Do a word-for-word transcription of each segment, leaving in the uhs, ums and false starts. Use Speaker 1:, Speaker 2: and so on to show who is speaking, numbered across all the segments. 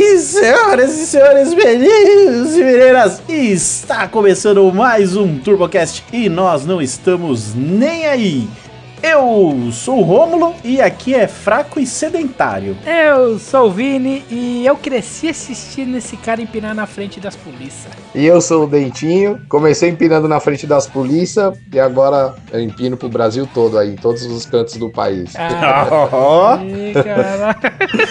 Speaker 1: Sim, senhoras e senhores, meninos e meninas, está começando mais um TurboCast e nós não estamos nem aí. Eu sou o Rômulo e aqui é fraco e sedentário.
Speaker 2: Eu sou o Vini e eu cresci assistindo esse cara empinar na frente das polícias.
Speaker 3: E eu sou o Dentinho, comecei empinando na frente das polícias e agora eu empino pro Brasil todo aí, em todos os cantos do país.
Speaker 2: Ah, aí, caraca.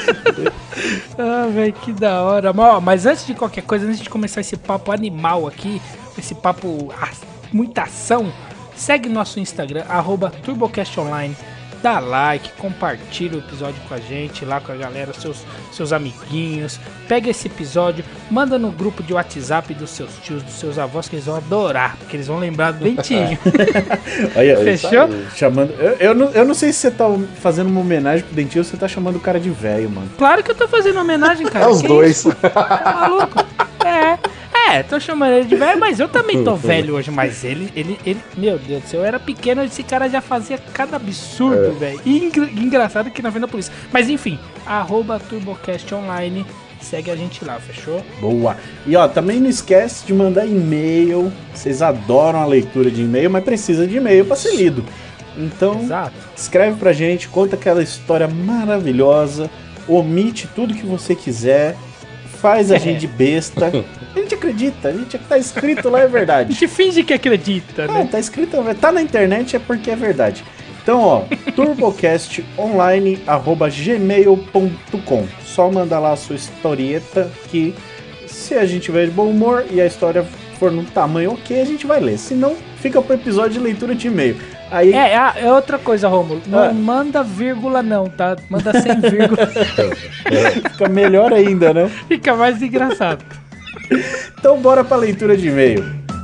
Speaker 2: Ah, velho, que da hora. Mas antes de qualquer coisa, antes de começar esse papo animal aqui, esse papo, muita ação, segue nosso Instagram, arroba TurboCastOnline, dá like, compartilha o episódio com a gente, lá com a galera, seus, seus amiguinhos. Pega esse episódio, manda no grupo de WhatsApp dos seus tios, dos seus avós, que eles vão adorar, porque eles vão lembrar do Dentinho.
Speaker 1: Olha,
Speaker 2: fechou?
Speaker 1: Chamando, eu, eu, não, eu não sei se você tá fazendo uma homenagem pro Dentinho ou você tá chamando o cara de velho, mano.
Speaker 2: Claro que eu tô fazendo homenagem, cara.
Speaker 3: É os
Speaker 2: que
Speaker 3: dois.
Speaker 2: Isso? Tá maluco? É. É, tô chamando ele de velho, mas eu também tô velho hoje. Mas ele, ele, ele, meu Deus do céu, eu era pequeno, esse cara já fazia cada absurdo, é. velho. E engra, engraçado que na frente da polícia. Mas enfim, arroba TurboCastOnline, segue a gente lá, fechou?
Speaker 1: Boa. E ó, também não esquece de mandar e-mail. Vocês adoram a leitura de e-mail, mas precisa de e-mail pra ser lido. Então, Exato. escreve pra gente, conta aquela história maravilhosa, omite tudo que você quiser. Faz a é. gente besta. A gente acredita, a gente tá escrito lá, é verdade.
Speaker 2: A gente finge que acredita, né?
Speaker 1: É, tá escrito, tá na internet, é porque é verdade. Então, ó, turbocastonline arroba gmail ponto com. Só manda lá a sua historieta que, se a gente tiver de bom humor e a história for no tamanho ok, a gente vai ler. Se não, fica pro episódio de leitura de e-mail. Aí...
Speaker 2: É, é outra coisa, Rômulo. Não ah. manda vírgula não, tá? Manda sem vírgula.
Speaker 1: Fica melhor ainda, né?
Speaker 2: Fica mais engraçado.
Speaker 1: Então bora pra leitura de e-mail.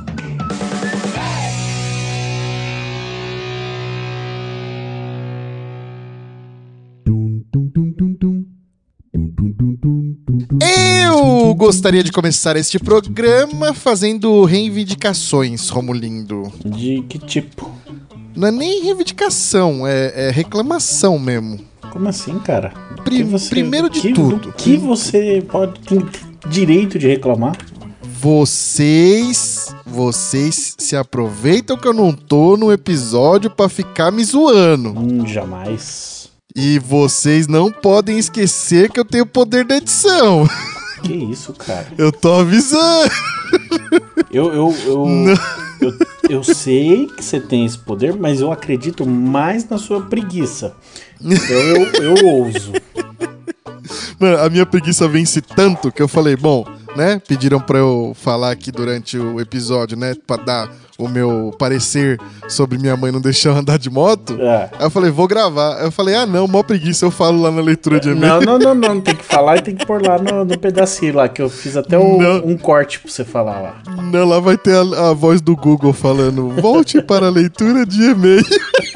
Speaker 4: Eu gostaria de começar este programa fazendo reivindicações, Romulindo.
Speaker 1: De que tipo?
Speaker 4: Não é nem reivindicação, é, é reclamação mesmo.
Speaker 1: Como assim, cara?
Speaker 4: Pri- você, primeiro de
Speaker 1: que,
Speaker 4: tudo.
Speaker 1: O que você pode ter direito de reclamar?
Speaker 4: Vocês, vocês se aproveitam que eu não tô no episódio pra ficar me zoando.
Speaker 1: Hum, jamais.
Speaker 4: E vocês não podem esquecer que eu tenho o poder da edição.
Speaker 1: Que isso, cara?
Speaker 4: Eu tô avisando.
Speaker 1: Eu, eu, eu, eu, eu sei que você tem esse poder, mas eu acredito mais na sua preguiça. Então eu, eu ouso.
Speaker 4: Mano, a minha preguiça vence tanto que eu falei, bom, né? Pediram pra eu falar aqui durante o episódio, né? Pra dar o meu parecer sobre minha mãe não deixar eu andar de moto. É. Aí eu falei, vou gravar. Aí eu falei, ah não, mó preguiça, eu falo lá na leitura de e-mail.
Speaker 1: Não, não, não, não, tem que falar e tem que pôr lá no, no pedacinho lá, que eu fiz até um, um corte pra você falar lá.
Speaker 4: Não, lá vai ter a, a voz do Google falando, volte para a leitura de e-mail.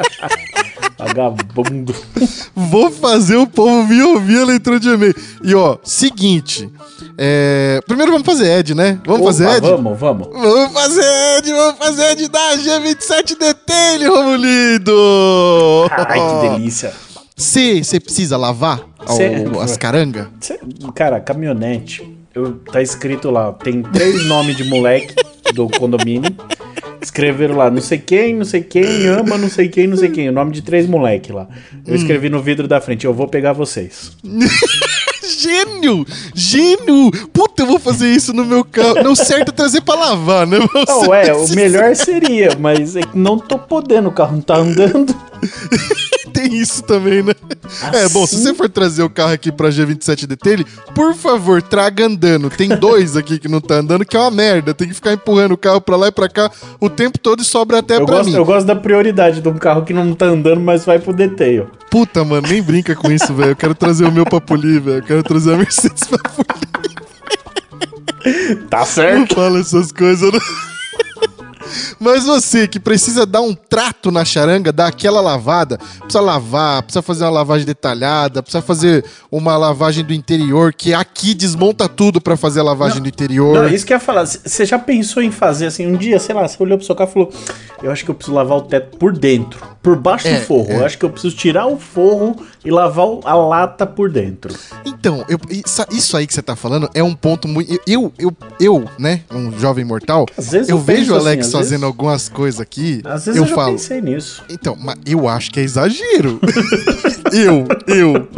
Speaker 1: Vagabundo.
Speaker 4: Vou fazer o povo me ouvir a leitura de e-mail. E ó, seguinte. É... Primeiro vamos fazer Ed, né? Vamos Opa, fazer Ed?
Speaker 1: Vamos, vamos.
Speaker 4: Vamos fazer Ed, vamos fazer Ed da G vinte e sete Detail, Romulindo.
Speaker 1: Ai, que delícia.
Speaker 4: Você precisa lavar ao, as carangas?
Speaker 1: Cara, caminhonete. Eu, tá escrito lá, tem três nomes de moleque do condomínio. Escreveram lá, não sei quem, não sei quem, ama não sei quem, não sei quem. O nome de três moleque lá. Eu escrevi no vidro da frente, eu vou pegar vocês.
Speaker 4: Gênio! Gênio! Puta, eu vou fazer isso no meu carro. Não, certo é trazer pra lavar, né?
Speaker 1: Você não, é, precisa... o melhor seria, mas é que não tô podendo, o carro não tá andando.
Speaker 4: Tem isso também, né? Assim? É, bom, se você for trazer o carro aqui pra G vinte e sete Detail, por favor, traga andando. Tem dois aqui que não tá andando, que é uma merda. Tem que ficar empurrando o carro pra lá e pra cá o tempo todo e sobra até
Speaker 1: eu
Speaker 4: pra
Speaker 1: gosto,
Speaker 4: mim.
Speaker 1: Eu gosto da prioridade de um carro que não tá andando, mas vai pro Detail.
Speaker 4: Puta, mano, nem brinca com isso, velho. Eu quero trazer o meu pra polir, velho. Eu quero trazer a Mercedes pra polir.
Speaker 1: Tá certo.
Speaker 4: Não fala essas coisas, não. Mas você que precisa dar um trato na charanga, dar aquela lavada, precisa lavar, precisa fazer uma lavagem detalhada, precisa fazer uma lavagem do interior, que aqui desmonta tudo pra fazer a lavagem
Speaker 1: não,
Speaker 4: do interior.
Speaker 1: Não, isso que eu ia falar. Você já pensou em fazer assim, um dia, sei lá, você olhou pro seu carro e falou, eu acho que eu preciso lavar o teto por dentro, por baixo
Speaker 4: é,
Speaker 1: do forro.
Speaker 4: É.
Speaker 1: Eu acho que eu preciso tirar o forro e lavar a lata por dentro.
Speaker 4: Então, eu, isso aí que você tá falando é um ponto muito... Eu, eu, eu, né, um jovem mortal,
Speaker 1: às vezes
Speaker 4: eu,
Speaker 1: eu
Speaker 4: vejo o Alex
Speaker 1: assim,
Speaker 4: fazendo
Speaker 1: vezes...
Speaker 4: algumas coisas aqui,
Speaker 1: às vezes
Speaker 4: eu,
Speaker 1: eu já
Speaker 4: falo...
Speaker 1: pensei nisso.
Speaker 4: Então, mas eu acho que é exagero. eu, eu.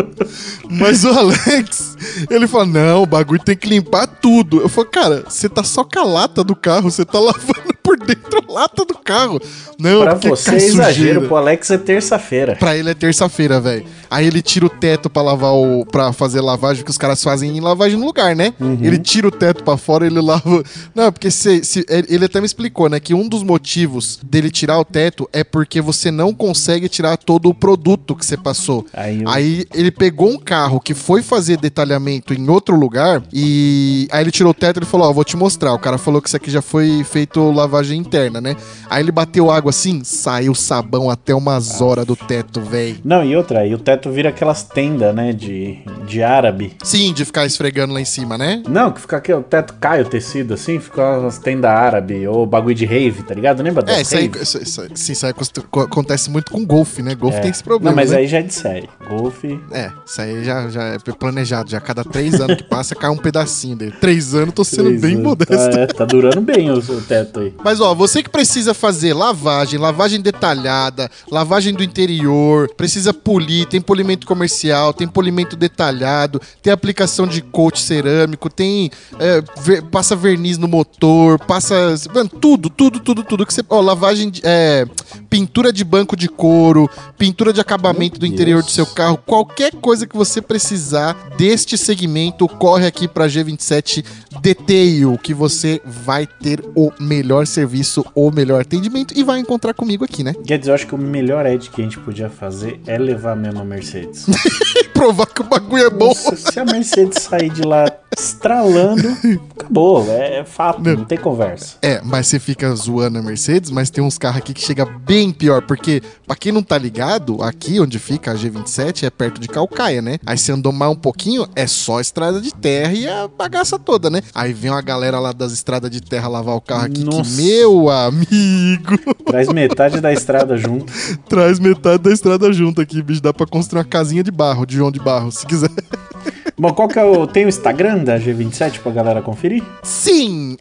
Speaker 4: Mas o Alex, ele fala, não, o bagulho tem que limpar tudo. Eu falo, cara, você tá só com a lata do carro, você tá lavando por dentro a lata do carro. Não,
Speaker 1: pra você é exagero, pro Alex é terça-feira.
Speaker 4: Pra ele é terça-feira, velho. Aí ele tira o teto pra lavar o... pra fazer lavagem, que os caras fazem em lavagem no lugar, né? Uhum. Ele tira o teto pra fora, ele lava... Não, porque se, se, ele até me explicou, né? Que um dos motivos dele tirar o teto é porque você não consegue tirar todo o produto que você passou. Aí, eu... aí ele pegou um carro que foi fazer detalhamento em outro lugar e... Aí ele tirou o teto e ele falou, ó, oh, vou te mostrar. O cara falou que isso aqui já foi feito lavagem interna, né? Aí ele bateu água assim, saiu sabão até umas horas do teto, velho.
Speaker 1: Não, e outra, e o teto vira aquelas tendas, né, de, de árabe.
Speaker 4: Sim, de ficar esfregando lá em cima, né?
Speaker 1: Não, que fica aqui, o teto cai o tecido assim, fica umas tendas árabe, ou bagulho de rave, tá ligado? Lembra das
Speaker 4: É, isso aí, isso, isso, sim, isso aí acontece muito com golfe, né? Golfe é. tem esse problema.
Speaker 1: Não, mas
Speaker 4: né?
Speaker 1: aí já é de série. Golfe...
Speaker 4: É, isso aí já, já é planejado, já a cada três anos que passa cai um pedacinho dele. Três anos, tô sendo três bem anos. modesto.
Speaker 1: Tá, é, tá durando bem o, o teto aí.
Speaker 4: Mas ó, você que precisa fazer lavagem, lavagem detalhada, lavagem do interior, precisa polir, tem polimento comercial, tem polimento detalhado, tem aplicação de coat cerâmico, tem é, ver, passa verniz no motor, passa mano, tudo, tudo, tudo, tudo que você, ó, lavagem de, é, pintura de banco de couro, pintura de acabamento Meu do interior Deus. do seu carro, qualquer coisa que você precisar deste segmento, corre aqui pra G vinte e sete Detail, que você vai ter o melhor serviço, o melhor atendimento e vai encontrar comigo aqui, né?
Speaker 1: Quer dizer, eu acho que o melhor edit que a gente podia fazer é levar mesmo a Mercedes.
Speaker 4: Provar que o bagulho é bom.
Speaker 1: Nossa, se a Mercedes sair de lá estralando, acabou, é, é fato, não. não tem conversa.
Speaker 4: É, mas você fica zoando a Mercedes, mas tem uns carros aqui que chega bem pior, porque pra quem não tá ligado, aqui onde fica a G vinte e sete é perto de Calcaia, né? Aí você andou mais um pouquinho, é só estrada de terra e a bagaça toda, né? Aí vem uma galera lá das estradas de terra lavar o carro aqui, Nossa. que, meu amigo...
Speaker 1: Traz metade da estrada junto.
Speaker 4: Traz metade da estrada junto aqui, bicho, dá pra construir uma casinha de barro, de João de Barro, se quiser.
Speaker 1: Bom, qual que é o... Tem o Instagram da G vinte e sete pra galera conferir?
Speaker 4: Sim,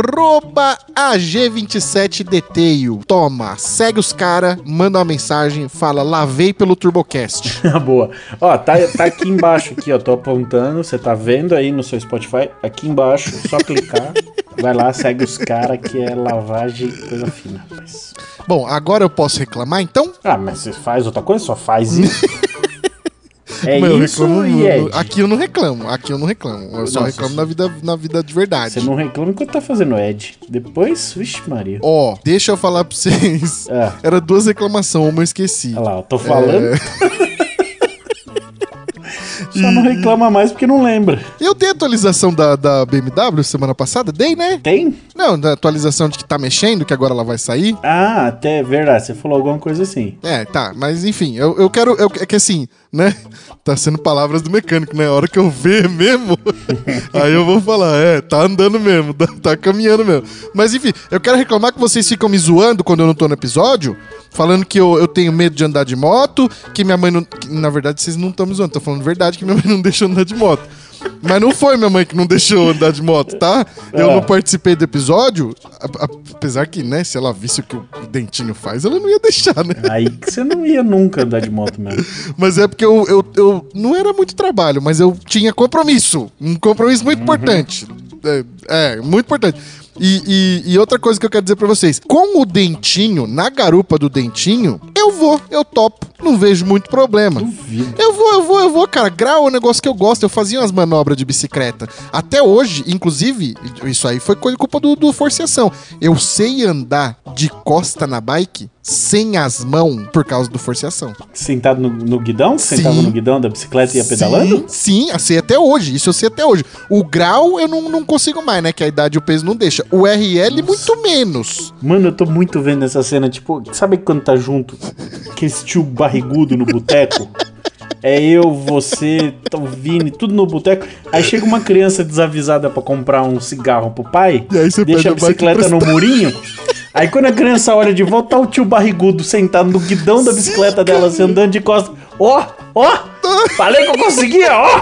Speaker 4: arroba a G vinte e sete Detail. Toma, segue os caras, manda uma mensagem, fala, lavei pelo TurboCast.
Speaker 1: Boa. Ó, tá, tá aqui embaixo, aqui, ó, tô apontando, você tá vendo aí no seu Spotify, aqui embaixo, só clicar, vai lá, segue os caras, que é lavagem, coisa fina, rapaz.
Speaker 4: Bom, agora eu posso reclamar, então?
Speaker 1: Ah, mas você faz outra coisa? Só faz isso. É
Speaker 4: Mas
Speaker 1: isso
Speaker 4: eu reclamo,
Speaker 1: e Ed.
Speaker 4: Aqui eu não reclamo, aqui eu não reclamo. Eu Nossa, só reclamo na vida, na vida de verdade.
Speaker 1: Você não reclama enquanto tá fazendo Ed. Depois, vixe Maria.
Speaker 4: Ó, oh, deixa eu falar pra vocês. É. Era duas reclamações, uma eu esqueci.
Speaker 1: Olha lá, eu tô falando. É... Só não reclama mais porque não lembra.
Speaker 4: Eu dei a atualização da, da B M W semana passada? Dei, né?
Speaker 1: Tem?
Speaker 4: Não, da atualização de que tá mexendo, que agora ela vai sair.
Speaker 1: Ah, até verdade, você falou alguma coisa assim.
Speaker 4: É, tá, mas enfim, eu, eu quero. Eu, é que assim, né? Tá sendo palavras do mecânico, né? A hora que eu ver mesmo, aí eu vou falar, é, tá andando mesmo, tá, tá caminhando mesmo. Mas enfim, eu quero reclamar que vocês ficam me zoando quando eu não tô no episódio, falando que eu, eu tenho medo de andar de moto, que minha mãe não... Que, na verdade, vocês não estão me zoando, tô falando verdade que minha mãe não deixou andar de moto. Mas não foi minha mãe que não deixou andar de moto, tá? Eu é. não participei do episódio, a, a, apesar que, né, se ela visse o que o Dentinho faz, ela não ia deixar, né?
Speaker 1: Aí que você não ia nunca andar de moto mesmo.
Speaker 4: Mas é porque eu, eu, eu não era muito trabalho, mas eu tinha compromisso. Um compromisso muito uhum. importante. É, é, muito importante. E, e, e outra coisa que eu quero dizer pra vocês, com o Dentinho, na garupa do Dentinho, eu vou, eu topo, não vejo muito problema.
Speaker 1: Duvido.
Speaker 4: Eu vou, eu vou, eu vou, cara, grau é um negócio que eu gosto, eu fazia umas manobras de bicicleta. Até hoje, inclusive, isso aí foi culpa do, do forçação. Eu sei andar de costa na bike, sem as mãos, por causa do forceação.
Speaker 1: Sentado no, no guidão? Sentava no guidão da bicicleta e ia pedalando?
Speaker 4: Sim, sim, sei até hoje. Isso eu sei até hoje. O grau eu não, não consigo mais, né? Que a idade e o peso não deixa. O R L, Nossa. muito menos.
Speaker 1: Mano, eu tô muito vendo essa cena. Tipo, sabe quando tá junto aquele tio barrigudo no boteco? É eu, você, o Vini, tudo no boteco. Aí chega uma criança desavisada pra comprar um cigarro pro pai,
Speaker 4: e aí você
Speaker 1: deixa a bicicleta no murinho. Aí quando a criança olha de volta, tá o tio barrigudo sentado no guidão da bicicleta Sim, dela, assim, andando de costas. Ó, ó, falei que eu conseguia, ó.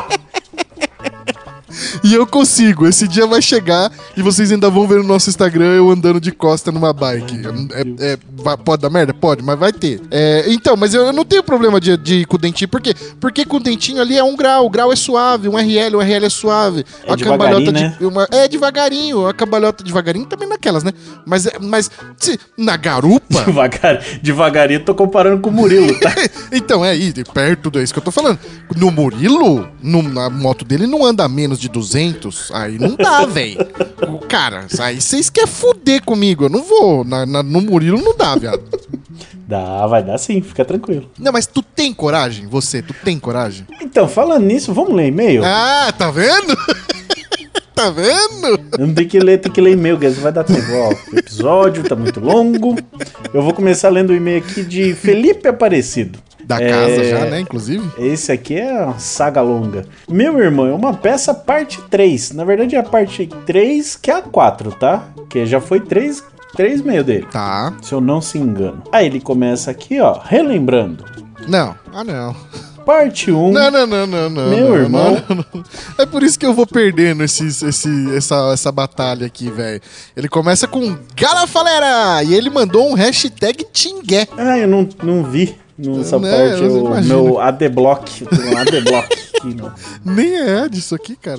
Speaker 4: E eu consigo, esse dia vai chegar e vocês ainda vão ver no nosso Instagram eu andando de costa numa bike. É, é, vai, pode dar merda? Pode, mas vai ter. É, então, mas eu, eu não tenho problema de, de ir com o dentinho, por quê? Porque com o dentinho ali é um grau, o grau é suave, um R L, um R L é suave.
Speaker 1: É
Speaker 4: a cambalhota
Speaker 1: né?
Speaker 4: de, uma, é devagarinho, a cambalhota devagarinho também naquelas, né? Mas, mas se, na garupa...
Speaker 1: Devagar, devagarinho, tô comparando com o Murilo, tá?
Speaker 4: Então, é aí, perto, é isso que eu tô falando. No Murilo, no, na moto dele não anda a menos de duzentos, aí não dá, velho. Cara, aí vocês querem fuder comigo, eu não vou. Na, na, no Murilo não dá, viado.
Speaker 1: Dá, vai dar sim, fica tranquilo.
Speaker 4: Não, mas tu tem coragem? Você, tu tem coragem?
Speaker 1: Então, falando nisso, vamos ler e-mail?
Speaker 4: Ah, tá vendo? Tá vendo?
Speaker 1: Eu não tenho que ler, tem que ler e-mail, guys. Vai dar tempo. Ó, o episódio tá muito longo. Eu vou começar lendo o e-mail aqui de Felipe Aparecido.
Speaker 4: Da casa é... já, né, inclusive?
Speaker 1: Esse aqui é uma saga longa. Meu irmão, é uma peça parte três. Na verdade é a parte três que é a quatro, tá? Que já foi três, três meio dele.
Speaker 4: Tá.
Speaker 1: Se eu não se engano. Aí ele começa aqui, ó, relembrando.
Speaker 4: Não, ah não.
Speaker 1: Parte um.
Speaker 4: Não, não, não, não, não.
Speaker 1: Meu
Speaker 4: não,
Speaker 1: irmão.
Speaker 4: Não, não. É por isso que eu vou perdendo esses, esse, essa, essa batalha aqui, velho. Ele começa com Galafalera! E ele mandou um hashtag Tingué.
Speaker 1: Ah, eu não, não vi. Nessa
Speaker 4: né,
Speaker 1: parte, o imagino. Meu Adblock. Um Adblock aqui, não.
Speaker 4: Nem é disso aqui, cara.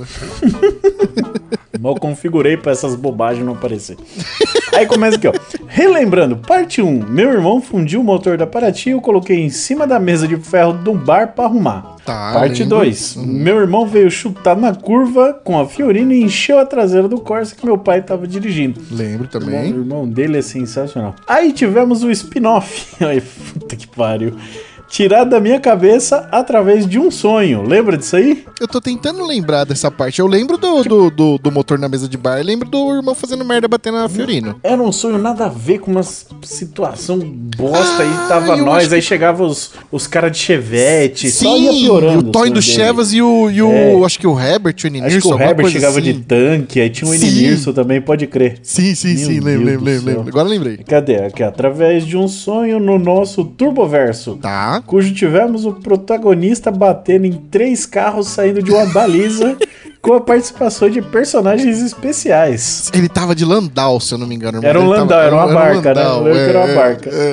Speaker 1: Mal configurei pra essas bobagens não aparecer. Aí começa aqui, ó. Relembrando, parte um. Meu irmão fundiu o motor da Paraty e eu coloquei em cima da mesa de ferro de um bar pra arrumar.
Speaker 4: Tá,
Speaker 1: parte dois. Hum. Meu irmão veio chutar na curva com a Fiorino e encheu a traseira do Corsa que meu pai tava dirigindo.
Speaker 4: Lembro também.
Speaker 1: O irmão dele é sensacional. Aí tivemos o spin-off. Ai, puta que pariu. Tirado da minha cabeça através de um sonho. Lembra disso aí?
Speaker 4: Eu tô tentando lembrar dessa parte. Eu lembro do, do, do, do motor na mesa de bar. Eu lembro do irmão fazendo merda batendo na Fiorino.
Speaker 1: Era um sonho nada a ver com uma situação bosta. Ah, aí tava nós, aí que... chegava os, os caras de Chevette.
Speaker 4: Sim,
Speaker 1: só ia piorando.
Speaker 4: O Toy do Chevas e o, e o é. acho que o Herbert, o Eninirson.
Speaker 1: Acho que o Herbert chegava assim. de tanque. Aí tinha o Eninirson também, pode crer.
Speaker 4: Sim, sim,
Speaker 1: Meu
Speaker 4: sim. Lembro, lembro, lembro, lembro. Agora lembrei.
Speaker 1: Cadê? Aqui, através de um sonho no nosso Turboverso.
Speaker 4: Tá.
Speaker 1: Cujo tivemos o protagonista batendo em três carros saindo de uma baliza com a participação de personagens especiais.
Speaker 4: Ele tava de Landau, se eu não me engano.
Speaker 1: Era um Landau,
Speaker 4: tava...
Speaker 1: era uma
Speaker 4: era
Speaker 1: barca,
Speaker 4: um Landau,
Speaker 1: né? Eu lembro
Speaker 4: é,
Speaker 1: que era uma
Speaker 4: é,
Speaker 1: barca.
Speaker 4: É,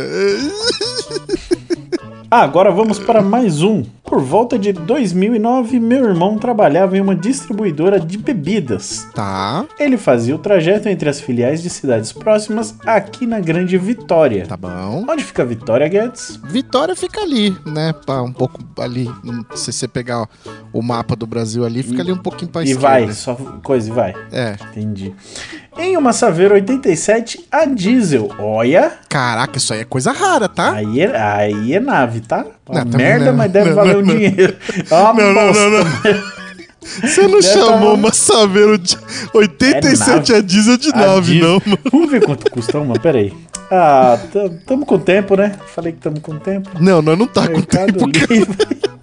Speaker 4: é.
Speaker 1: Ah, agora vamos para mais um. Por volta de dois mil e nove, meu irmão trabalhava em uma distribuidora de bebidas.
Speaker 4: Tá.
Speaker 1: Ele fazia o trajeto entre as filiais de cidades próximas aqui na Grande Vitória.
Speaker 4: Tá bom.
Speaker 1: Onde fica Vitória, Guedes?
Speaker 4: Vitória fica ali, né? Um pouco ali. Se você pegar o mapa do Brasil ali, fica ali um pouquinho pra esquerda.
Speaker 1: E vai, só coisa e vai.
Speaker 4: É.
Speaker 1: Entendi. Em uma Saveiro oitenta e sete a diesel. Olha.
Speaker 4: Caraca, isso aí é coisa rara, tá?
Speaker 1: Aí é, aí é nave, tá? Uma
Speaker 4: não,
Speaker 1: merda,
Speaker 4: não,
Speaker 1: mas deve
Speaker 4: não,
Speaker 1: valer
Speaker 4: não,
Speaker 1: um
Speaker 4: não.
Speaker 1: dinheiro. É uma
Speaker 4: não,
Speaker 1: bosta.
Speaker 4: não, não, não. Você não deve chamou tá... uma Saveiro de oitenta e sete
Speaker 1: é
Speaker 4: a diesel de a nave, diesel. Não, mano.
Speaker 1: Vamos ver quanto custa uma, peraí. Ah, tamo com tempo, né? Falei que tamo com tempo.
Speaker 4: Não, nós não tá Mercado com tempo.
Speaker 1: Livre.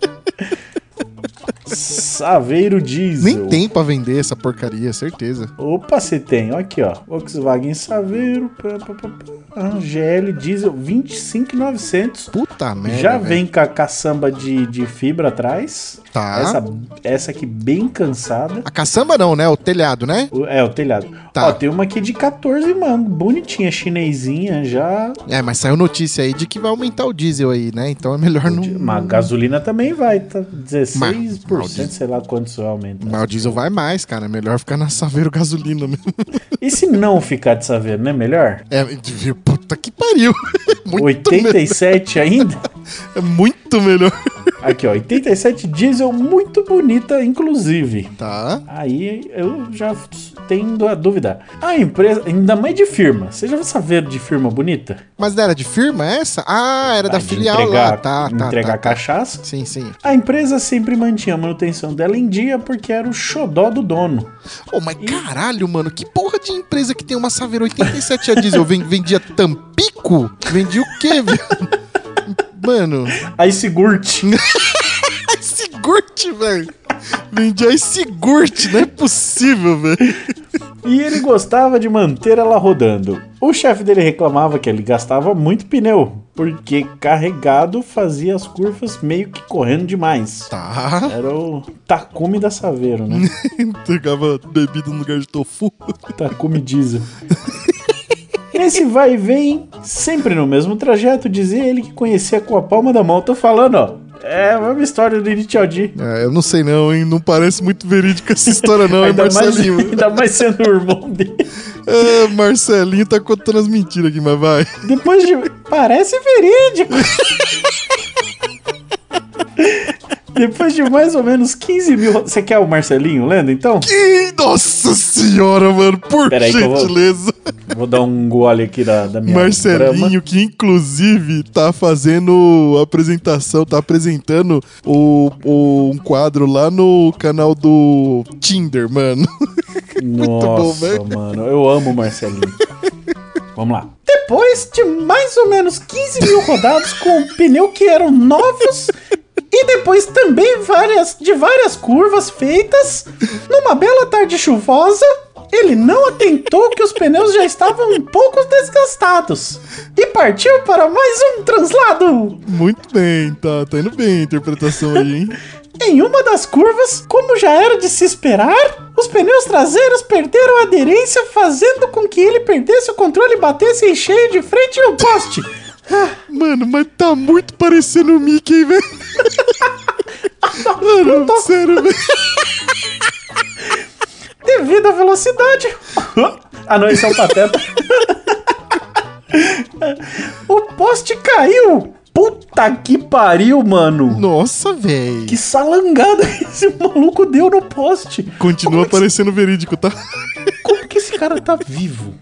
Speaker 1: Saveiro diesel.
Speaker 4: Nem tem pra vender essa porcaria, certeza.
Speaker 1: Opa, você tem. Olha aqui, ó. Volkswagen Saveiro. Angel diesel vinte e cinco mil e novecentos.
Speaker 4: Puta merda.
Speaker 1: Já vem com a caçamba de, de fibra atrás.
Speaker 4: Tá.
Speaker 1: Essa, essa aqui bem cansada.
Speaker 4: A caçamba não, né? O telhado, né?
Speaker 1: O, é, o telhado.
Speaker 4: Tá.
Speaker 1: Ó, tem uma aqui de quatorze mango. Bonitinha, chinesinha já.
Speaker 4: É, mas saiu notícia aí de que vai aumentar o diesel aí, né? Então é melhor não...
Speaker 1: Mas a gasolina também vai, tá? dezesseis por cento, mas, sei lá quanto isso aumenta.
Speaker 4: Mas o diesel vai mais, cara. É melhor ficar na Saveiro gasolina mesmo.
Speaker 1: E se não ficar de Saveiro, não é melhor?
Speaker 4: É, puta que pariu. Muito
Speaker 1: oitenta e sete
Speaker 4: melhor.
Speaker 1: Ainda?
Speaker 4: É muito melhor.
Speaker 1: Aqui, ó, oitenta e sete diesel, muito bonita, inclusive.
Speaker 4: Tá.
Speaker 1: Aí eu já tendo a dúvida. A empresa, ainda mais de firma. Você já viu essa verde de firma bonita?
Speaker 4: Mas não era de firma essa? Ah, era
Speaker 1: Ah,
Speaker 4: da
Speaker 1: de
Speaker 4: filial
Speaker 1: entregar,
Speaker 4: lá. Tá, tá,
Speaker 1: entregar
Speaker 4: tá, tá.
Speaker 1: cachaça.
Speaker 4: Sim, sim.
Speaker 1: A empresa sempre mantinha a manutenção dela em dia porque era o xodó do dono.
Speaker 4: Ô, mas caralho, mano, que porra de empresa que tem uma Saveiro oitenta e sete a diesel? Vendia Tampico? Vendia o quê, velho? Mano...
Speaker 1: Ice Gurt.
Speaker 4: Ice Gurt, velho. Vendia Ice Gurt, não é possível, velho.
Speaker 1: E ele gostava de manter ela rodando. O chefe dele reclamava que ele gastava muito pneu, porque carregado fazia as curvas meio que correndo demais.
Speaker 4: Tá.
Speaker 1: Era o Takumi da Saveiro, né?
Speaker 4: Entregava bebida no lugar de tofu.
Speaker 1: Takumi diesel. Nesse vai e vem, sempre no mesmo trajeto, dizia ele que conhecia com a palma da mão. Tô falando, ó. É a mesma história do Initial D.
Speaker 4: É, eu não sei não, hein? Não parece muito verídica essa história não, hein, Marcelinho?
Speaker 1: Mais, ainda mais sendo o irmão dele.
Speaker 4: É, Marcelinho tá contando as mentiras aqui, mas vai.
Speaker 1: Depois de... Parece verídico. Depois de mais ou menos quinze mil... Você quer o Marcelinho lendo, então?
Speaker 4: Que... Nossa senhora, mano, por
Speaker 1: Pera aí
Speaker 4: gentileza.
Speaker 1: Que eu vou... vou dar um gole aqui da, da minha
Speaker 4: Marcelinho,
Speaker 1: brama.
Speaker 4: Que inclusive tá fazendo apresentação, tá apresentando o, o, um quadro lá no canal do Tinder, mano. Muito
Speaker 1: Nossa,
Speaker 4: bom, velho.
Speaker 1: mano, eu amo o Marcelinho. Vamos lá. Depois de mais ou menos quinze mil rodados com pneu que eram novos... E depois também várias, de várias curvas feitas, numa bela tarde chuvosa, ele não atentou que os pneus já estavam um pouco desgastados e partiu para mais um translado.
Speaker 4: Muito bem, tá, tá indo bem a interpretação aí, hein?
Speaker 1: Em uma das curvas, como já era de se esperar, os pneus traseiros perderam a aderência, fazendo com que ele perdesse o controle e batesse em cheio de frente no poste.
Speaker 4: Mano, mas tá muito parecendo o Mickey, velho. Mano, tô... sério, velho.
Speaker 1: Devido à velocidade... Ah, não, esse é o Pateta. O poste caiu. Puta que pariu, mano.
Speaker 4: Nossa, velho.
Speaker 1: Que salangada que esse maluco deu no poste.
Speaker 4: Continua
Speaker 1: Como
Speaker 4: parecendo esse... verídico, tá?
Speaker 1: Como que esse cara tá vivo?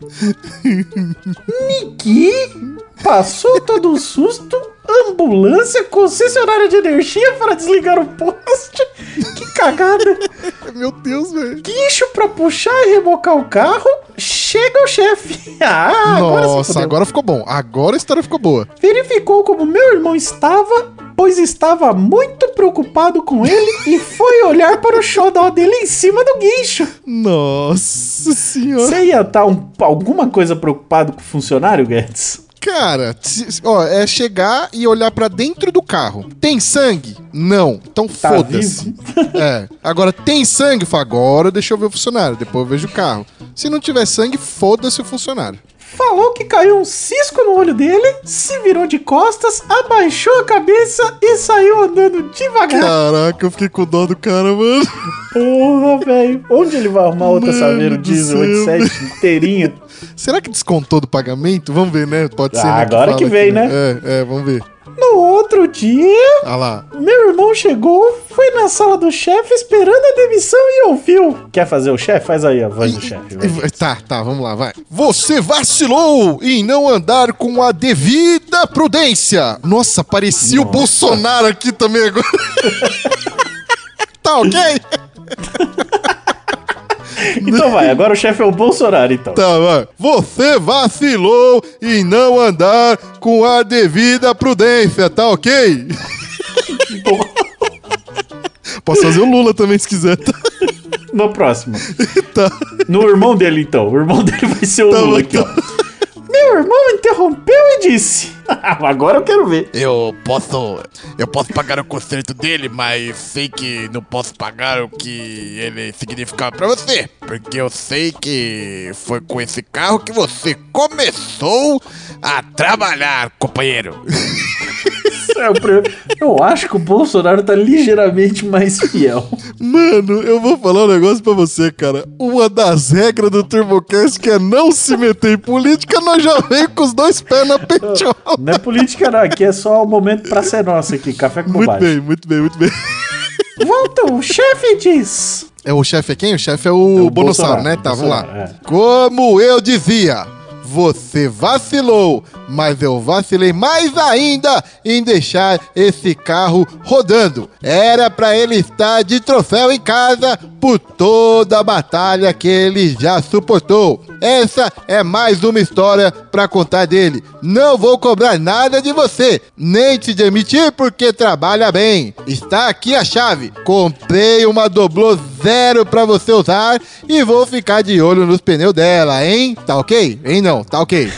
Speaker 1: Niki passou todo um susto. Ambulância, concessionária de energia para desligar o poste. Que cagada.
Speaker 4: Meu Deus, velho.
Speaker 1: Guincho pra puxar e rebocar o carro. Chega o chefe. Ah, agora
Speaker 4: Nossa,
Speaker 1: sim,
Speaker 4: agora ficou bom. Agora a história ficou boa.
Speaker 1: Verificou como meu irmão estava, pois estava muito preocupado com ele e foi olhar para o xodó dele em cima do guincho.
Speaker 4: Nossa senhora.
Speaker 1: Você ia estar um, alguma coisa preocupado com o funcionário, Guedes?
Speaker 4: Cara, ó, é chegar e olhar pra dentro do carro. Tem sangue? Não. Então
Speaker 1: Tá
Speaker 4: foda-se. É. Agora, tem sangue? Fala, agora deixa eu ver o funcionário. Depois eu vejo o carro. Se não tiver sangue, foda-se o funcionário.
Speaker 1: Falou que caiu um cisco no olho dele, se virou de costas, abaixou a cabeça e saiu andando devagar.
Speaker 4: Caraca, eu fiquei com dó do cara, mano.
Speaker 1: Porra, velho. Onde ele vai arrumar outra
Speaker 4: Mano
Speaker 1: Saveiro
Speaker 4: do
Speaker 1: diesel
Speaker 4: céu,
Speaker 1: oitenta e sete inteirinha?
Speaker 4: Será que descontou do pagamento? Vamos ver, né? Pode ser.
Speaker 1: Ah,
Speaker 4: né,
Speaker 1: agora que
Speaker 4: fala
Speaker 1: vem,
Speaker 4: aqui,
Speaker 1: né?
Speaker 4: É, é, vamos ver.
Speaker 1: No outro dia,
Speaker 4: Ah lá.
Speaker 1: meu irmão chegou, foi na sala do chefe esperando a demissão e ouviu. Quer fazer o chefe? Faz aí a voz do chefe. vai.
Speaker 4: Tá, tá, vamos lá, vai. Você vacilou em não andar com a devida prudência. Nossa, parecia
Speaker 1: Nossa.
Speaker 4: o Bolsonaro aqui também agora. Tá ok?
Speaker 1: Então vai, agora o chefe é o Bolsonaro, então.
Speaker 4: Tá, vai. Você vacilou em não andar com a devida prudência, tá ok? Posso fazer o Lula também, se quiser, tá?
Speaker 1: No próximo.
Speaker 4: Tá.
Speaker 1: No irmão dele, então. O irmão dele vai ser o
Speaker 4: Tá
Speaker 1: Lula
Speaker 4: bom,
Speaker 1: aqui,
Speaker 4: tá.
Speaker 1: ó. Meu irmão interrompeu e disse: agora eu quero ver.
Speaker 5: Eu posso. Eu posso pagar o conserto dele, mas sei que não posso pagar o que ele significava pra você. Porque eu sei que foi com esse carro que você começou a trabalhar, companheiro.
Speaker 1: Eu, eu acho que o Bolsonaro tá ligeiramente mais fiel.
Speaker 4: Mano, eu vou falar um negócio pra você, cara. Uma das regras do TurboCast que é não se meter em política, nós já veio com os dois pés na pechola.
Speaker 1: Não é política não, aqui é só o momento pra ser nosso aqui, café com
Speaker 4: muito
Speaker 1: bobagem.
Speaker 4: Muito bem, muito bem, muito bem.
Speaker 1: Volta, o chefe diz...
Speaker 4: É, o chefe é quem? O chefe é o,
Speaker 1: é o
Speaker 4: Bonossauro, né? Tá, vamos lá.
Speaker 1: É.
Speaker 4: Como eu dizia, você vacilou, mas eu vacilei mais ainda em deixar esse carro rodando. Era pra ele estar de troféu em casa por toda a batalha que ele já suportou. Essa é mais uma história pra contar dele. Não vou cobrar nada de você, nem te demitir porque trabalha bem. Está aqui a chave. Comprei uma Doblô zero pra você usar e vou ficar de olho nos pneus dela, hein? Tá ok? Hein não? Tá ok.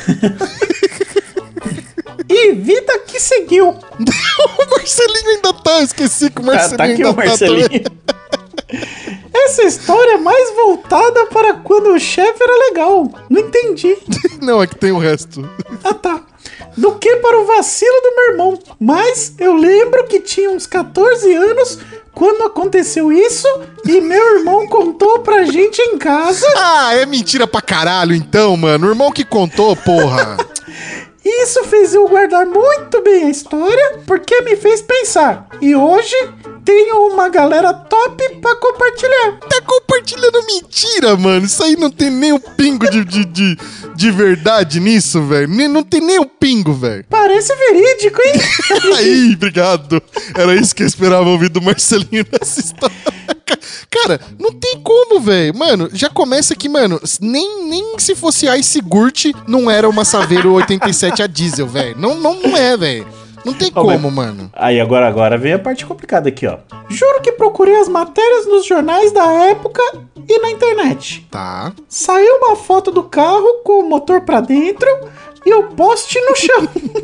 Speaker 1: E vida que seguiu.
Speaker 4: O Marcelinho ainda tá, esqueci que o Marcelinho
Speaker 1: tá, tá aqui
Speaker 4: ainda
Speaker 1: o Marcelinho. Tá Essa história é mais voltada para quando o chefe era legal. Não entendi.
Speaker 4: Não, é que tem o resto.
Speaker 1: Ah, tá. Do que para o vacilo do meu irmão. Mas eu lembro que tinha uns catorze anos quando aconteceu isso e meu irmão contou pra gente em casa.
Speaker 4: Ah, é mentira pra caralho então, mano. O irmão que contou, porra.
Speaker 1: Isso fez eu guardar muito bem a história, porque me fez pensar. E hoje tenho uma galera top pra compartilhar.
Speaker 4: Tá compartilhando mentira, mano. Isso aí não tem nem um pingo de, de, de, de verdade nisso, velho. Não tem nem um pingo, velho.
Speaker 1: Parece verídico, hein?
Speaker 4: Aí, obrigado. Era isso que eu esperava ouvir do Marcelinho nessa história. Cara, não tem como, velho. Mano, já começa que, mano, nem, nem se fosse Ice Gurt, não era uma Saveiro oitenta e sete a diesel, velho. Não, não, não é, velho. Não tem oh, como, mano.
Speaker 1: Aí, agora, agora vem a parte complicada aqui, ó. Juro que procurei as matérias nos jornais da época e na internet.
Speaker 4: Tá.
Speaker 1: Saiu uma foto do carro com o motor pra dentro e o poste no chão.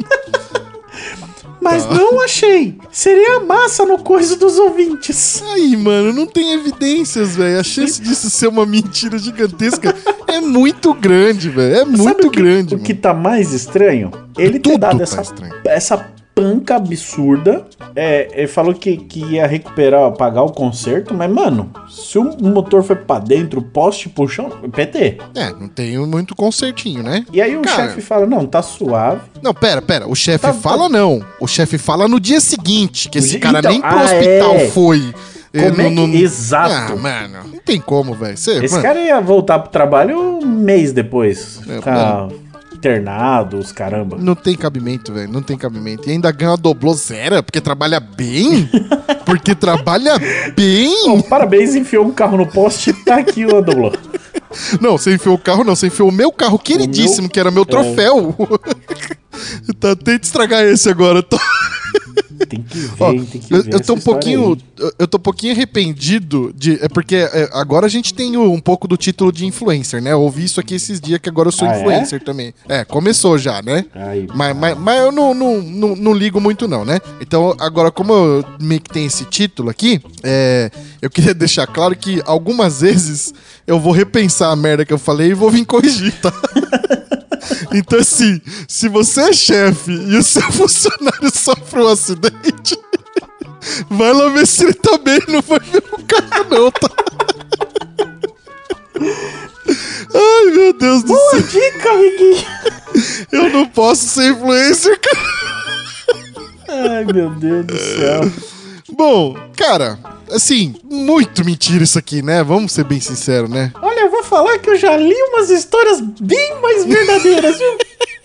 Speaker 1: Mas tá. Não achei. Seria massa no coisa dos ouvintes.
Speaker 4: Aí, mano, não tem evidências, velho. A chance disso ser uma mentira gigantesca é muito grande, velho. É muito
Speaker 1: Sabe o que,
Speaker 4: grande.
Speaker 1: O
Speaker 4: mano.
Speaker 1: que tá mais estranho? Ele
Speaker 4: Tudo
Speaker 1: ter dado
Speaker 4: tá
Speaker 1: essa,
Speaker 4: estranho.
Speaker 1: essa panca absurda. É, ele falou que, que ia recuperar, pagar o conserto, mas, mano, se o motor foi pra dentro, o poste puxão, P T.
Speaker 4: É, não tem muito consertinho, né?
Speaker 1: E aí o Cara, chefe fala, não, tá suave.
Speaker 4: Não, pera, pera, o chefe
Speaker 1: tá,
Speaker 4: fala
Speaker 1: tá...
Speaker 4: não. O chefe fala no dia seguinte, que esse cara
Speaker 1: então,
Speaker 4: nem pro
Speaker 1: ah,
Speaker 4: hospital
Speaker 1: é.
Speaker 4: foi.
Speaker 1: Como é que...
Speaker 4: no, no...
Speaker 1: Exato.
Speaker 4: Ah, mano, não tem como, velho.
Speaker 1: Esse
Speaker 4: mano...
Speaker 1: cara ia voltar pro trabalho um mês depois.
Speaker 4: É,
Speaker 1: ficar internados, caramba.
Speaker 4: Não tem cabimento, velho. Não tem cabimento. E ainda ganha uma Doblô zero, porque trabalha bem. Porque trabalha bem.
Speaker 1: Oh, parabéns, enfiou um carro no poste, tá aqui o Doblô.
Speaker 4: Não, você enfiou o carro, não. Você enfiou o meu carro queridíssimo, meu... que era meu troféu. É. Tá, tenta estragar esse agora. Tô...
Speaker 1: Tem que ver,
Speaker 4: Ó,
Speaker 1: tem que
Speaker 4: eu,
Speaker 1: ver.
Speaker 4: Eu tô um pouquinho.
Speaker 1: Aí.
Speaker 4: Eu tô um pouquinho arrependido de. É porque é, agora a gente tem um pouco do título de influencer, né? Eu ouvi isso aqui esses dias que agora eu sou
Speaker 1: ah,
Speaker 4: influencer
Speaker 1: é?
Speaker 4: também. É, começou já, né?
Speaker 1: Aí,
Speaker 4: mas, mas, mas eu não, não, não, não ligo muito, não, né? Então, agora, como eu meio que tem esse título aqui, é, eu queria deixar claro que algumas vezes eu vou repensar a merda que eu falei e vou vir corrigir, tá? Então, assim, se você é chefe e o seu funcionário sofre um acidente, vai lá ver se ele tá bem, não vai ver o carro não, tá? Ai, meu Deus do
Speaker 1: Boa
Speaker 4: céu.
Speaker 1: dica, amiguinho.
Speaker 4: Eu não posso ser influencer, cara.
Speaker 1: Ai, meu Deus do céu.
Speaker 4: Bom, cara, assim, muito mentira isso aqui, né? Vamos ser bem sinceros, né?
Speaker 1: Olha, eu vou falar que eu já li umas histórias bem mais verdadeiras, viu?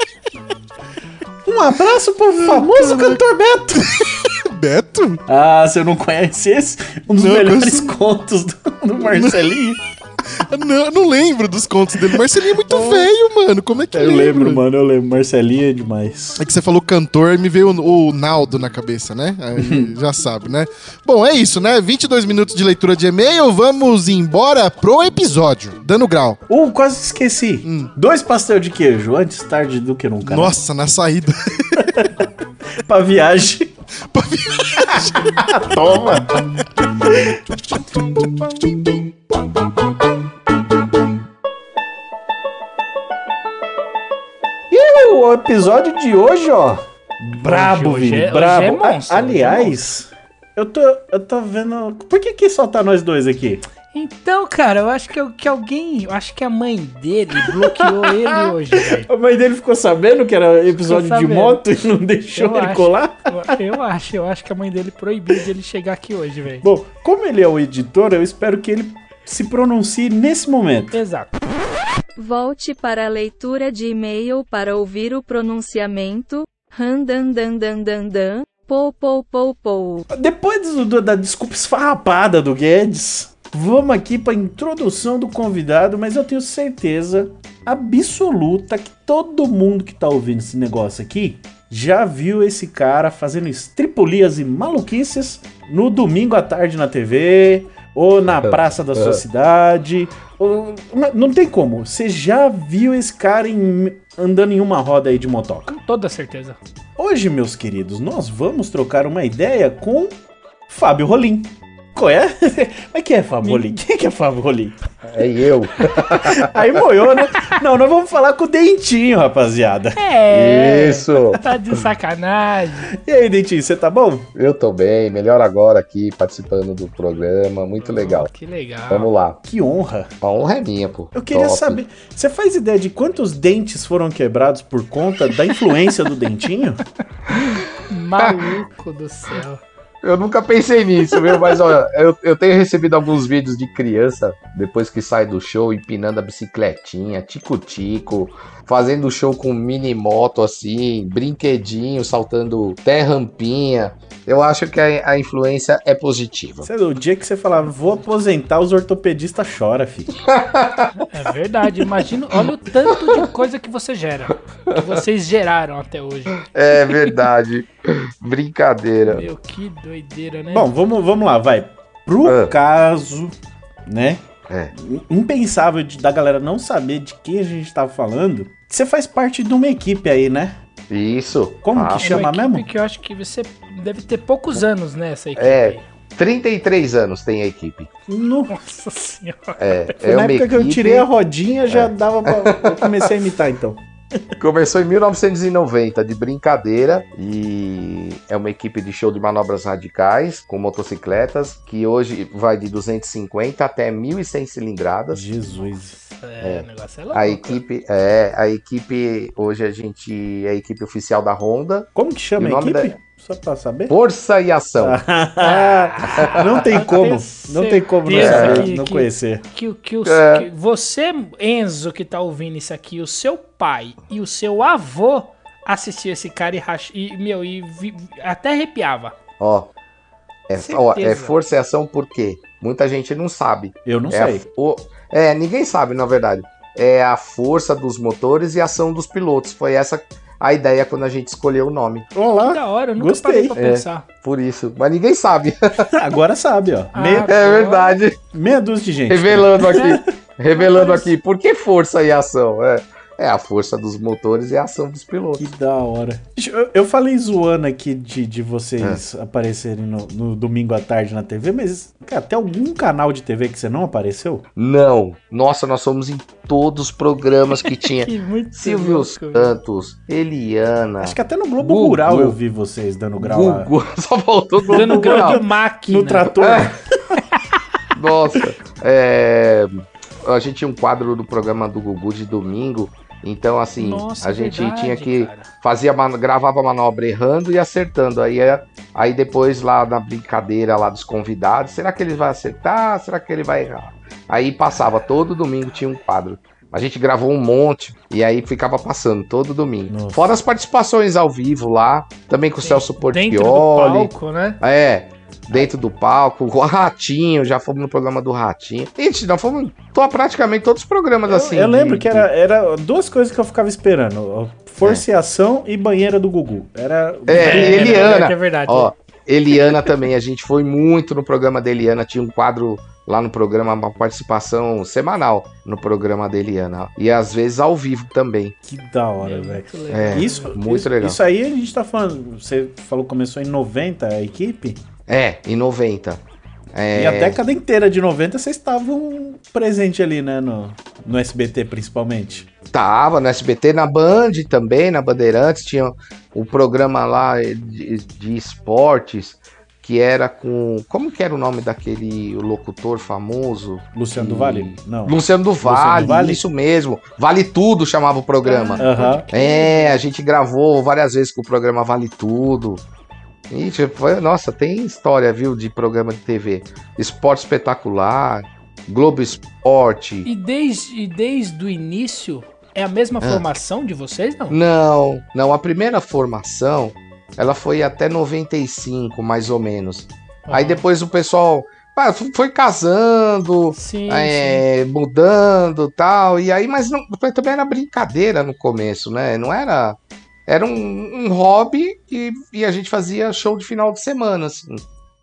Speaker 1: Um abraço pro famoso
Speaker 4: Caraca.
Speaker 1: cantor Beto.
Speaker 4: Beto?
Speaker 1: Ah, você não conhece esse? Um dos
Speaker 4: Não,
Speaker 1: melhores
Speaker 4: conheço...
Speaker 1: contos do, do Marcelinho.
Speaker 4: Não, eu não lembro dos contos dele. Marcelinho é muito oh. velho, mano. Como é que
Speaker 1: eu
Speaker 4: lembra?
Speaker 1: lembro, mano, eu lembro. Marcelinho é demais.
Speaker 4: É que você falou cantor e me veio o, o Naldo na cabeça, né? Aí já sabe, né? Bom, é isso, né? vinte e dois minutos de leitura de e-mail. Vamos embora pro episódio. Dando grau.
Speaker 1: Uh, quase esqueci. Hum. Dois pastel de queijo, antes tarde do que nunca.
Speaker 4: Nossa, né? Na saída.
Speaker 1: Pra viagem.
Speaker 4: Pra viagem.
Speaker 1: Toma. E o episódio de hoje, ó, Brabo,
Speaker 2: Hoje-
Speaker 1: Vini,
Speaker 2: hoje é-
Speaker 1: brabo.
Speaker 2: hoje é monstro,
Speaker 1: A- Aliás, eu tô, eu tô vendo... Por que que só tá nós dois aqui?
Speaker 2: Então, cara, eu acho que, que alguém. Eu acho que a mãe dele bloqueou ele hoje, velho.
Speaker 1: A mãe dele ficou sabendo que era episódio de
Speaker 2: sabendo.
Speaker 1: moto e não deixou
Speaker 2: Eu
Speaker 1: ele
Speaker 2: acho.
Speaker 1: colar?
Speaker 2: Eu, eu acho, eu acho que a mãe dele proibiu de ele chegar aqui hoje, velho.
Speaker 1: Bom, como ele é o editor, eu espero que ele se pronuncie nesse momento.
Speaker 2: Exato.
Speaker 6: Volte para a leitura de e-mail para ouvir o pronunciamento. Randandandandandan. Pou pou pou pou.
Speaker 1: Depois do- do- da desculpa esfarrapada do Guedes, vamos aqui para a introdução do convidado, mas eu tenho certeza absoluta que todo mundo que tá ouvindo esse negócio aqui já viu esse cara fazendo estripulias e maluquices no domingo à tarde na T V, ou na praça da sua cidade. Ou, não- não tem como. Você já viu esse cara em- andando em uma roda aí de motoca.
Speaker 2: Com toda certeza.
Speaker 1: Hoje, meus queridos, nós vamos trocar uma ideia com Fábio Rolim. Qual é? Mas quem é Fábio Rolim? Quem que é Fábio Rolim?
Speaker 3: É eu.
Speaker 1: Aí moiou, né? Não, nós vamos falar com o Dentinho, rapaziada.
Speaker 2: É.
Speaker 3: Isso.
Speaker 2: Tá de sacanagem.
Speaker 1: E aí, Dentinho, você tá bom?
Speaker 3: Eu tô bem, melhor agora aqui, participando do programa. Muito legal.
Speaker 2: Que legal.
Speaker 3: Vamos lá.
Speaker 1: Que honra.
Speaker 3: A honra é minha, pô.
Speaker 1: Eu queria
Speaker 3: Top.
Speaker 1: saber, você faz ideia de quantos dentes foram quebrados por conta da influência do Dentinho?
Speaker 2: Maluco do céu.
Speaker 3: Eu nunca pensei nisso, viu? Mas olha, eu, eu tenho recebido alguns vídeos de criança, depois que sai do show, empinando a bicicletinha, tico-tico, fazendo show com mini moto assim, brinquedinho, saltando até rampinha. Eu acho que a, a influência é positiva.
Speaker 1: Você, o dia que você falava, vou aposentar, os ortopedistas choram, filho.
Speaker 2: É verdade. Imagina, olha o tanto de coisa que você gera. Que vocês geraram até hoje.
Speaker 3: É verdade. Brincadeira.
Speaker 2: Meu, que doideira, né?
Speaker 1: Bom, vamos, vamos lá, vai. Pro
Speaker 3: Ah.
Speaker 1: caso, né?
Speaker 3: É.
Speaker 1: Impensável de, da galera não saber de quem a gente tava falando. Você faz parte de uma equipe aí, né?
Speaker 3: Isso.
Speaker 1: Como
Speaker 3: Ah,
Speaker 1: que
Speaker 2: É
Speaker 1: chama
Speaker 2: uma equipe
Speaker 1: mesmo?
Speaker 2: que eu acho que você deve ter poucos anos nessa equipe.
Speaker 3: É.
Speaker 2: aí.
Speaker 3: trinta e três anos tem a equipe.
Speaker 1: No,
Speaker 2: Nossa senhora.
Speaker 3: É,
Speaker 1: foi
Speaker 3: é
Speaker 1: na
Speaker 3: uma
Speaker 1: época que eu
Speaker 3: equipe-
Speaker 1: tirei a rodinha, já
Speaker 3: É.
Speaker 1: dava pra... Eu comecei a imitar, então.
Speaker 3: Começou em mil novecentos e noventa, de brincadeira, e é uma equipe de show de manobras radicais, com motocicletas, que hoje vai de duzentos e cinquenta até mil e cem cilindradas.
Speaker 1: Jesus.
Speaker 2: É, o negócio é louco.
Speaker 3: A equipe, é, a equipe, hoje a gente é a equipe oficial da Honda,
Speaker 1: Como que chama
Speaker 3: E o
Speaker 1: a
Speaker 3: nome
Speaker 1: equipe?
Speaker 3: da-
Speaker 1: Só pra saber.
Speaker 3: Força e Ação.
Speaker 1: não tem como. Não tem como não
Speaker 2: certeza
Speaker 1: saber,
Speaker 2: que-
Speaker 1: não
Speaker 2: que-
Speaker 1: conhecer.
Speaker 2: Que, que, os-
Speaker 3: É.
Speaker 2: que você, Enzo, que tá ouvindo isso aqui, o seu pai e o seu avô assistiam esse cara e, rach... e meu, e vi- até arrepiava.
Speaker 3: Ó, é, ó, é
Speaker 2: Certeza.
Speaker 3: Força e Ação por quê? Muita gente não sabe.
Speaker 1: Eu não
Speaker 3: É, a-
Speaker 1: sei.
Speaker 3: o- é, ninguém sabe, na verdade. É a força dos motores e a ação dos pilotos. Foi essa a ideia quando a gente escolheu o nome.
Speaker 2: Que
Speaker 1: Olá.
Speaker 2: da hora, eu nunca
Speaker 1: Gostei.
Speaker 2: parei pra
Speaker 3: É.
Speaker 2: pensar.
Speaker 3: Por isso. Mas ninguém sabe.
Speaker 1: Agora sabe, ó.
Speaker 2: Ah,
Speaker 1: Meia,
Speaker 3: É verdade.
Speaker 1: meia dúzia de gente.
Speaker 3: Revelando aqui. Revelando aqui. Por que força e ação? É, é a força dos motores e a ação dos pilotos.
Speaker 1: Que da hora. Deixa Eu, eu falei zoando aqui de, de vocês aparecerem no, no domingo à tarde na T V, mas, cara, tem algum canal de T V que você não apareceu?
Speaker 3: Não. Nossa, nós somos em todos os programas que tinha.
Speaker 2: Que muito
Speaker 3: Silvio
Speaker 2: louco, velho.
Speaker 3: Santos, Eliana,
Speaker 1: Acho que até no Globo
Speaker 3: Gugu.
Speaker 1: Rural eu vi vocês dando grau lá.
Speaker 3: Gugu. Só faltou Globo
Speaker 2: Dando grau
Speaker 3: Rural.
Speaker 2: de máquina.
Speaker 1: No trator.
Speaker 3: Nossa, é, a gente tinha um quadro do programa do Gugu de domingo, então assim,
Speaker 2: Nossa,
Speaker 3: a gente
Speaker 2: verdade,
Speaker 3: tinha que
Speaker 2: cara.
Speaker 3: fazia man- gravava a manobra errando e acertando. Aí, é- aí depois lá na brincadeira lá dos convidados, será que ele vai acertar? Será que ele vai errar? Aí passava todo domingo tinha um quadro. A gente gravou um monte e aí ficava passando todo domingo.
Speaker 1: Nossa.
Speaker 3: Fora as participações ao vivo lá, também com o Celso Portioli.
Speaker 2: Dentro do palco, né?
Speaker 3: É, dentro do palco, o Ratinho, já fomos no programa do Ratinho. Gente, nós fomos em to- praticamente todos os programas
Speaker 1: Eu,
Speaker 3: assim.
Speaker 1: eu
Speaker 3: de-
Speaker 1: lembro que
Speaker 3: de-
Speaker 1: era, era duas coisas que eu ficava esperando: Força e Ação e Banheira do Gugu. Era.
Speaker 3: É,
Speaker 2: É,
Speaker 3: Eliana.
Speaker 2: É verdade.
Speaker 3: Ó, Eliana também, a gente foi muito no programa da Eliana, tinha um quadro lá no programa, uma participação semanal no programa da Eliana. E às vezes ao vivo também.
Speaker 1: Que da hora,
Speaker 2: É
Speaker 1: velho.
Speaker 2: muito legal.
Speaker 3: É,
Speaker 1: Isso,
Speaker 3: muito
Speaker 1: isso,
Speaker 3: legal.
Speaker 1: Isso aí a gente tá falando. Você falou que começou em noventa a equipe?
Speaker 3: É, em noventa. É...
Speaker 1: E a década inteira de noventa vocês estavam presentes ali, né? No, no S B T, principalmente.
Speaker 3: Tava no S B T, na Band também, na Bandeirantes. Tinha o programa lá de, de esportes, que era com... Como que era o nome daquele locutor famoso?
Speaker 1: Luciano
Speaker 3: que...
Speaker 1: do Vale? Não.
Speaker 3: Luciano do Vale,
Speaker 1: Luciano do Vale,
Speaker 3: isso mesmo. Vale Tudo chamava o programa.
Speaker 1: Ah, uhum.
Speaker 3: É, a gente gravou várias vezes com o programa Vale Tudo. E, foi, nossa, tem história, viu, de programa de T V. Esporte Espetacular, Globo Esporte.
Speaker 2: E desde, e desde o início, é a mesma ah. formação de vocês, não?
Speaker 3: Não, não. A primeira formação, ela foi até noventa e cinco, mais ou menos. Ah. Aí depois o pessoal ah, foi casando, sim, é, sim. mudando e tal. E aí, mas não, também era brincadeira no começo, né? Não era... Era um, um hobby e, e a gente fazia show de final de semana, assim,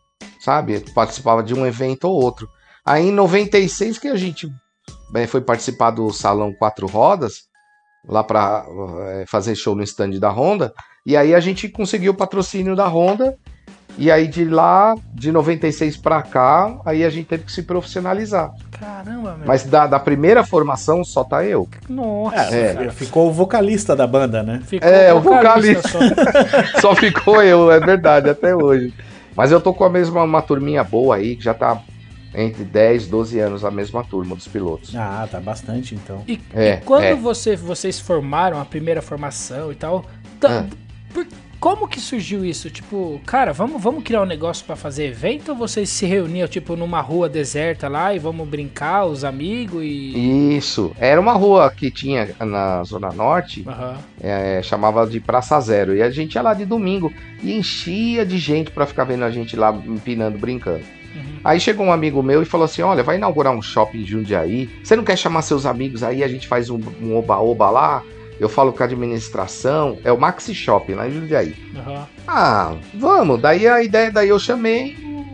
Speaker 3: sabe? Participava de um evento ou outro. Aí em noventa e seis que a gente bem, foi participar do Salão Quatro Rodas, lá para é, fazer show no stand da Honda, e aí a gente conseguiu o patrocínio da Honda, e aí de lá, de noventa e seis para cá, aí a gente teve que se profissionalizar.
Speaker 2: Caramba, meu.
Speaker 3: Mas da, da primeira formação só tá eu.
Speaker 2: Nossa.
Speaker 1: É, é. Ficou o vocalista da banda, né?
Speaker 2: Ficou
Speaker 3: é, o vocalista. vocalista. Só. só ficou eu, é verdade, até hoje. Mas eu tô com a mesma uma turminha boa aí, que já tá entre dez, doze anos a mesma turma dos pilotos.
Speaker 1: Ah, tá bastante então.
Speaker 2: E,
Speaker 3: é,
Speaker 2: e quando
Speaker 3: é.
Speaker 2: Você, vocês formaram a primeira formação e tal, tá, ah. por, como que surgiu isso? Tipo, cara, vamos, vamos criar um negócio pra fazer evento ou vocês se reuniam, tipo, numa rua deserta lá e vamos brincar, os amigos e...
Speaker 3: Isso, era uma rua que tinha na Zona Norte,
Speaker 2: uhum.
Speaker 3: é, chamava de Praça Zero, e a gente ia lá de domingo e enchia de gente pra ficar vendo a gente lá empinando, brincando. Uhum. Aí chegou um amigo meu e falou assim, olha, vai inaugurar um shopping em Jundiaí, você não quer chamar seus amigos aí, a gente faz um, um oba-oba lá? Eu falo com a administração, é o Maxi Shopping lá em Jundiaí.
Speaker 2: Uhum.
Speaker 3: Ah, vamos. Daí a ideia, daí eu chamei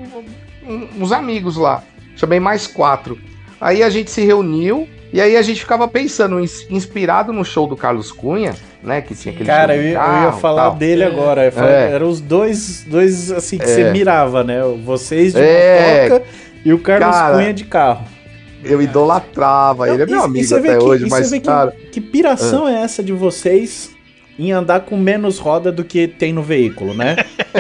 Speaker 3: uns amigos lá. Chamei mais quatro. Aí a gente se reuniu e aí a gente ficava pensando, inspirado no show do Carlos Cunha, né? Que tinha aquele
Speaker 1: Cara,
Speaker 3: show
Speaker 1: eu,
Speaker 3: carro,
Speaker 1: eu ia falar
Speaker 3: tal.
Speaker 1: dele agora. É. Eram os dois, dois assim que é. você mirava, né? Vocês de
Speaker 3: é.
Speaker 1: motoca e o Carlos
Speaker 3: Cara,
Speaker 1: Cunha de carro.
Speaker 3: Eu idolatrava, ele é meu
Speaker 1: e,
Speaker 3: amigo
Speaker 1: e
Speaker 3: até
Speaker 1: que,
Speaker 3: hoje, mas
Speaker 1: que,
Speaker 3: cara...
Speaker 1: Que, que piração ah. é essa de vocês em andar com menos roda do que tem no veículo, né?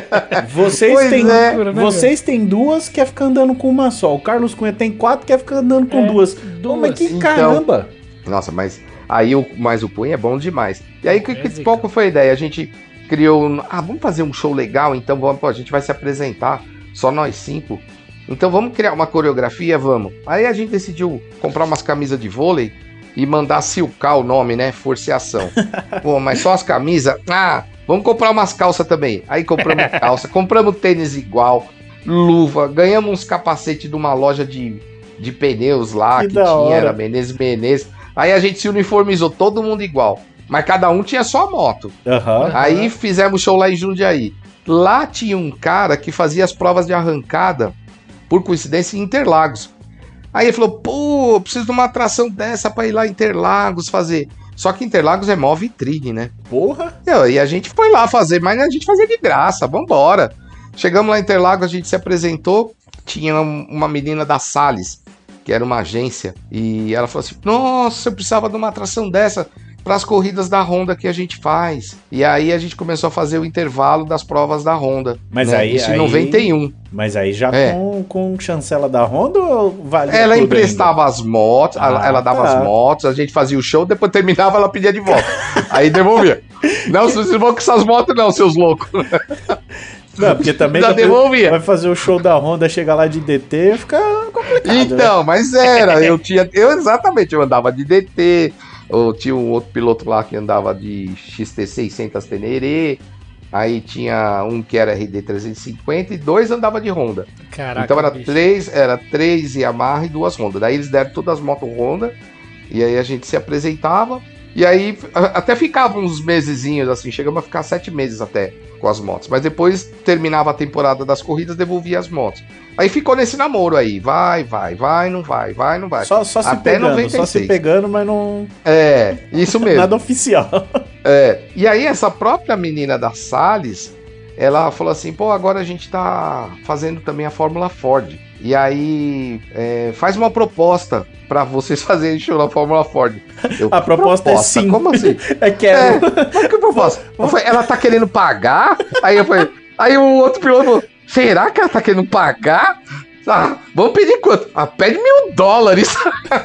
Speaker 1: Vocês têm é. vocês têm duas, quer ficar andando com uma só. O Carlos Cunha tem quatro, quer ficar andando com é, duas. duas. Oh, mas que então, caramba!
Speaker 3: Nossa, mas aí o, mas o Cunha é bom demais. E aí, que, que pouco foi a ideia? A gente criou... Ah, vamos fazer um show legal, então vamos, pô, a gente vai se apresentar, só nós cinco... Então vamos criar uma coreografia, vamos. Aí a gente decidiu comprar umas camisas de vôlei e mandar silcar o nome, né? Força e Ação. Pô, mas só as camisas? Ah, vamos comprar umas calças também. Aí compramos calça, compramos tênis igual, luva, ganhamos uns capacetes de uma loja de, de pneus lá, que, que tinha, hora. Era Menezes Menezes. Aí a gente se uniformizou, todo mundo igual. Mas cada um tinha sua moto.
Speaker 1: Uhum,
Speaker 3: Aí
Speaker 1: uhum.
Speaker 3: fizemos show lá em Jundiaí. Lá tinha um cara que fazia as provas de arrancada, por coincidência, em Interlagos. Aí ele falou, pô, preciso de uma atração dessa pra ir lá em Interlagos fazer. Só que Interlagos é mó vitrine, né?
Speaker 1: Porra!
Speaker 3: E a gente foi lá fazer, mas a gente fazia de graça, vambora. Chegamos lá em Interlagos, a gente se apresentou, tinha uma menina da Salles, que era uma agência, e ela falou assim, nossa, eu precisava de uma atração dessa para as corridas da Honda que a gente faz. E aí a gente começou a fazer o intervalo das provas da Honda.
Speaker 1: Mas
Speaker 3: né?
Speaker 1: aí...
Speaker 3: Isso
Speaker 1: aí...
Speaker 3: em noventa e um.
Speaker 1: Mas aí já
Speaker 3: é.
Speaker 1: com, com chancela da Honda ou vale?
Speaker 3: Ela emprestava ainda? As motos, ah, ela, ela dava tá. as motos, a gente fazia o show, depois terminava, ela pedia de volta. Aí devolvia. Não, vocês não vão com essas motos não, seus loucos.
Speaker 1: Não, porque também
Speaker 3: já devolvia.
Speaker 1: Vai fazer o show da Honda, chegar lá de D T, fica complicado.
Speaker 3: Então,
Speaker 1: né?
Speaker 3: Mas era, eu tinha, eu exatamente, eu andava de D T, ou tinha um outro piloto lá que andava de X T seiscentos Teneré, aí tinha um que era R D trezentos e cinquenta e dois andava de Honda.
Speaker 2: Caraca,
Speaker 3: então era
Speaker 2: bicho.
Speaker 3: três, era três Yamaha e duas Honda. Daí eles deram todas as motos Honda, e aí a gente se apresentava, e aí até ficava uns mesezinhos assim, chegamos a ficar sete meses até com as motos, mas depois terminava a temporada das corridas, devolvia as motos. Aí ficou nesse namoro aí, vai, vai, vai, não vai, vai, não vai.
Speaker 1: Só, só se
Speaker 3: até
Speaker 1: pegando,
Speaker 3: noventa e seis.
Speaker 1: Só se pegando, mas não...
Speaker 3: É, isso mesmo.
Speaker 1: Nada oficial.
Speaker 3: É, e aí essa própria menina da Salles, ela falou assim, pô, agora a gente tá fazendo também a Fórmula Ford. E aí, é, faz uma proposta pra vocês fazerem show na Fórmula Ford.
Speaker 1: Eu, a proposta, proposta é sim.
Speaker 3: Como assim?
Speaker 1: É quero.
Speaker 3: É, que proposta? Eu falei, ela tá querendo pagar? Aí eu falei, aí o outro piloto falou, será que ela tá querendo pagar? Ah, vamos pedir quanto? Ah, pede mil dólares.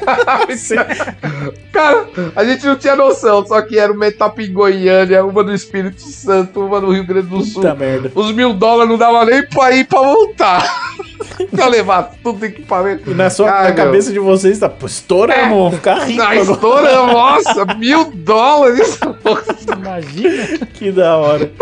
Speaker 3: Cara, a gente não tinha noção, só que era uma etapa em Goiânia, uma no Espírito Santo, uma no Rio Grande do Sul.
Speaker 1: Puta merda.
Speaker 3: Os mil dólares não dava nem pra ir pra voltar. Pra levar tudo equipamento.
Speaker 1: E na, sua, Ai, na cabeça de vocês tá, pô, estouramos, é, vamos ficar ricos.
Speaker 3: Tá estouramos, nossa, mil dólares.
Speaker 2: Imagina.
Speaker 1: Que da hora.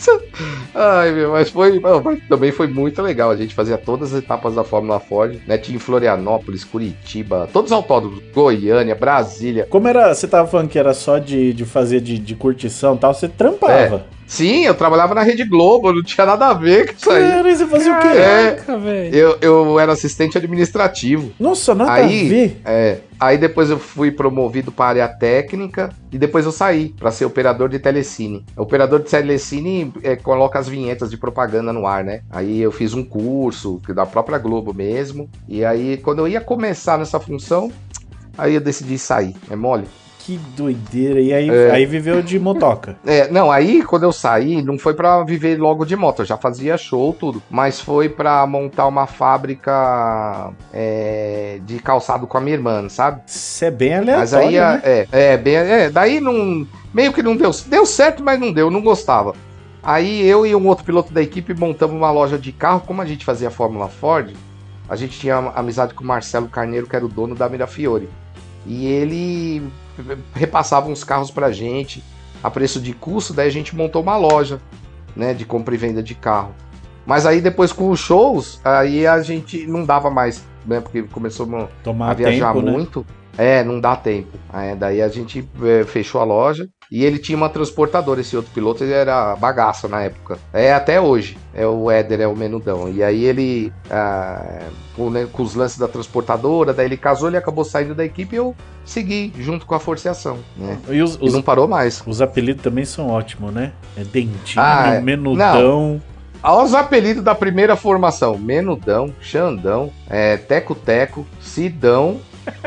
Speaker 3: Ai, meu, mas foi, mas também foi muito legal. A gente fazia todas as etapas da Fórmula Ford, né? Tinha em Florianópolis, Curitiba, todos os autódromos, Goiânia, Brasília.
Speaker 1: Como era, você tava falando que era só de, de fazer de, de curtição e tal, você trampava.
Speaker 3: É. Sim, eu trabalhava na Rede Globo, não tinha nada a ver com isso aí.
Speaker 1: Cara, você fazia o quê?
Speaker 3: É, eu, eu era assistente administrativo.
Speaker 1: Nossa, nada
Speaker 3: aí,
Speaker 1: a ver.
Speaker 3: É, aí depois eu fui promovido para a área técnica e depois eu saí para ser operador de telecine. O operador de telecine é, coloca as vinhetas de propaganda no ar, né? Aí eu fiz um curso da própria Globo mesmo. E aí, quando eu ia começar nessa função, aí eu decidi sair. É mole?
Speaker 1: Que doideira. E aí, é. aí viveu de motoca.
Speaker 3: É, não, aí quando eu saí, não foi pra viver logo de moto, eu já fazia show, tudo. Mas foi pra montar uma fábrica é, de calçado com a minha irmã, sabe?
Speaker 1: Isso é bem aleatório,
Speaker 3: mas aí,
Speaker 1: né?
Speaker 3: É, é, bem, é, daí não, meio que não deu, deu certo, mas não deu, não gostava. Aí eu e um outro piloto da equipe montamos uma loja de carro, como a gente fazia a Fórmula Ford, a gente tinha amizade com o Marcelo Carneiro, que era o dono da Mirafiore. E ele repassava uns carros pra gente a preço de custo, daí a gente montou uma loja, né, de compra e venda de carro. Mas aí depois com os shows, aí a gente não dava mais, né, porque começou a,
Speaker 1: Tomar
Speaker 3: a viajar
Speaker 1: tempo,
Speaker 3: muito. Né? É, não dá tempo. Aí, daí a gente é, fechou a loja e ele tinha uma transportadora, esse outro piloto, ele era bagaço na época. É até hoje, é o Éder, é o menudão. E aí ele, ah, com, né, com os lances da transportadora, daí ele casou, ele acabou saindo da equipe e eu segui junto com a Forceação, né?
Speaker 1: E, os,
Speaker 3: e
Speaker 1: os,
Speaker 3: não parou mais.
Speaker 1: Os apelidos também são ótimos, né? É Dentinho,
Speaker 3: ah, é.
Speaker 1: Menudão.
Speaker 3: Olha os apelidos da primeira formação: Menudão, Xandão, é, Teco Teco, Sidão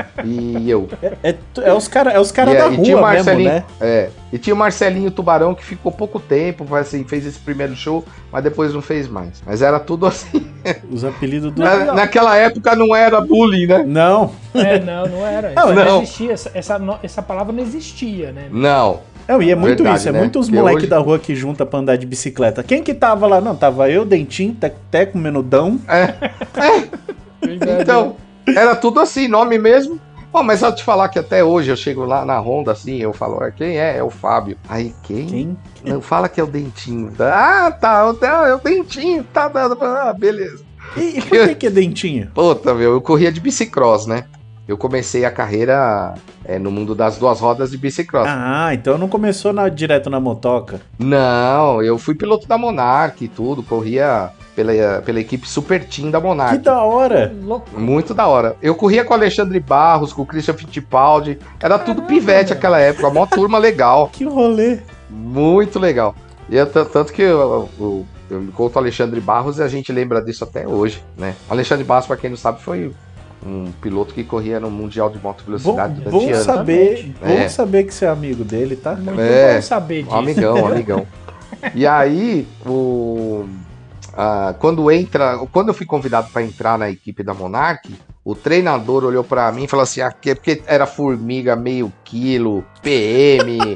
Speaker 3: e eu.
Speaker 1: É, é, é os caras é os cara da
Speaker 3: e
Speaker 1: rua mesmo, né?
Speaker 3: É, e tinha o Marcelinho Tubarão, que ficou pouco tempo, assim, fez esse primeiro show, mas depois não fez mais. Mas era tudo assim.
Speaker 1: Os apelidos do...
Speaker 3: Na, naquela época não era bullying, né?
Speaker 1: Não.
Speaker 2: É, não, não era.
Speaker 3: Não,
Speaker 2: Isso
Speaker 3: não.
Speaker 2: não existia. Essa, essa, essa palavra não existia, né?
Speaker 3: Não.
Speaker 1: Não, e é muito
Speaker 3: Verdade,
Speaker 1: isso, é
Speaker 3: né?
Speaker 1: muito os
Speaker 3: Porque
Speaker 1: moleques
Speaker 3: hoje...
Speaker 1: da rua que junta pra andar de bicicleta. Quem que tava lá? Não, tava eu, Dentinho, Teco Teco, Menudão.
Speaker 3: É. é.
Speaker 2: Verdade,
Speaker 3: então, né? Era tudo assim, nome mesmo. Oh, mas só te falar que até hoje eu chego lá na Honda assim, eu falo, quem é? É o Fábio. Aí, quem?
Speaker 1: Quem?
Speaker 3: Não, fala que é o Dentinho. Ah, tá, é o Dentinho, tá dando. Ah, beleza.
Speaker 1: E, e por que que é Dentinho?
Speaker 3: Puta, meu, eu corria de bicicross, né? Eu comecei a carreira é, no mundo das duas rodas de bicicross.
Speaker 1: Ah, então não começou na, direto na motoca.
Speaker 3: Não, eu fui piloto da Monark e tudo, corria pela, pela equipe Super Team da Monark.
Speaker 1: Que da hora!
Speaker 3: Muito da hora. Eu corria com o Alexandre Barros, com o Christian Fittipaldi, era tudo Caramba, pivete naquela época, uma turma legal.
Speaker 1: Que rolê!
Speaker 3: Muito legal. E eu, tanto que eu, eu, eu me conto o Alexandre Barros e a gente lembra disso até hoje, né? O Alexandre Barros, pra quem não sabe, foi um piloto que corria no Mundial de Moto Velocidade
Speaker 1: bom,
Speaker 3: durante
Speaker 1: bom
Speaker 3: anos.
Speaker 1: Saber,
Speaker 3: é.
Speaker 1: Bom saber que você é amigo dele, tá?
Speaker 2: Muito
Speaker 3: é,
Speaker 2: bom saber disso.
Speaker 3: Um amigão, um amigão. E aí, o, a, quando entra, quando eu fui convidado para entrar na equipe da Monark, o treinador olhou para mim e falou assim, ah, porque era formiga meio quilo, P M...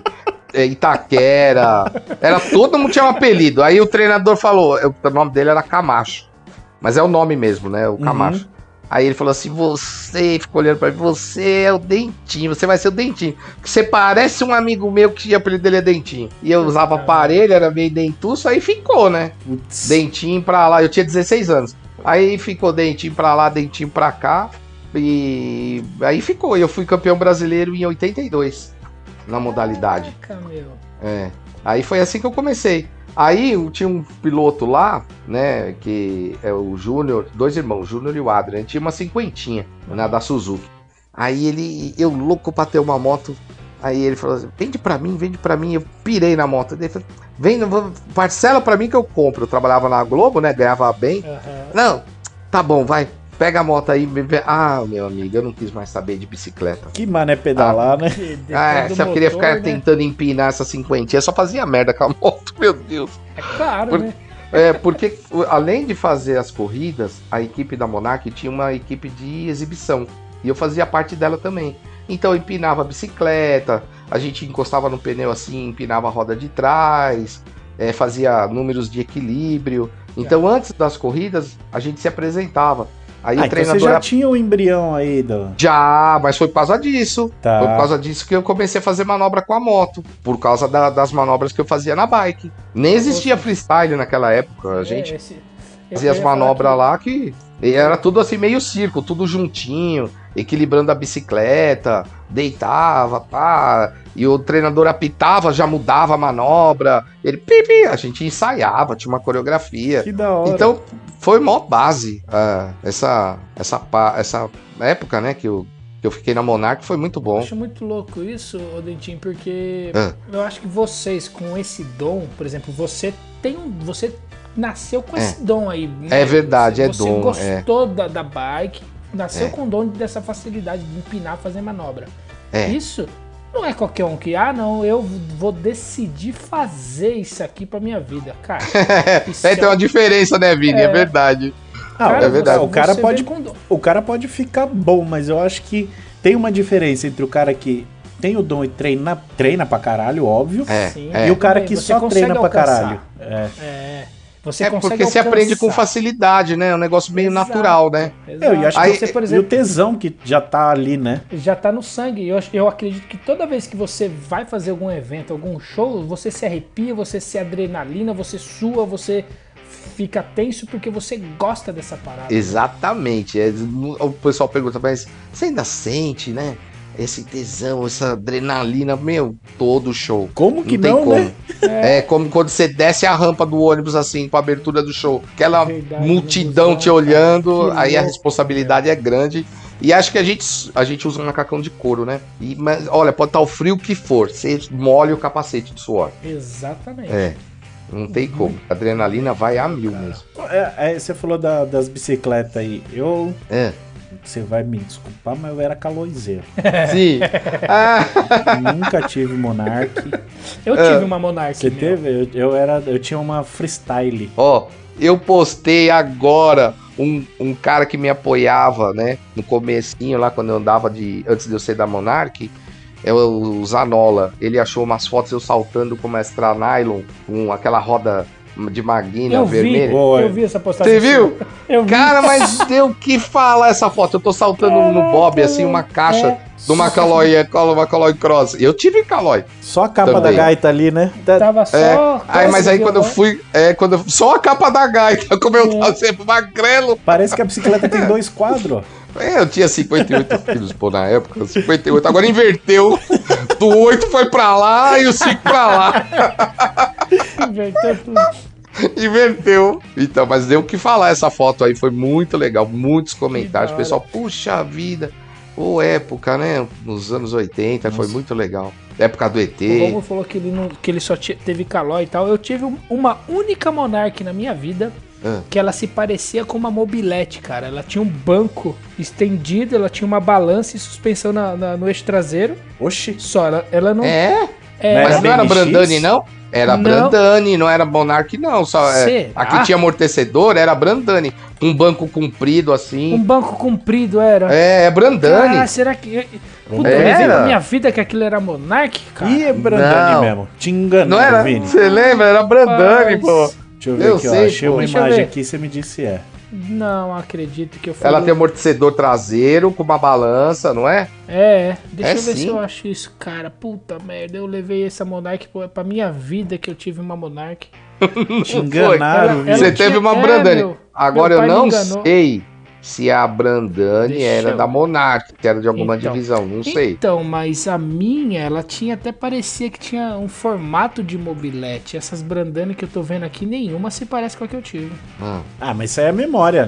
Speaker 3: Itaquera, era todo mundo tinha um apelido. Aí o treinador falou, o nome dele era Camacho, mas é o nome mesmo, né? O Camacho. Uhum. Aí ele falou assim, você, ficou olhando pra mim, você é o Dentinho, você vai ser o Dentinho. Porque você parece um amigo meu que o apelido dele é Dentinho. E eu usava aparelho, era meio dentuço, aí ficou, né? Putz. Dentinho pra lá, eu tinha dezesseis anos. Aí ficou Dentinho pra lá, Dentinho pra cá. E aí ficou, eu fui campeão brasileiro em oitenta e dois. Na modalidade.
Speaker 2: Caraca, meu.
Speaker 3: É. Aí foi assim que eu comecei. Aí tinha um piloto lá, né, que é o Júnior, dois irmãos, o Júnior e o Adrian, tinha uma cinquentinha, né, da Suzuki. Aí ele, eu louco pra ter uma moto, Aí ele falou assim, vende pra mim, vende pra mim. Eu pirei na moto. Ele falou, vem, parcela pra mim que eu compro. Eu trabalhava na Globo, né? Ganhava bem. Uhum. Não, tá bom, vai. Pega a moto aí. Ah, meu amigo, eu não quis mais saber de bicicleta.
Speaker 1: Que mané pedalar, ah, né?
Speaker 3: Ah, é, você queria ficar né? tentando empinar essa cinquentinha. Só fazia merda com a moto, meu Deus.
Speaker 2: É claro, Por, né?
Speaker 3: É, porque além de fazer as corridas, a equipe da Monark tinha uma equipe de exibição. E eu fazia parte dela também. Então eu empinava a bicicleta, a gente encostava no pneu assim, empinava a roda de trás, é, fazia números de equilíbrio. Então antes das corridas, a gente se apresentava. Aí
Speaker 1: ah,
Speaker 3: o treinador...
Speaker 1: Então você já tinha o embrião aí do...
Speaker 3: Já, mas foi por causa disso.
Speaker 1: Tá.
Speaker 3: Foi por causa disso que eu comecei a fazer manobra com a moto. Por causa da, das manobras que eu fazia na bike. Nem existia freestyle naquela época. A gente é, esse... fazia as manobras que... lá que... E era tudo assim, meio circo, tudo juntinho, equilibrando a bicicleta, deitava, pá, e o treinador apitava, já mudava a manobra, ele, pipi, a gente ensaiava, tinha uma coreografia.
Speaker 1: Que da hora.
Speaker 3: Então, foi mó base, uh, essa, essa, essa época, né, que eu, que eu fiquei na Monark, foi muito bom.
Speaker 2: Eu acho muito louco isso, Dentinho, porque ah. eu acho que vocês, com esse dom, por exemplo, você tem um... Você nasceu com é. esse dom aí. Né?
Speaker 3: É verdade,
Speaker 2: você,
Speaker 3: é
Speaker 2: você
Speaker 3: dom.
Speaker 2: Você
Speaker 3: é.
Speaker 2: gostou da, da bike, nasceu
Speaker 3: é.
Speaker 2: com o dom dessa facilidade de empinar, fazer manobra.
Speaker 3: É.
Speaker 2: Isso não é qualquer um que, ah, não, eu vou decidir fazer isso aqui pra minha vida, cara.
Speaker 3: é, tem uma diferença, né, Vini? É, é verdade.
Speaker 1: Ah, cara, é verdade. Você, o, cara pode, o cara pode ficar bom, mas eu acho que tem uma diferença entre o cara que tem o dom e treina, treina pra caralho, óbvio,
Speaker 3: é,
Speaker 2: Sim,
Speaker 3: é.
Speaker 1: e o cara que
Speaker 2: você
Speaker 1: só treina
Speaker 2: alcançar.
Speaker 1: pra caralho.
Speaker 2: É. é. Você
Speaker 3: é
Speaker 2: consegue
Speaker 3: porque
Speaker 2: alcançar.
Speaker 3: você aprende com facilidade, né? É um negócio meio
Speaker 2: Exato,
Speaker 3: natural, né?
Speaker 1: Eu, eu acho
Speaker 3: Aí,
Speaker 1: que você, por exemplo, e o tesão que já tá ali, né?
Speaker 2: Já tá no sangue. Eu, eu acredito que toda vez que você vai fazer algum evento, algum show, você se arrepia, você se adrenalina, você sua, você fica tenso porque você gosta dessa parada.
Speaker 3: Exatamente. É, o pessoal pergunta, mas você ainda sente, né? Esse tesão, essa adrenalina, meu, todo show.
Speaker 1: Como que
Speaker 3: não,
Speaker 1: não,
Speaker 3: como.
Speaker 1: né?
Speaker 3: É. é como quando você desce a rampa do ônibus assim, com a abertura do show. Aquela Verdade, multidão te olhando, aí louco, a responsabilidade é. é grande. E acho que a gente, a gente usa um macacão de couro, né? E, mas, olha, pode estar o frio que for, você molha o capacete de suor.
Speaker 2: Exatamente.
Speaker 3: É. Não tem como. A adrenalina vai a mil mesmo.
Speaker 1: É, é, você falou da, das bicicletas aí. Eu...
Speaker 3: É.
Speaker 1: Você vai me desculpar, mas eu era calorzeiro.
Speaker 3: Sim.
Speaker 1: Nunca tive Monark.
Speaker 2: Eu tive uma Monark.
Speaker 1: Você meu. teve? Eu, eu, era, eu tinha uma freestyle.
Speaker 3: Ó, oh, eu postei agora um, um cara que me apoiava, né? No comecinho lá, quando eu andava de... Antes de eu ser da Monark, é o Zanola. Ele achou umas fotos eu saltando com uma extra nylon, com aquela roda... de Maguina
Speaker 2: eu
Speaker 3: vermelha.
Speaker 2: Vi, eu vi essa postagem.
Speaker 3: Você viu?
Speaker 2: Eu vi.
Speaker 3: Cara, mas deu que falar essa foto. Eu tô saltando Caraca, no Bob, assim, uma caixa é. de uma Caloi, uma Caloi Cross. Eu tive Caloi.
Speaker 1: Só a capa
Speaker 3: também.
Speaker 1: da gaita ali, né?
Speaker 2: Tava só...
Speaker 3: É. Aí, mas aí quando eu fui... É, quando eu, só a capa da gaita, como eu tava sempre magrelo.
Speaker 1: Parece que a bicicleta tem dois quadros, ó.
Speaker 3: É, eu tinha cinquenta e oito quilos, pô, na época, cinquenta e oito. Agora inverteu. Do oito foi pra lá e o cinco pra lá.
Speaker 2: Inverteu tudo.
Speaker 3: Inverteu. Então, mas deu o que falar essa foto aí. Foi muito legal. Muitos comentários. O pessoal, puxa vida. Ô, época, né? Nos anos oitenta. Nossa. Foi muito legal. Época do E T.
Speaker 2: O Romulo falou que ele, não, que ele só teve Caloi e tal. Eu tive uma única Monark na minha vida. Ah. Que ela se parecia com uma mobilete, cara. Ela tinha um banco estendido. Ela tinha uma balança e suspensão na, na, no eixo traseiro.
Speaker 1: Oxi.
Speaker 2: Só, ela, ela não...
Speaker 3: É?
Speaker 2: é
Speaker 3: mas não era Brandani, não? Era
Speaker 2: não.
Speaker 3: Brandani, não era Monark, não. Só, é, aqui tinha amortecedor, era Brandani. Um banco comprido assim.
Speaker 2: Um banco comprido era.
Speaker 3: É, é Brandani.
Speaker 2: Ah, será que. Puta, eu levei na minha vida que aquilo era Monark, cara.
Speaker 1: Ih, é Brandani não. mesmo. Te enganou,
Speaker 3: não era,
Speaker 1: Vini.
Speaker 3: Você lembra? Era Brandani,
Speaker 2: Mas...
Speaker 3: pô.
Speaker 1: Deixa eu ver eu aqui, sei, ó. Achei pô. uma Deixa imagem aqui e você me disse é.
Speaker 2: Não, acredito que eu fui.
Speaker 3: Ela tem amortecedor traseiro com uma balança, não é?
Speaker 2: É, deixa
Speaker 3: é
Speaker 2: eu ver
Speaker 3: sim.
Speaker 2: se eu acho isso, cara. Puta merda, eu levei essa Monark pra minha vida que eu tive uma Monark.
Speaker 1: Te enganaram,
Speaker 3: ela, ela Você tinha... teve uma Brandani. É, meu, Agora meu eu não sei se a Brandani Deixa era eu... da Monark, que era de alguma então, divisão, não sei.
Speaker 2: Então, mas a minha, ela tinha até parecia que tinha um formato de mobilete. Essas Brandani que eu tô vendo aqui, nenhuma se parece com a que eu tive.
Speaker 1: Ah, ah mas isso aí é memória, né?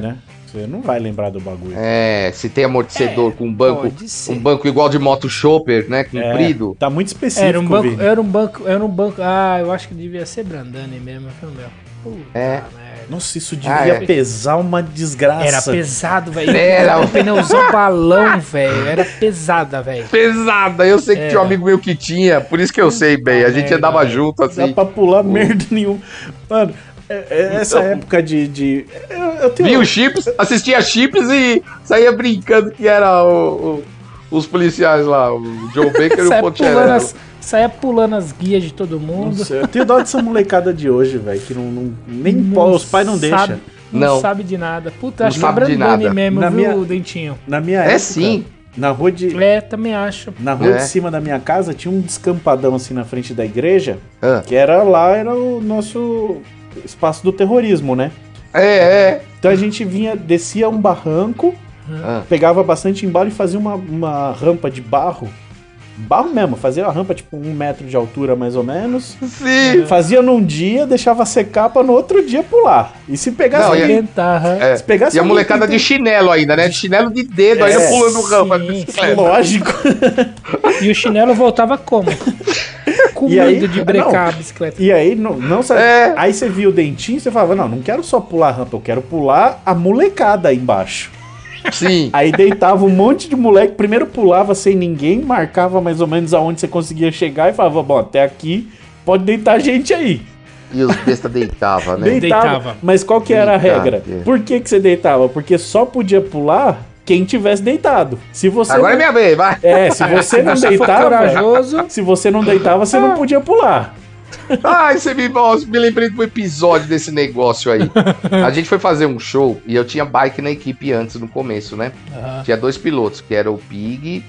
Speaker 1: Você não vai lembrar do bagulho.
Speaker 3: É, se tem amortecedor
Speaker 2: É,
Speaker 3: com um banco,
Speaker 2: pode ser.
Speaker 3: um banco igual de moto Chopper, né, comprido.
Speaker 1: É, tá muito específico,
Speaker 2: Era um banco,
Speaker 1: Vini.
Speaker 2: era um banco, era um banco. Ah, eu acho que devia ser Brandani mesmo, viu, meu? Puta
Speaker 3: É.
Speaker 2: merda.
Speaker 1: Nossa, isso devia
Speaker 3: Ah, é.
Speaker 1: pesar uma desgraça.
Speaker 2: Era pesado, velho.
Speaker 3: Era.
Speaker 2: Um pneuzão balão, velho. Era pesada, velho.
Speaker 3: Pesada, eu sei que
Speaker 2: É.
Speaker 3: tinha um amigo meu que tinha, por isso que eu sei bem, a gente
Speaker 2: merda,
Speaker 3: andava
Speaker 2: velho.
Speaker 3: junto
Speaker 1: Dá
Speaker 3: assim.
Speaker 1: pra pular merda nenhuma. Mano, é- é essa época de... de eu, eu tenho...
Speaker 3: Via os chips, assistia chips e saía brincando que era o- o- os policiais lá, o Joe Baker e o
Speaker 2: Saia pulando,
Speaker 3: Poncherello.
Speaker 2: as, saia pulando as guias de todo mundo.
Speaker 1: Nossa, eu tenho dó dessa molecada de hoje, velho, que não, não- nem
Speaker 2: Não
Speaker 1: pô, os pais não
Speaker 2: sabe-
Speaker 1: deixam.
Speaker 2: Não,
Speaker 3: Não.
Speaker 2: sabe de nada. Puta,
Speaker 3: Não
Speaker 2: acho que é
Speaker 3: sabe de
Speaker 2: Brandani
Speaker 3: nada.
Speaker 2: mesmo,
Speaker 1: Na
Speaker 2: viu,
Speaker 1: minha-
Speaker 2: Dentinho?
Speaker 1: Na minha
Speaker 3: É
Speaker 1: época,
Speaker 3: sim.
Speaker 1: na rua de...
Speaker 2: É, também acho.
Speaker 1: Na rua
Speaker 3: É.
Speaker 1: de cima da minha casa tinha um descampadão assim na frente da igreja,
Speaker 3: Ah.
Speaker 1: que era lá, era o nosso espaço do terrorismo, né?
Speaker 3: É, é.
Speaker 1: Então a gente vinha, descia um barranco,
Speaker 3: Ah.
Speaker 1: pegava bastante embalo e fazia uma, uma rampa de barro. Barro mesmo, fazia a rampa tipo um metro de altura mais ou menos.
Speaker 3: Sim.
Speaker 1: Fazia num dia, deixava secar pra no outro dia pular. E se pegasse
Speaker 3: Não, e-
Speaker 1: alguém,
Speaker 2: Tentar, hã?
Speaker 3: É.
Speaker 1: se pegasse
Speaker 3: E a
Speaker 1: alguém
Speaker 3: molecada
Speaker 1: que
Speaker 3: de chinelo ainda, né? De chinelo de dedo,
Speaker 1: É,
Speaker 3: ainda pulando rampa de
Speaker 2: sim,
Speaker 3: bicicleta.
Speaker 1: lógico.
Speaker 2: E o chinelo voltava como? Com
Speaker 1: E aí-
Speaker 2: medo de brecar a bicicleta.
Speaker 1: E aí não, não sabe.
Speaker 3: É.
Speaker 1: Aí você via o dentinho, você falava: "Não, não quero só pular a rampa, eu quero pular a molecada aí embaixo".
Speaker 3: Sim.
Speaker 1: Aí deitava um monte de moleque, primeiro pulava sem ninguém, marcava mais ou menos aonde você conseguia chegar e falava: "Bom, até aqui pode deitar gente aí".
Speaker 3: E os bestas deitavam, né?
Speaker 1: Deitava.
Speaker 2: Deitava.
Speaker 1: Mas qual que era a regra?
Speaker 3: Deitava.
Speaker 1: Por que que você deitava? Porque só podia pular quem tivesse deitado. Se você
Speaker 3: Agora é
Speaker 1: não...
Speaker 3: minha vez, vai.
Speaker 1: É, se você não
Speaker 2: Se for
Speaker 1: deitava,
Speaker 2: corajoso,
Speaker 1: se você não deitava, você não podia pular.
Speaker 3: Ai, você me, nossa, me lembrei do episódio desse negócio aí. A gente foi fazer um show e eu tinha bike na equipe antes, no começo, né?
Speaker 2: Aham.
Speaker 3: Tinha dois pilotos, que era o Pig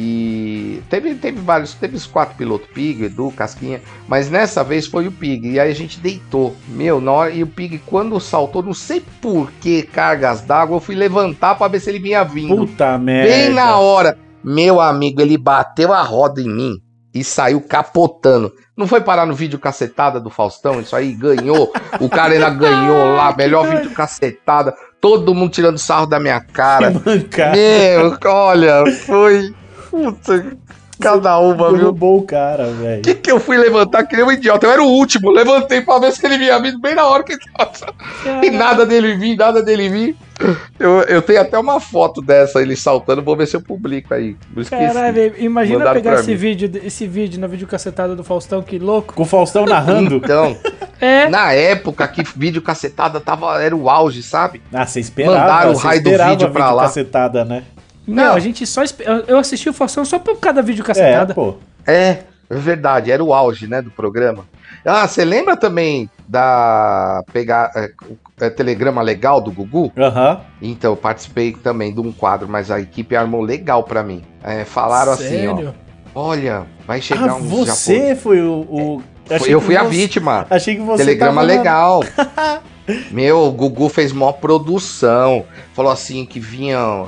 Speaker 3: e... Teve, teve vários, teve os quatro pilotos, Pig, Edu, Casquinha, mas nessa vez foi o Pig. E aí a gente deitou. Meu, na hora... E o Pig, quando saltou, não sei por que cargas d'água, eu fui levantar pra ver se ele vinha vindo.
Speaker 1: Puta merda.
Speaker 3: Bem na hora. Meu amigo, ele bateu a roda em mim e saiu capotando. Não foi parar no vídeo cacetada do Faustão? Isso aí ganhou. O cara ainda ganhou lá, melhor vídeo cacetada. Todo mundo tirando sarro da minha cara.
Speaker 1: Mancada.
Speaker 3: Meu, olha, foi. Puta, cada uma, viu?
Speaker 1: Derrubou o cara, velho.
Speaker 3: O que, que eu fui levantar? Que nem um idiota. Eu era o último. Levantei pra ver se ele vinha vindo bem na hora que ele tava. E nada dele vir, nada dele vir. Eu, eu tenho até uma foto dessa, ele saltando. Vou ver se eu publico aí. Eu esqueci.
Speaker 2: Caralho, velho, imagina
Speaker 3: Mandaram
Speaker 2: pegar
Speaker 3: pra
Speaker 2: esse
Speaker 3: mim.
Speaker 2: vídeo, esse vídeo na videocacetada do Faustão, que louco.
Speaker 1: Com o Faustão narrando.
Speaker 3: Então,
Speaker 2: É,
Speaker 3: na época que vídeo cacetada tava, era o auge, sabe?
Speaker 1: Ah, você esperava.
Speaker 3: Mandaram o
Speaker 1: você
Speaker 3: raio do
Speaker 1: esperava
Speaker 3: vídeo pra lá.
Speaker 1: cacetada, né?
Speaker 2: meu,
Speaker 3: Não.
Speaker 2: a gente só... espe- eu- Eu assisti o Faustão só por causa da
Speaker 1: É,
Speaker 2: videocacetada.
Speaker 1: pô.
Speaker 3: É, é verdade, era o auge, né, do programa. Ah, você lembra também da pegar é, o- é, telegrama legal do Gugu?
Speaker 1: Aham.
Speaker 3: Então, eu participei também de um quadro, mas a equipe armou legal pra mim. É, falaram assim, ó,
Speaker 2: Sério?
Speaker 3: olha, vai chegar
Speaker 1: Ah,
Speaker 3: um
Speaker 1: você foi o... o... achei
Speaker 3: Eu
Speaker 1: que
Speaker 3: fui a
Speaker 1: você-
Speaker 3: vítima.
Speaker 1: Achei que você
Speaker 3: Telegrama
Speaker 1: tava na-
Speaker 3: legal. Meu, o Gugu fez mó produção. Falou assim que vinham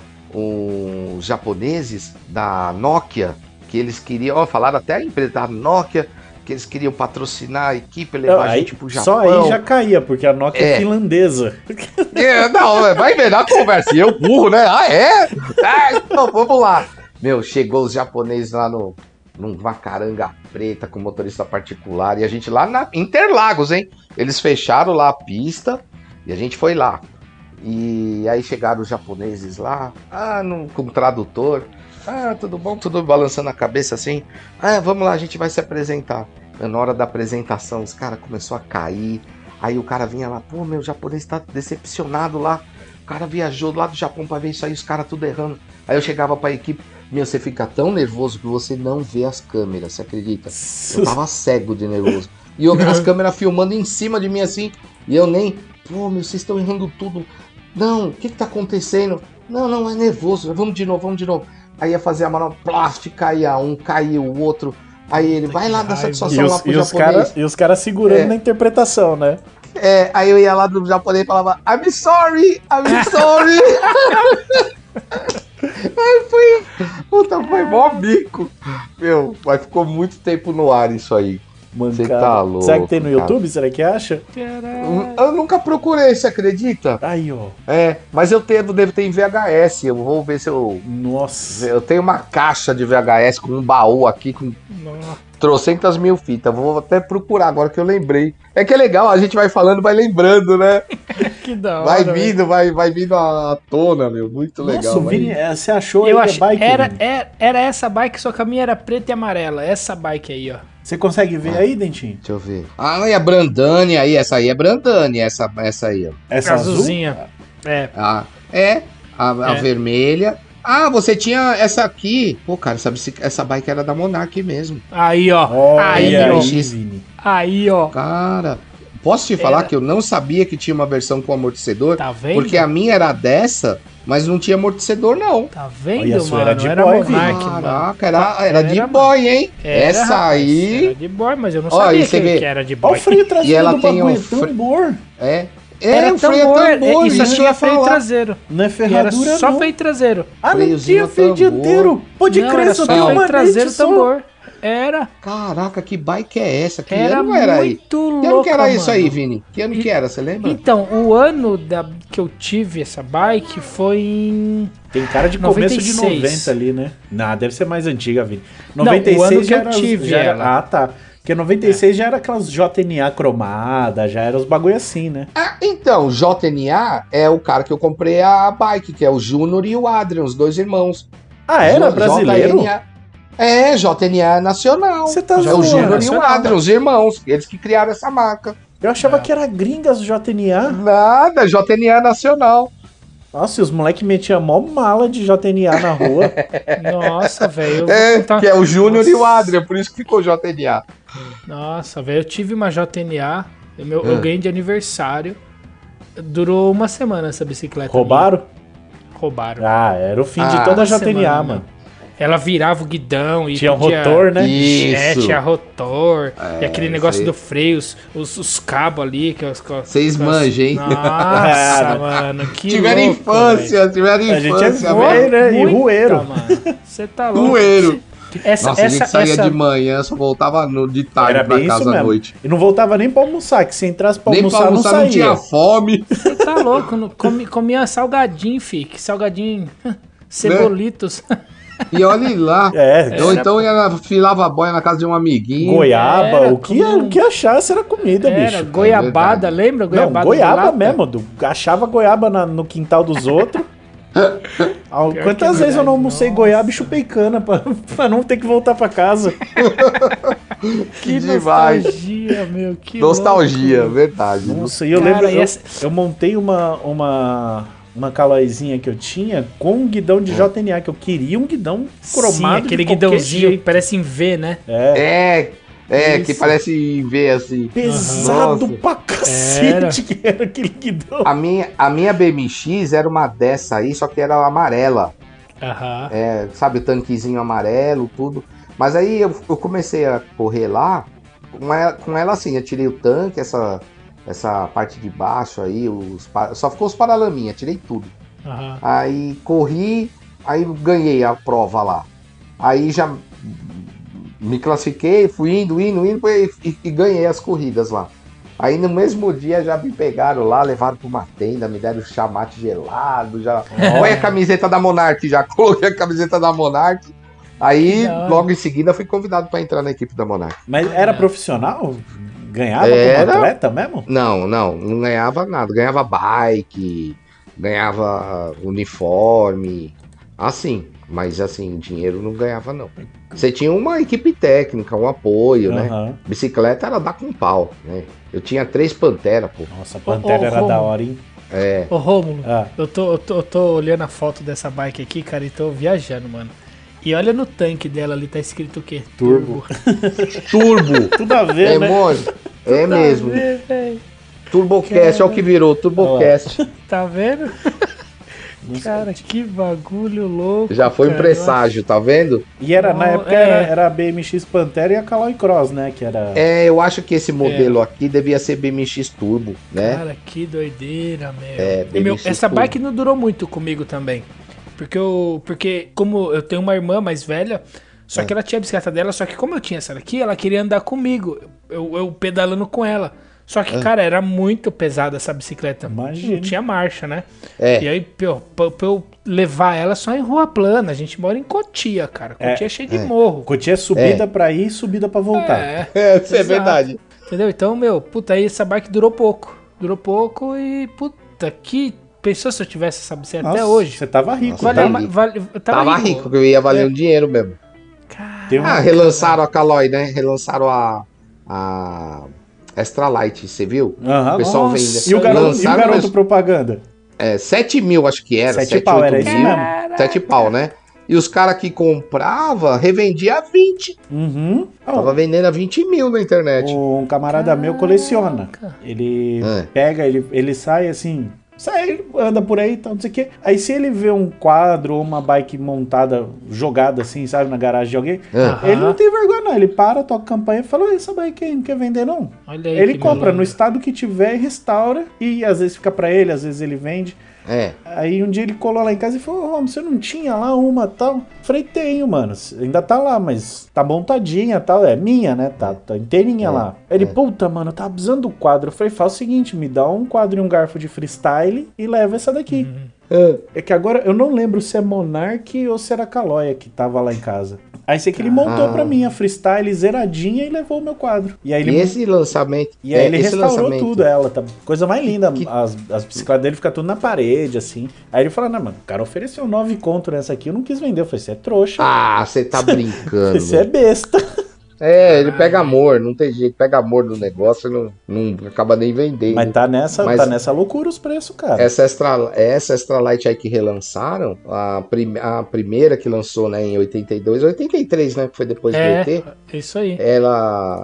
Speaker 3: os japoneses da Nokia, que eles queriam, ó, falaram até a empresa da Nokia, que eles queriam patrocinar a equipe, levar
Speaker 1: Não,
Speaker 3: a
Speaker 1: aí,
Speaker 3: gente pro Japão.
Speaker 1: só aí já caía, porque a Nokia é,
Speaker 3: É.
Speaker 1: finlandesa.
Speaker 3: É, não, vai ver na conversa. E eu burro, né? Ah, é? Ah, então vamos lá. Meu, chegou os japoneses lá no numa caranga preta com motorista particular e a gente lá na Interlagos, hein? Eles fecharam lá a pista e a gente foi lá. E aí chegaram os japoneses lá, ah, no, com o tradutor. Ah, tudo bom? Tudo balançando a cabeça assim. Ah, vamos lá, a gente vai se apresentar. Na hora da apresentação, os caras começaram a cair. Aí o cara vinha lá, pô, meu japonês tá decepcionado lá. O cara viajou lá do Japão pra ver isso aí, os caras tudo errando. Aí eu chegava pra equipe, meu, você fica tão nervoso que você não vê as câmeras, você acredita? Eu tava cego de nervoso. E eu, as câmeras filmando em cima de mim assim, e eu nem, pô, meu, vocês estão errando tudo. Não, o que que tá acontecendo? Não, não, é nervoso, vamos de novo, vamos de novo. Aí ia fazer a manobra, plástico, caía um, caía o outro. Aí ele, vai lá dar satisfação
Speaker 1: E
Speaker 3: lá
Speaker 1: os,
Speaker 3: pro
Speaker 1: e os
Speaker 3: japonês.
Speaker 1: caras e os cara segurando
Speaker 3: É.
Speaker 1: na interpretação, né?
Speaker 3: É, aí eu ia lá do japonês e falava, I'm sorry, I'm sorry. Aí foi, puta, foi mó bico. Meu, mas ficou muito tempo no ar isso aí. Você tá louco.
Speaker 1: Será que tem no
Speaker 3: cara.
Speaker 1: YouTube? Será que acha?
Speaker 2: Caralho.
Speaker 3: Eu nunca procurei, você acredita?
Speaker 1: Aí, ó.
Speaker 3: É, mas eu tenho, devo ter em V H S. Eu vou ver se eu.
Speaker 1: Nossa.
Speaker 3: Eu tenho uma caixa de V H S com um baú aqui com
Speaker 2: Nossa.
Speaker 3: trocentas mil fitas. Vou até procurar agora que eu lembrei. É que é legal, a gente vai falando, vai lembrando, né?
Speaker 2: Que da hora.
Speaker 3: Vai
Speaker 2: velho.
Speaker 3: vindo, vai, vai vindo à tona, meu. Muito legal.
Speaker 1: Nossa, o
Speaker 3: vai-
Speaker 1: Vini, é, você achou
Speaker 2: Eu
Speaker 1: aí
Speaker 2: acho,
Speaker 1: a bike?
Speaker 2: era,
Speaker 1: Vini?
Speaker 2: era, era essa bike, só que a minha era preta e amarela. Essa bike aí, ó.
Speaker 1: Você consegue ver aí, Dentinho?
Speaker 3: Deixa eu ver. Ah, e a Brandani aí, essa aí é Brandani, essa, essa aí, ó.
Speaker 1: Essa azul?
Speaker 2: Azulzinha. É.
Speaker 3: Ah, é, a, a
Speaker 2: É.
Speaker 3: vermelha. Ah, você tinha essa aqui. Pô, cara, essa, bici- essa bike era da Monark mesmo.
Speaker 2: Aí, ó.
Speaker 1: Olha
Speaker 2: aí,
Speaker 1: aí,
Speaker 2: ó.
Speaker 1: Vini.
Speaker 2: Aí, ó.
Speaker 3: Cara, posso te falar
Speaker 2: Era.
Speaker 3: que eu não sabia que tinha uma versão com amortecedor?
Speaker 2: Tá vendo?
Speaker 3: Porque a minha era dessa, mas não tinha amortecedor, não.
Speaker 2: Tá vendo,
Speaker 1: Olha, a sua
Speaker 2: mano?
Speaker 1: era de
Speaker 2: era
Speaker 1: boy,
Speaker 2: Monark, mano.
Speaker 3: Caraca, era, era de
Speaker 2: Era,
Speaker 3: boy, hein?
Speaker 2: Era,
Speaker 3: essa
Speaker 2: rapaz,
Speaker 3: aí.
Speaker 2: Era de boy, mas eu não
Speaker 3: Ó,
Speaker 2: sabia
Speaker 3: aí você
Speaker 2: que,
Speaker 3: vê.
Speaker 2: que era de
Speaker 1: Olha
Speaker 2: boy.
Speaker 1: o freio traseiro
Speaker 3: E ela
Speaker 1: do
Speaker 3: tem
Speaker 1: bagulho,
Speaker 3: um fre-
Speaker 1: tambor.
Speaker 3: É. É,
Speaker 2: Era
Speaker 3: o freio
Speaker 2: tambor,
Speaker 3: é tambor,
Speaker 2: e só
Speaker 3: isso que eu
Speaker 2: tinha
Speaker 3: ia
Speaker 2: freio
Speaker 3: falar.
Speaker 2: traseiro.
Speaker 1: Não é
Speaker 2: E era
Speaker 1: ferradura,
Speaker 2: só
Speaker 1: não.
Speaker 2: freio traseiro.
Speaker 1: Ah, não
Speaker 3: Freiozinho
Speaker 1: tinha freio
Speaker 3: tambor.
Speaker 1: dianteiro. Pode
Speaker 2: não,
Speaker 1: crer,
Speaker 2: era
Speaker 1: só
Speaker 2: só
Speaker 1: tinha
Speaker 2: freio
Speaker 1: uma
Speaker 2: traseiro
Speaker 1: só.
Speaker 2: tambor. Era.
Speaker 3: Caraca, que bike é essa? Que
Speaker 2: Era
Speaker 3: ano era aí?
Speaker 2: muito
Speaker 3: Que ano
Speaker 2: louca,
Speaker 3: que era isso aí,
Speaker 2: mano.
Speaker 3: Vini? Que ano que era, você lembra?
Speaker 2: Então, o ano da, que eu tive essa bike foi em...
Speaker 1: Tem cara de começo
Speaker 2: noventa e
Speaker 1: de
Speaker 2: seis.
Speaker 1: noventa ali, né? Não, deve ser mais antiga, Vini.
Speaker 2: Não,
Speaker 1: noventa e seis
Speaker 2: o ano que
Speaker 1: já
Speaker 2: eu
Speaker 1: era,
Speaker 2: tive
Speaker 1: já era-
Speaker 2: ela.
Speaker 1: Ah, tá. Porque noventa e seis já era aquelas J N A cromada, já era os bagulho assim, né?
Speaker 3: Ah, então, J N A é o cara que eu comprei a bike, que é o Júnior e o Adrian, os dois irmãos.
Speaker 1: Ah, era
Speaker 3: J-
Speaker 1: brasileiro?
Speaker 3: J N A. É, J N A nacional.
Speaker 1: Você tá
Speaker 3: É o
Speaker 1: zoando.
Speaker 3: Júnior e o
Speaker 2: nacional.
Speaker 3: Adrian, os irmãos. Eles que criaram essa marca.
Speaker 1: Eu achava que era gringas J N A.
Speaker 3: Nada, J N A nacional.
Speaker 1: Nossa, e os moleques metiam mó mala de J N A na rua.
Speaker 2: Nossa, velho. eu vou
Speaker 3: É,
Speaker 2: contar-
Speaker 3: que é o Júnior e o
Speaker 2: Nossa.
Speaker 3: Adrian, por isso que ficou J N A.
Speaker 2: Nossa, velho, eu tive uma J N A, eu, meu,
Speaker 3: Ah.
Speaker 2: eu ganhei de aniversário. Durou uma semana essa bicicleta.
Speaker 1: Roubaram?
Speaker 2: minha. Roubaram.
Speaker 1: Ah, era o fim
Speaker 3: Ah,
Speaker 1: de toda a
Speaker 2: Uma
Speaker 1: J N A,
Speaker 2: semana,
Speaker 1: mano.
Speaker 2: Ela virava o guidão e
Speaker 1: Tinha um
Speaker 2: podia-
Speaker 1: rotor, né?
Speaker 2: É,
Speaker 3: Isso.
Speaker 2: tinha rotor. e
Speaker 3: É,
Speaker 2: aquele negócio
Speaker 3: sei.
Speaker 2: do freio, os, os, os cabos ali. Que, os, que,
Speaker 3: Vocês
Speaker 2: que-
Speaker 3: manjam, hein?
Speaker 2: Nossa, mano, que
Speaker 3: Tiveram
Speaker 2: louco,
Speaker 3: infância, tiveram
Speaker 1: A gente é
Speaker 3: infância,
Speaker 1: velho,
Speaker 3: velho.
Speaker 1: né? E
Speaker 2: Muita,
Speaker 1: rueiro.
Speaker 2: mano. Você tá louco.
Speaker 3: Rueiro.
Speaker 2: Essa,
Speaker 3: Nossa, a
Speaker 2: essa,
Speaker 3: gente saía
Speaker 2: essa...
Speaker 3: de manhã, só voltava no, de tarde
Speaker 1: Era
Speaker 3: pra
Speaker 1: bem isso
Speaker 3: casa à
Speaker 1: mesmo.
Speaker 3: noite.
Speaker 1: E não voltava nem pra almoçar, que se entrasse pra
Speaker 3: Nem
Speaker 1: almoçar,
Speaker 3: pra almoçar
Speaker 1: não
Speaker 3: não,
Speaker 1: saía.
Speaker 3: tinha fome.
Speaker 2: Você tá louco? Não- Comi, comia salgadinho, fi. Que salgadinho. Cebolitos.
Speaker 3: E olhe lá.
Speaker 1: É,
Speaker 3: Ou então ia, filava a boia na casa de um amiguinho.
Speaker 1: goiaba,
Speaker 2: Era,
Speaker 1: o, que,
Speaker 2: comia-
Speaker 1: o que achasse era comida,
Speaker 2: Era
Speaker 1: bicho.
Speaker 2: goiabada,
Speaker 3: verdade.
Speaker 2: lembra?
Speaker 1: Não,
Speaker 2: Goiabada. de
Speaker 1: goiaba
Speaker 2: lata?
Speaker 1: mesmo. Do, achava goiaba na- no quintal dos outros. Ah,
Speaker 2: que
Speaker 1: Quantas
Speaker 2: é
Speaker 1: vezes eu não
Speaker 2: verdade,
Speaker 1: almocei
Speaker 2: nossa.
Speaker 1: goiaba e chupei cana pra, pra não ter que voltar pra casa?
Speaker 2: Que
Speaker 3: demais.
Speaker 2: nostalgia, meu. Que
Speaker 3: Nostalgia,
Speaker 2: louco.
Speaker 3: verdade.
Speaker 1: Nossa, e eu
Speaker 2: Cara,
Speaker 1: lembro,
Speaker 2: e
Speaker 1: eu,
Speaker 2: essa-
Speaker 1: eu montei uma, uma, uma calóizinha que eu tinha com um guidão de J N A, que eu queria um guidão cromado.
Speaker 2: Sim, aquele
Speaker 1: de qualquer
Speaker 2: guidãozinho
Speaker 1: jeito.
Speaker 2: que parece em V, né?
Speaker 1: É,
Speaker 3: É, é, que
Speaker 1: Isso.
Speaker 3: parece ver assim.
Speaker 1: pesado
Speaker 3: Nossa.
Speaker 1: pra cacete que era aquele guidão.
Speaker 3: A minha, a minha B M X era uma dessa aí, só que era amarela.
Speaker 2: Aham.
Speaker 3: É, sabe, o tanquezinho amarelo, tudo. Mas aí eu, eu comecei a correr lá, com ela, com ela assim, eu tirei o tanque, essa, essa parte de baixo aí, os, pa- só ficou os paralaminhas, tirei tudo.
Speaker 2: Aham.
Speaker 3: Aí corri, aí ganhei a prova lá. Aí já me classifiquei, fui indo, indo, indo e, e- e ganhei as corridas lá. Aí no mesmo dia já me pegaram lá, levaram pra uma tenda, me deram chamate gelado, já. Põe a camiseta da Monark, já coloquei a camiseta da Monark. Aí,
Speaker 2: Que da hora.
Speaker 3: logo em seguida, fui convidado pra entrar na equipe da Monark.
Speaker 1: Mas era profissional? Ganhava
Speaker 3: Era.
Speaker 1: como atleta mesmo?
Speaker 3: Não, não, não ganhava nada. Ganhava bike, ganhava uniforme, assim. Mas assim, dinheiro não ganhava, não. Você tinha uma equipe técnica, um apoio, né?
Speaker 1: Aham.
Speaker 3: Bicicleta era dar com pau, né? Eu tinha três Pantera, pô.
Speaker 1: Nossa, a Pantera
Speaker 2: Ô, ô,
Speaker 1: era
Speaker 2: Romulo.
Speaker 1: da hora, hein?
Speaker 3: É.
Speaker 2: Ô, Rômulo,
Speaker 1: Ah.
Speaker 2: eu, tô, eu, tô, eu tô olhando a foto dessa bike aqui, cara, e tô viajando, mano. E olha no tanque dela ali, tá escrito o quê?
Speaker 1: Turbo.
Speaker 3: Turbo.
Speaker 1: Tudo a ver,
Speaker 3: É,
Speaker 1: né?
Speaker 3: mano. É mesmo.
Speaker 2: Tá vendo, véi?
Speaker 3: Turbocast, olha o que virou, Turbocast.
Speaker 2: Tá vendo? Cara, que bagulho louco.
Speaker 3: Já foi um
Speaker 2: cara.
Speaker 3: presságio, tá vendo?
Speaker 1: E era, na
Speaker 2: Não,
Speaker 1: época,
Speaker 2: é.
Speaker 1: era, era a B M X Pantera e a Caloi Cross, né? Que era...
Speaker 3: É, eu acho que esse modelo aqui devia ser B M X Turbo, né?
Speaker 2: Cara, que doideira, meu.
Speaker 3: É,
Speaker 2: E, meu,
Speaker 3: B M X
Speaker 2: essa
Speaker 3: Turbo.
Speaker 2: bike não durou muito comigo também. Porque eu. Porque, como eu tenho uma irmã mais velha, Só
Speaker 3: É.
Speaker 2: que ela tinha a bicicleta dela, só que como eu tinha essa daqui, ela queria andar comigo. Eu, eu pedalando com ela. Só que,
Speaker 3: É.
Speaker 2: cara, era muito pesada essa bicicleta.
Speaker 1: Imagina.
Speaker 2: Não tinha marcha, né?
Speaker 3: É.
Speaker 2: E aí, pô, pra, pra eu levar ela só em rua plana. A gente mora em Cotia, cara. Cotia é, cheio de
Speaker 3: É.
Speaker 2: morro.
Speaker 1: Cotia é subida pra ir e subida pra voltar.
Speaker 2: É,
Speaker 3: É, isso é
Speaker 2: exato.
Speaker 3: verdade.
Speaker 2: Entendeu? Então, meu, puta, aí essa bike durou pouco. Durou pouco e, puta, que... Pensou se eu tivesse essa bicicleta
Speaker 1: Nossa,
Speaker 2: até hoje?
Speaker 1: Você tava rico,
Speaker 3: Nossa,
Speaker 2: Vale,
Speaker 1: tá?
Speaker 3: tava
Speaker 2: ma-
Speaker 3: rico.
Speaker 2: vale, eu tava,
Speaker 3: Tava rico, porque ia valer um dinheiro mesmo.
Speaker 1: Tem um-
Speaker 3: Ah, relançaram a Caloi, né? Relançaram a, a Extra Light, você viu?
Speaker 1: Aham.
Speaker 3: O pessoal
Speaker 2: Nossa.
Speaker 3: vende.
Speaker 1: E o garoto, e o
Speaker 3: Lançaram,
Speaker 1: garoto
Speaker 3: mas-
Speaker 1: propaganda?
Speaker 3: É, sete mil, acho que era.
Speaker 1: Sete
Speaker 3: sete,
Speaker 1: pau,
Speaker 3: oito
Speaker 1: era isso
Speaker 3: mil.
Speaker 1: mesmo.
Speaker 3: Sete pau, né? E os caras que compravam, revendia a vinte.
Speaker 1: Uhum. Ó,
Speaker 3: Tava vendendo a vinte mil na internet.
Speaker 1: um camarada meu coleciona. Ele
Speaker 3: É.
Speaker 1: pega, ele, ele sai assim, sai, ele anda por aí, tal, não sei o quê. Aí se ele vê um quadro ou uma bike montada, jogada assim, sabe, na garagem de alguém,
Speaker 3: É.
Speaker 1: ele não tem vergonha não, ele para, toca campanha e fala, "Oi, essa bike aí não quer vender não?"
Speaker 2: Olha aí
Speaker 1: Ele
Speaker 2: que
Speaker 1: compra
Speaker 2: malandro.
Speaker 1: no estado que tiver e restaura, e às vezes fica pra ele, às vezes ele vende.
Speaker 3: É.
Speaker 1: Aí um dia ele colou lá em casa e falou, "Ô, você não tinha lá uma tal?" Falei, tenho, mano. Ainda tá lá, mas tá montadinha tal. É minha, né? Tá, tá inteirinha
Speaker 3: É,
Speaker 1: lá. Aí ele,
Speaker 3: é.
Speaker 1: puta, mano, eu tava precisando do quadro. Eu falei, faz o seguinte, me dá um quadro e um garfo de freestyle e leva essa daqui.
Speaker 3: É.
Speaker 1: É que agora eu não lembro se é Monark ou se era Calóia que tava lá em casa. Aí sei que ele montou
Speaker 3: Ah.
Speaker 1: pra mim a freestyle zeradinha e levou o meu quadro. E aí ele
Speaker 3: E esse lançamento.
Speaker 1: e aí
Speaker 3: é,
Speaker 1: ele
Speaker 3: esse
Speaker 1: restaurou
Speaker 3: lançamento-
Speaker 1: tudo, ela, tá coisa mais linda.
Speaker 3: Que-
Speaker 1: As, as bicicletas dele ficam tudo na parede, assim. Aí ele falou, não, mano, o cara ofereceu nove conto nessa aqui, eu não quis vender. Eu falei, você é trouxa,
Speaker 3: Ah, você tá brincando.
Speaker 1: você é
Speaker 3: velho.
Speaker 1: besta.
Speaker 3: É, ele pega amor, não tem jeito. Pega amor do negócio e não, não acaba nem vendendo.
Speaker 1: Mas tá nessa,
Speaker 3: Mas-
Speaker 1: tá nessa loucura os preços, cara.
Speaker 3: Essa extra, essa extra Light aí que relançaram, a, prim, a primeira que lançou, né, em oitenta e dois, oitenta e três, né, que foi depois do
Speaker 2: É,
Speaker 3: E T,
Speaker 2: é isso aí.
Speaker 3: ela,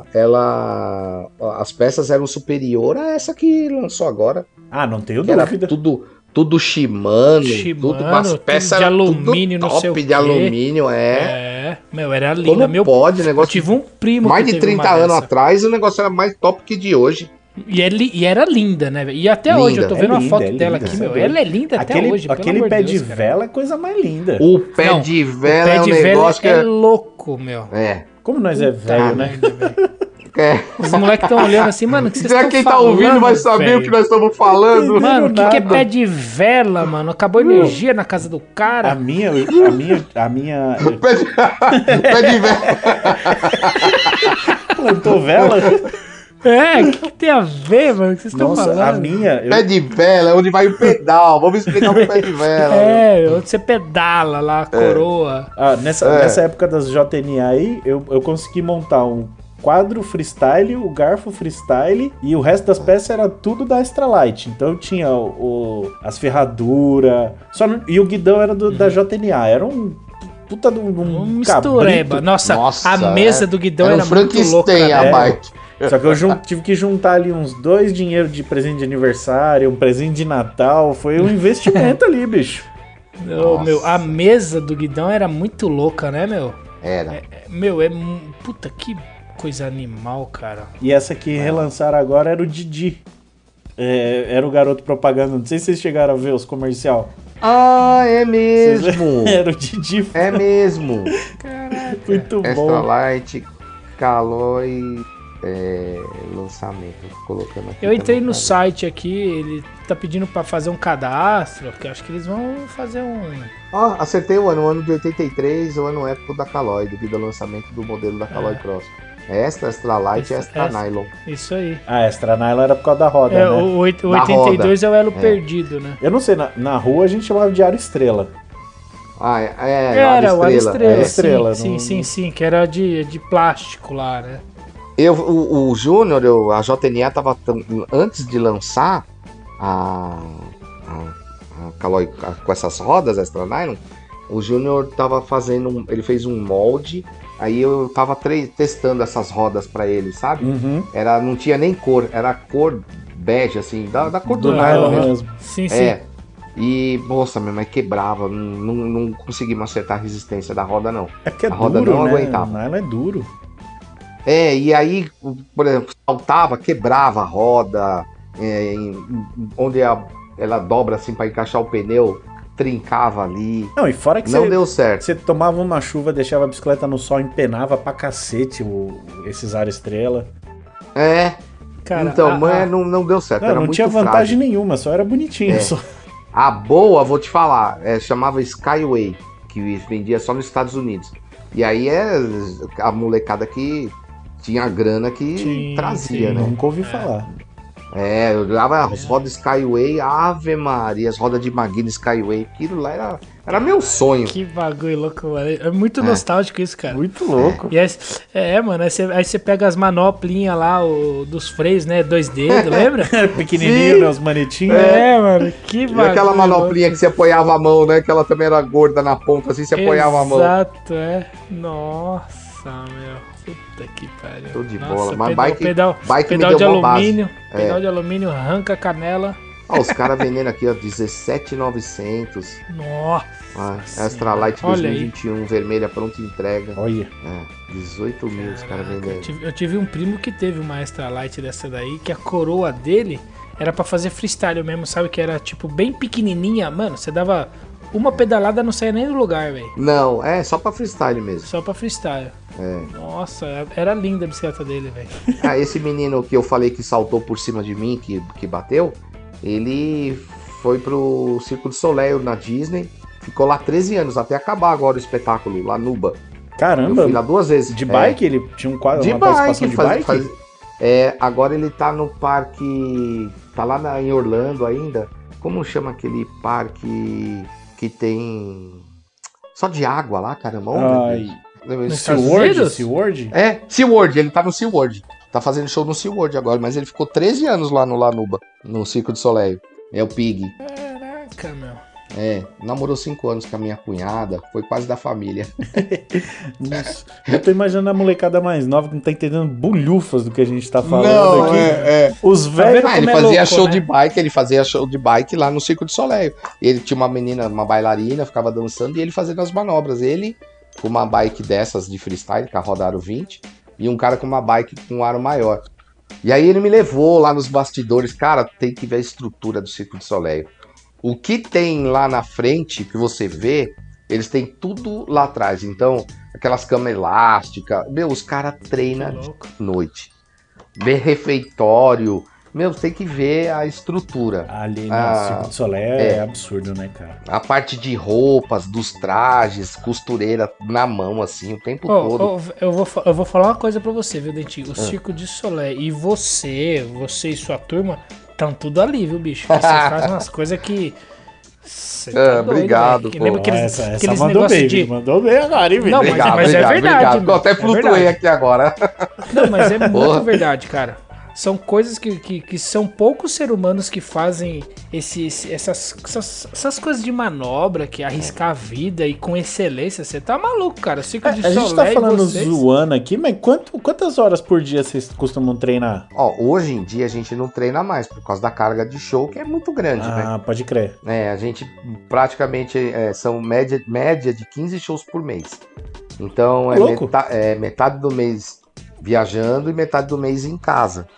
Speaker 3: ela, as peças eram superior a essa que lançou agora,
Speaker 1: Ah, não tenho
Speaker 3: que era
Speaker 1: dúvida.
Speaker 3: tudo, tudo Shimano,
Speaker 2: Shimano,
Speaker 3: tudo, as
Speaker 2: tudo
Speaker 3: peças
Speaker 2: de
Speaker 3: eram
Speaker 2: alumínio,
Speaker 3: tudo
Speaker 2: não sei
Speaker 3: top
Speaker 2: o
Speaker 3: de
Speaker 2: quê.
Speaker 3: alumínio, é.
Speaker 2: É, meu, era linda.
Speaker 3: Como
Speaker 2: Meu,
Speaker 3: pode, o
Speaker 2: eu
Speaker 3: negócio
Speaker 2: tive um primo
Speaker 3: mais
Speaker 2: que
Speaker 3: de
Speaker 2: teve
Speaker 3: trinta
Speaker 2: uma
Speaker 3: anos
Speaker 2: dessa.
Speaker 3: atrás, o negócio era mais top que de hoje.
Speaker 2: E, é li- e era linda, né, velho? E até
Speaker 3: Linda.
Speaker 2: hoje, eu tô
Speaker 1: É
Speaker 2: vendo uma
Speaker 1: linda,
Speaker 2: foto
Speaker 1: é
Speaker 2: dela
Speaker 1: linda,
Speaker 2: aqui,
Speaker 1: você
Speaker 2: meu.
Speaker 1: é
Speaker 2: Ela é linda
Speaker 1: Aquele,
Speaker 2: até hoje,
Speaker 1: aquele
Speaker 2: pelo
Speaker 1: pé
Speaker 2: amor
Speaker 1: de
Speaker 2: Deus, cara.
Speaker 1: vela é coisa mais linda.
Speaker 3: O pé
Speaker 2: Não,
Speaker 3: de
Speaker 2: O
Speaker 3: vela
Speaker 2: pé
Speaker 3: é um
Speaker 2: de vela
Speaker 3: negócio que
Speaker 2: é
Speaker 3: é...
Speaker 2: louco, meu.
Speaker 3: É.
Speaker 1: Como nós é velho, né?
Speaker 2: Merda, velho.
Speaker 3: é.
Speaker 2: Os moleques estão olhando assim, mano, o que vocês
Speaker 3: Já
Speaker 2: estão
Speaker 3: quem
Speaker 2: falando,
Speaker 3: tá ouvindo vai saber
Speaker 2: velho?
Speaker 3: o que nós estamos falando.
Speaker 2: Mano, o que, que é
Speaker 1: nada.
Speaker 2: pé de vela, mano? Acabou a energia na casa do
Speaker 1: A
Speaker 2: cara.
Speaker 1: minha, a minha, a minha...
Speaker 3: Pé de, pé de vela.
Speaker 1: Plantou vela?
Speaker 2: É, o que, que tem a ver, mano? O que vocês estão
Speaker 1: Nossa,
Speaker 2: falando?
Speaker 1: a minha... eu-
Speaker 3: Pé de vela é onde vai o pedal. Vamos explicar o pé de vela.
Speaker 2: É, onde você pedala lá, a coroa.
Speaker 1: Ah, nessa,
Speaker 3: É.
Speaker 1: nessa época das J N A aí, eu, eu consegui montar um quadro freestyle, o garfo freestyle e o resto das peças era tudo da Extra Light. Então eu tinha o, o- as ferraduras, só não- e o guidão era do, da J N A. Era um puta de um,
Speaker 2: Um
Speaker 1: um
Speaker 2: mistureba.
Speaker 1: cabrito.
Speaker 2: Nossa,
Speaker 3: Nossa,
Speaker 2: a mesa
Speaker 3: é.
Speaker 2: do guidão
Speaker 3: Era
Speaker 2: era,
Speaker 3: um
Speaker 2: muito louca,
Speaker 3: Frankenstein a
Speaker 2: né?
Speaker 3: bike.
Speaker 1: Só que eu jun- tive que juntar ali uns dois dinheiros de presente de aniversário, um presente de Natal. Foi um investimento ali, bicho.
Speaker 2: Ô, meu, a
Speaker 3: Nossa.
Speaker 2: mesa do guidão era muito louca, né, meu?
Speaker 3: Era.
Speaker 2: É, meu, é... mu- Puta, que coisa animal, cara.
Speaker 1: E essa que relançaram agora era o Didi. É, era o garoto propaganda. Não sei se vocês chegaram a ver os comercial.
Speaker 3: Ah, é mesmo.
Speaker 1: Era o Didi.
Speaker 3: É mesmo.
Speaker 1: Muito
Speaker 3: Extra
Speaker 1: bom.
Speaker 3: Light, Caloi, é, lançamento. Colocando aqui
Speaker 2: Eu entrei
Speaker 3: também,
Speaker 2: no
Speaker 3: cara.
Speaker 2: site aqui, ele tá pedindo pra fazer um cadastro, porque eu acho que eles vão fazer um...
Speaker 3: Ah, acertei o ano, o ano de oitenta e três, o ano épico da Caloi, devido ao lançamento do modelo da Caloi
Speaker 2: É.
Speaker 3: Cross. Esta, Extra Light e
Speaker 2: Essa-
Speaker 3: Extra
Speaker 2: essa.
Speaker 3: Nylon.
Speaker 2: Isso aí.
Speaker 1: A Extra Nylon era por causa da roda,
Speaker 2: É,
Speaker 1: né?
Speaker 2: o oit- o
Speaker 3: Da
Speaker 2: oitenta e dois é o elo
Speaker 3: É.
Speaker 2: perdido, né?
Speaker 1: Eu não sei, na, na rua a gente chamava de Aro Estrela.
Speaker 3: Ah, é, é
Speaker 2: Era, o
Speaker 3: Aro
Speaker 2: Aro
Speaker 3: Estrela.
Speaker 2: Estrela,
Speaker 1: Aro
Speaker 3: é.
Speaker 1: Estrela,
Speaker 2: sim,
Speaker 1: não-
Speaker 2: sim, sim, sim, que era de, de plástico lá, né?
Speaker 3: Eu, o, o Júnior, eu- a J N A tava tam- antes de lançar a, a, a Caloi a- com essas rodas Extra Nylon, o Júnior tava fazendo, um- ele fez um molde, aí eu tava tre- testando essas rodas pra ele, sabe?
Speaker 1: Uhum.
Speaker 3: Era, não tinha nem cor, era cor bege, assim, da, da cor do,
Speaker 1: Do
Speaker 3: nylon
Speaker 1: nylon
Speaker 3: mesmo.
Speaker 1: mesmo.
Speaker 2: Sim, sim.
Speaker 3: É. E, nossa, meu, mas quebrava, não, não, não conseguimos acertar a resistência da roda, não.
Speaker 1: É que é
Speaker 3: A roda
Speaker 1: duro,
Speaker 3: não
Speaker 1: né?
Speaker 3: aguentava.
Speaker 1: O nylon é duro.
Speaker 3: É, e aí, por exemplo, saltava, quebrava a roda, é, em- em- onde a- ela dobra assim para encaixar o pneu, trincava ali.
Speaker 1: Não, e fora que
Speaker 3: não
Speaker 1: você,
Speaker 3: deu certo.
Speaker 1: Você tomava uma chuva, deixava a bicicleta no sol, empenava pra cacete o, esses ar estrela.
Speaker 3: É.
Speaker 2: Cara,
Speaker 3: então,
Speaker 2: a,
Speaker 3: mas
Speaker 2: a...
Speaker 3: não, não deu certo.
Speaker 1: Não,
Speaker 3: era
Speaker 1: não
Speaker 3: muito
Speaker 1: tinha vantagem
Speaker 3: frágil.
Speaker 1: nenhuma, só era bonitinho.
Speaker 3: É.
Speaker 1: Só.
Speaker 3: A boa, vou te falar, é, chamava Skyway, que vendia só nos Estados Unidos. E aí é a molecada que tinha grana que
Speaker 2: sim,
Speaker 3: trazia,
Speaker 2: sim.
Speaker 3: né?
Speaker 1: Nunca ouvi falar.
Speaker 3: É, eu dava as rodas Skyway, Ave Maria, as rodas de Maguila Skyway, aquilo lá era, era meu sonho.
Speaker 2: Que bagulho louco, mano. É muito é. nostálgico isso, cara.
Speaker 1: Muito louco.
Speaker 2: E aí, é, mano, aí você, aí você pega as manoplinhas lá, o, dos freios, né? Dois dedos, lembra?
Speaker 1: Pequenininho, né? Os manetinhos.
Speaker 2: É, é, mano, que bagulho.
Speaker 3: E aquela manoplinha louco. Que você apoiava a mão, né? Que ela também era gorda na ponta, assim, você apoiava a mão.
Speaker 2: Exato, é. Nossa, meu. Puta que pariu.
Speaker 3: Tô de
Speaker 2: Nossa,
Speaker 3: bola. Mas
Speaker 2: pedal,
Speaker 3: bike,
Speaker 2: pedal,
Speaker 3: bike
Speaker 2: pedal
Speaker 3: me
Speaker 2: de
Speaker 3: deu uma
Speaker 2: alumínio.
Speaker 3: base.
Speaker 2: Pedal
Speaker 3: é.
Speaker 2: de alumínio, arranca a canela.
Speaker 3: Ó, os caras vendendo aqui, ó, dezessete mil e novecentos.
Speaker 2: Nossa.
Speaker 3: Ah, Extra Light dois mil e vinte e um, vermelha, pronta entrega.
Speaker 1: Olha.
Speaker 3: É, dezoito mil os caras vendendo.
Speaker 2: Eu tive, eu tive um primo que teve uma Extra Light dessa daí, que a coroa dele era pra fazer freestyle mesmo, sabe? Que era tipo bem pequenininha. Mano, você dava uma pedalada, não saía nem do lugar, velho.
Speaker 3: Não, é só pra freestyle mesmo.
Speaker 2: Só pra freestyle.
Speaker 3: É.
Speaker 2: Nossa, era linda a bicicleta dele, velho.
Speaker 3: Ah, esse menino que eu falei que saltou por cima de mim, que, que bateu, ele foi pro Circo do Soleil na Disney, ficou lá treze anos, até acabar agora o espetáculo, lá no Nuba.
Speaker 1: Caramba.
Speaker 3: Eu fui lá duas vezes.
Speaker 1: De bike?
Speaker 3: É.
Speaker 1: Ele tinha um quadro,
Speaker 3: de
Speaker 1: uma
Speaker 3: bike,
Speaker 1: participação de
Speaker 3: faz,
Speaker 1: bike?
Speaker 3: Faz, é, agora ele tá no parque, tá lá na, em Orlando ainda. Como chama aquele parque que tem só de água lá, caramba?
Speaker 1: Ai.
Speaker 3: Oh,
Speaker 1: SeaWorld? SeaWorld?
Speaker 3: É, SeaWorld, ele tá no SeaWorld. Tá fazendo show no SeaWorld agora, mas ele ficou treze anos lá no Lanuba, no Circo do Soleil. É o Pig.
Speaker 2: Caraca, meu.
Speaker 3: É, namorou cinco anos com a minha cunhada, foi quase da família.
Speaker 1: Nossa, eu tô imaginando a molecada mais nova que não tá entendendo bulhufas do que a gente tá falando
Speaker 3: não,
Speaker 1: aqui.
Speaker 3: É, é.
Speaker 1: Os velhos.
Speaker 3: Ah, ele
Speaker 2: é
Speaker 3: fazia
Speaker 2: louco,
Speaker 3: show
Speaker 2: né?
Speaker 3: de bike, ele fazia show de bike lá no Circo do Soleil. Ele tinha uma menina, uma bailarina, ficava dançando e ele fazendo as manobras. Ele com uma bike dessas de freestyle, com a roda aro vinte, e um cara com uma bike com um aro maior. E aí ele me levou lá nos bastidores. Cara, tem que ver a estrutura do Circo do Soleil. O que tem lá na frente, que você vê, eles têm tudo lá atrás. Então, aquelas camas elásticas. Meu, os caras treinam de noite. Vê refeitório. Meu, tem que ver a estrutura.
Speaker 1: Ali no
Speaker 3: ah,
Speaker 1: Circo do Soleil é, é absurdo, né, cara?
Speaker 3: A parte de roupas, dos trajes, costureira na mão, assim, o tempo
Speaker 2: oh,
Speaker 3: todo.
Speaker 2: Oh, eu, vou, eu vou falar uma coisa pra você, viu, Dentinho? O ah. Circo de Soleil e você, você e sua turma, estão tudo ali, viu, bicho? Você faz umas coisas que... Cê tá
Speaker 3: ah,
Speaker 2: doido,
Speaker 3: obrigado,
Speaker 2: que
Speaker 3: pô.
Speaker 2: lembra aqueles,
Speaker 1: essa, essa
Speaker 2: aqueles
Speaker 1: mandou
Speaker 2: negócios
Speaker 1: bem,
Speaker 2: de...
Speaker 1: mandou bem agora, hein,
Speaker 2: Não, mas,
Speaker 3: obrigado,
Speaker 2: mas
Speaker 3: obrigado,
Speaker 2: é verdade,
Speaker 3: obrigado.
Speaker 2: meu.
Speaker 3: Eu até flutuei
Speaker 2: é
Speaker 3: aqui agora.
Speaker 2: Não, mas é muito verdade, cara. São coisas que, que, que são poucos seres humanos que fazem esses, essas, essas, essas coisas de manobra, que arriscar a vida e com excelência. Você tá maluco, cara. Circo de
Speaker 1: A gente tá
Speaker 2: Soleil,
Speaker 1: falando
Speaker 2: vocês...
Speaker 1: zoando aqui, mas quanto, quantas horas por dia vocês costumam treinar?
Speaker 3: Ó, hoje em dia a gente não treina mais, por causa da carga de show, que é muito grande, né?
Speaker 1: Ah, pode crer.
Speaker 3: É, a gente praticamente é, são média, média de quinze shows por mês. Então é, meta, é metade do mês viajando e metade do mês em casa.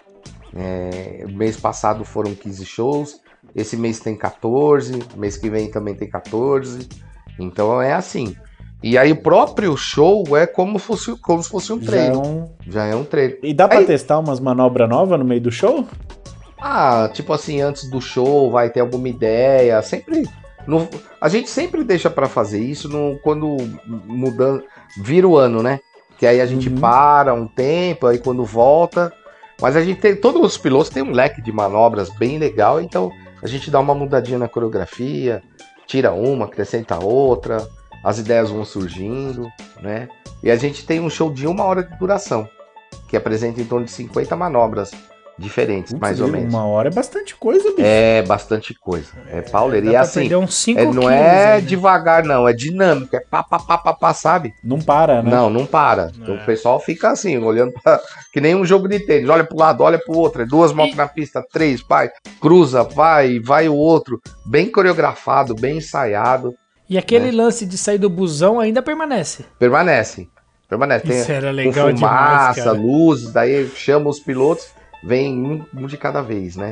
Speaker 3: É, mês passado foram quinze shows, esse mês tem quatorze, mês que vem também tem quatorze, então é assim. E aí o próprio show é como, fosse, como se fosse um treino. Já é um, Já é um treino.
Speaker 1: E dá pra
Speaker 3: aí,
Speaker 1: testar umas manobras novas no meio do show?
Speaker 3: Ah, tipo assim, antes do show vai ter alguma ideia, sempre... No, a gente sempre deixa pra fazer isso no, quando mudando, vira o ano, né? Que aí a gente uhum. para um tempo, aí quando volta... Mas a gente tem, todos os pilotos têm um leque de manobras bem legal, então a gente dá uma mudadinha na coreografia, tira uma, acrescenta outra, as ideias vão surgindo, né? E a gente tem um show de uma hora de duração, que apresenta em torno de cinquenta manobras diferentes, Putz, mais ou menos.
Speaker 1: Uma hora é bastante coisa, bicho.
Speaker 3: É bastante coisa. É pauleira. É, e assim,
Speaker 2: é,
Speaker 3: não é aí, devagar, não. É dinâmico. É pá, pá, pá, pá, pá, sabe?
Speaker 1: Não para, né?
Speaker 3: Não, não para. É. Então o pessoal fica assim, olhando pra... Que nem um jogo de tênis. Olha pro lado, olha pro outro. É duas motos e... na pista, três, pai. Cruza, vai, vai o outro. Bem coreografado, bem ensaiado.
Speaker 2: E aquele né? lance de sair do busão ainda permanece?
Speaker 3: Permanece. Permanece. Tem,
Speaker 2: Isso era legal
Speaker 3: com fumaça,
Speaker 2: demais, cara.
Speaker 3: luzes. Daí chama os pilotos. Vem um, um de cada vez, né?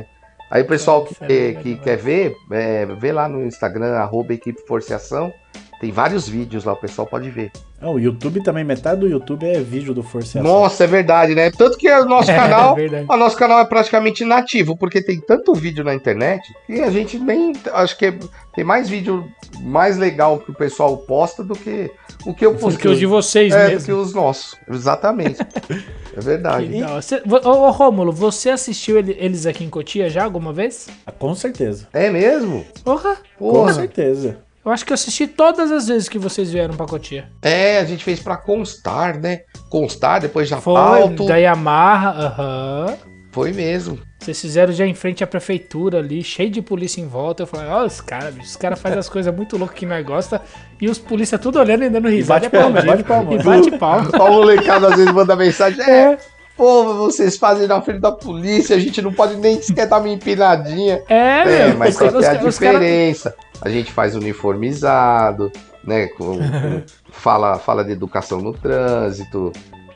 Speaker 3: Aí o pessoal que, que, que quer ver, é, vê lá no Instagram, arroba Equipe Forceação. Tem vários vídeos lá, o pessoal pode ver.
Speaker 1: Não, o YouTube também, metade do YouTube é vídeo do Forceação.
Speaker 3: Nossa, é verdade, né? Tanto que o nosso canal,
Speaker 2: é
Speaker 3: o nosso canal é praticamente inativo, porque tem tanto vídeo na internet que a gente nem, acho que é, tem mais vídeo mais legal que o pessoal posta do que o que eu postei.
Speaker 2: Do que os de vocês
Speaker 3: é,
Speaker 2: mesmo.
Speaker 3: do que os nossos, exatamente. É verdade.
Speaker 2: Que legal. Você, ô, ô, Rômulo, você assistiu ele- eles aqui em Cotia já alguma vez?
Speaker 1: Ah, com certeza.
Speaker 3: É mesmo?
Speaker 2: Porra!
Speaker 1: Com
Speaker 3: Porra.
Speaker 1: certeza.
Speaker 2: Eu acho que eu assisti todas as vezes que vocês vieram pra Cotia.
Speaker 3: É, a gente fez pra Constar, né? Constar, depois já
Speaker 2: Foi,
Speaker 3: Pauto.
Speaker 2: da Yamaha, aham.
Speaker 3: Foi mesmo.
Speaker 2: Vocês fizeram já em frente à prefeitura ali, cheio de polícia em volta. Eu falei, ó, os caras, bicho, os caras fazem as coisas muito loucas que nós gosta e os polícia tudo olhando e dando risada.
Speaker 1: bate palma, bate palma.
Speaker 2: E bate palma.
Speaker 3: O molecado às vezes manda mensagem. É, pô, vocês fazem na frente da polícia, a gente não pode nem sequer dar uma empinadinha.
Speaker 2: É,
Speaker 3: É,
Speaker 2: meu,
Speaker 3: mas
Speaker 2: os
Speaker 3: tem
Speaker 2: caras-
Speaker 3: que ter a
Speaker 2: os caras-
Speaker 3: diferença. A gente faz uniformizado, né? com- com- fala, fala de educação no trânsito,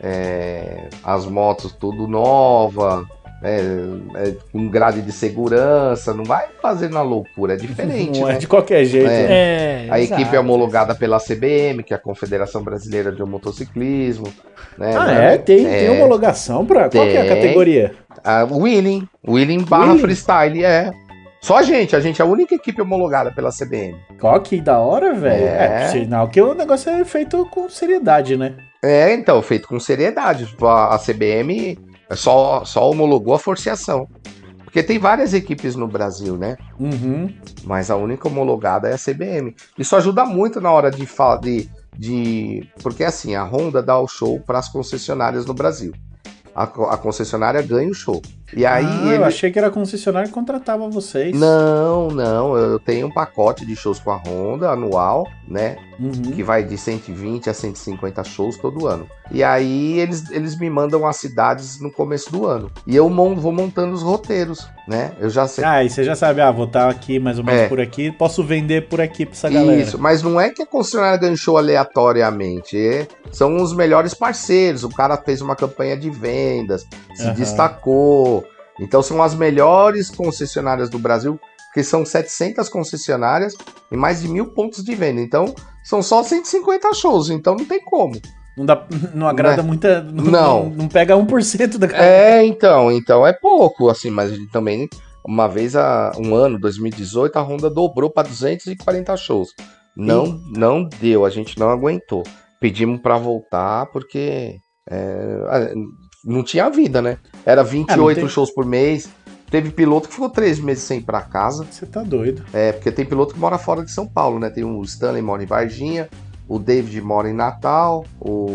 Speaker 3: é, as motos tudo nova, é, é, com grade de segurança, não vai fazer na loucura, é diferente,
Speaker 1: Não
Speaker 3: né?
Speaker 1: é de qualquer jeito.
Speaker 3: É.
Speaker 1: né?
Speaker 2: É,
Speaker 3: A
Speaker 2: exato.
Speaker 3: equipe é homologada pela C B M, que é a Confederação Brasileira de Motociclismo. Né?
Speaker 1: Ah, é? Tem, tem homologação pra... Qual que é a
Speaker 3: Tem.
Speaker 1: categoria?
Speaker 3: A Wheeling, Wheeling barra
Speaker 1: Wheeling?
Speaker 3: freestyle, é. Só a gente, a gente é a única equipe homologada pela C B M.
Speaker 1: Qual que da hora, velho?
Speaker 3: É.
Speaker 1: É, sinal que o negócio é feito com seriedade, né?
Speaker 3: É, então, feito com seriedade. A, a C B M só, só homologou a forceação. Porque tem várias equipes no Brasil, né?
Speaker 1: Uhum.
Speaker 3: Mas a única homologada é a C B M. Isso ajuda muito na hora de falar de, de. Porque assim, a Honda dá o show para as concessionárias no Brasil. A, co- a concessionária ganha o show. E aí
Speaker 1: ah,
Speaker 3: ele...
Speaker 1: eu achei que era a concessionária que contratava vocês.
Speaker 3: Não, não, eu tenho um pacote de shows com a Honda anual, né?
Speaker 1: Uhum.
Speaker 3: Que vai de cento e vinte a cento e cinquenta shows todo ano. E aí eles, eles me mandam as cidades no começo do ano. E eu mon- vou montando os roteiros, né? Eu já sei.
Speaker 1: Ah, e você já sabe, ah, vou estar aqui mais ou menos
Speaker 3: É.
Speaker 1: por aqui, posso vender por aqui pra essa galera.
Speaker 3: Isso, mas não é que a concessionária ganha show aleatoriamente. é- são os melhores parceiros. O cara fez uma campanha de vendas, se
Speaker 1: Aham.
Speaker 3: destacou. Então são as melhores concessionárias do Brasil, que são setecentas concessionárias e mais de mil pontos de venda. Então são só cento e cinquenta shows, então não tem como.
Speaker 1: Não, dá, não agrada
Speaker 3: Né?
Speaker 1: muita... Não.
Speaker 3: Não.
Speaker 1: Não pega um por cento da galera.
Speaker 3: É, então, então é pouco, assim, mas também uma vez a um ano, dois mil e dezoito, a Honda dobrou para duzentos e quarenta shows. Não, não deu, a gente não aguentou. Pedimos para voltar porque é, não tinha vida, né? Era vinte e oito
Speaker 1: Ah, não tem-
Speaker 3: shows por mês. Teve piloto que ficou três meses sem ir para casa.
Speaker 1: Você tá doido.
Speaker 3: É, porque tem piloto que mora fora de São Paulo, né? Tem o Stanley mora em Varginha, o David mora em Natal,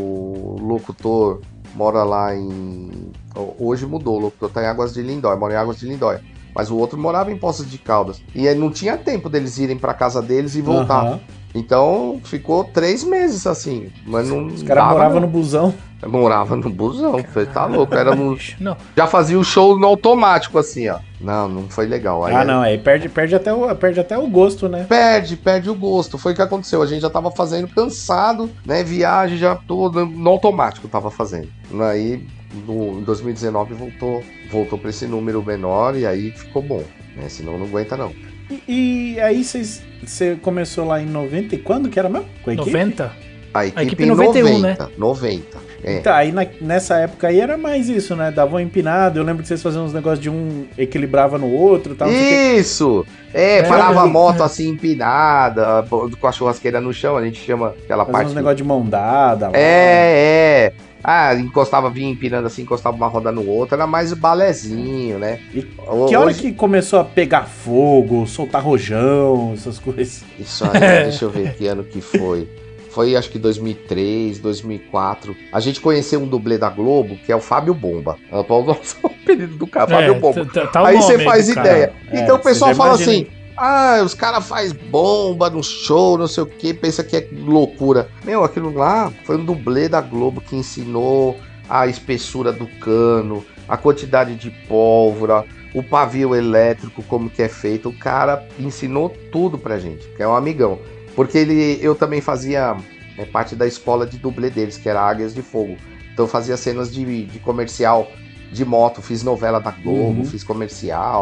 Speaker 3: o locutor mora lá em... Hoje mudou, o locutor tá em Águas de Lindóia, mora em Águas de Lindóia. Mas o outro morava em Poços de Caldas. E aí não tinha tempo deles irem pra casa deles e voltar.
Speaker 1: Aham.
Speaker 3: Então ficou três meses assim. Mas não.
Speaker 1: Os caras
Speaker 3: dava,
Speaker 1: moravam
Speaker 3: não.
Speaker 1: no busão.
Speaker 3: Morava no busão, foi, tá louco. Era no...
Speaker 2: Não,
Speaker 3: Já fazia o show no automático, assim, ó. Não, não foi legal. Aí
Speaker 1: Ah, não, aí perde, perde, até o, perde até o gosto, né?
Speaker 3: Perde, perde o gosto. Foi o que aconteceu. A gente já tava fazendo cansado, né? Viagem já toda no automático tava fazendo. Aí, no, em dois mil e dezenove, voltou, voltou pra esse número menor e aí ficou bom. Né? Senão não aguenta, não.
Speaker 1: E, e aí vocês, você começou lá em noventa e quando que era mesmo? Com a equipe?
Speaker 2: noventa?
Speaker 3: A equipe,
Speaker 2: equipe
Speaker 3: em
Speaker 2: noventa e um,
Speaker 3: noventa. Né? noventa. É.
Speaker 1: Tá, aí na- nessa época aí era mais isso, né? Dava uma empinada. Eu lembro que vocês faziam uns negócios de um equilibrava no outro e tal. não sei o quê.
Speaker 3: Isso! É,
Speaker 1: É,
Speaker 3: parava a
Speaker 1: mas-
Speaker 3: moto assim empinada, com a churrasqueira no chão, a gente chama aquela
Speaker 1: Fazia
Speaker 3: parte.
Speaker 1: uns
Speaker 3: do-
Speaker 1: negócios de mão dada. lá.
Speaker 3: É, é. Ah, encostava, vinha empinando assim, encostava uma roda no outro, era mais balezinho, né?
Speaker 1: E
Speaker 3: Ho-
Speaker 1: que hora
Speaker 3: hoje-
Speaker 1: que começou a pegar fogo, soltar rojão, essas coisas?
Speaker 3: Isso aí, deixa eu ver que ano que foi. Foi acho que dois mil e três, dois mil e quatro. A gente conheceu um dublê da Globo, que é o Fábio Bomba. É o nosso apelido do cara, Fábio Bomba.
Speaker 2: tá- tá o
Speaker 3: Aí
Speaker 2: nome
Speaker 3: você faz
Speaker 2: do cara.
Speaker 3: ideia.
Speaker 1: É,
Speaker 3: Então o
Speaker 1: você
Speaker 3: pessoal
Speaker 1: já
Speaker 3: fala
Speaker 1: imagina-
Speaker 3: assim: ah, os caras fazem bomba no show, não sei o que, pensa que é loucura. Meu, aquilo lá foi um dublê da Globo que ensinou a espessura do cano, a quantidade de pólvora, o pavio elétrico, como que é feito. O cara ensinou tudo pra gente, que é um amigão. Porque ele, eu também fazia é, parte da escola de dublê deles, que era Águias de Fogo. Então eu fazia cenas de, de comercial de moto, fiz novela da Globo,
Speaker 1: Uhum.
Speaker 3: fiz comercial.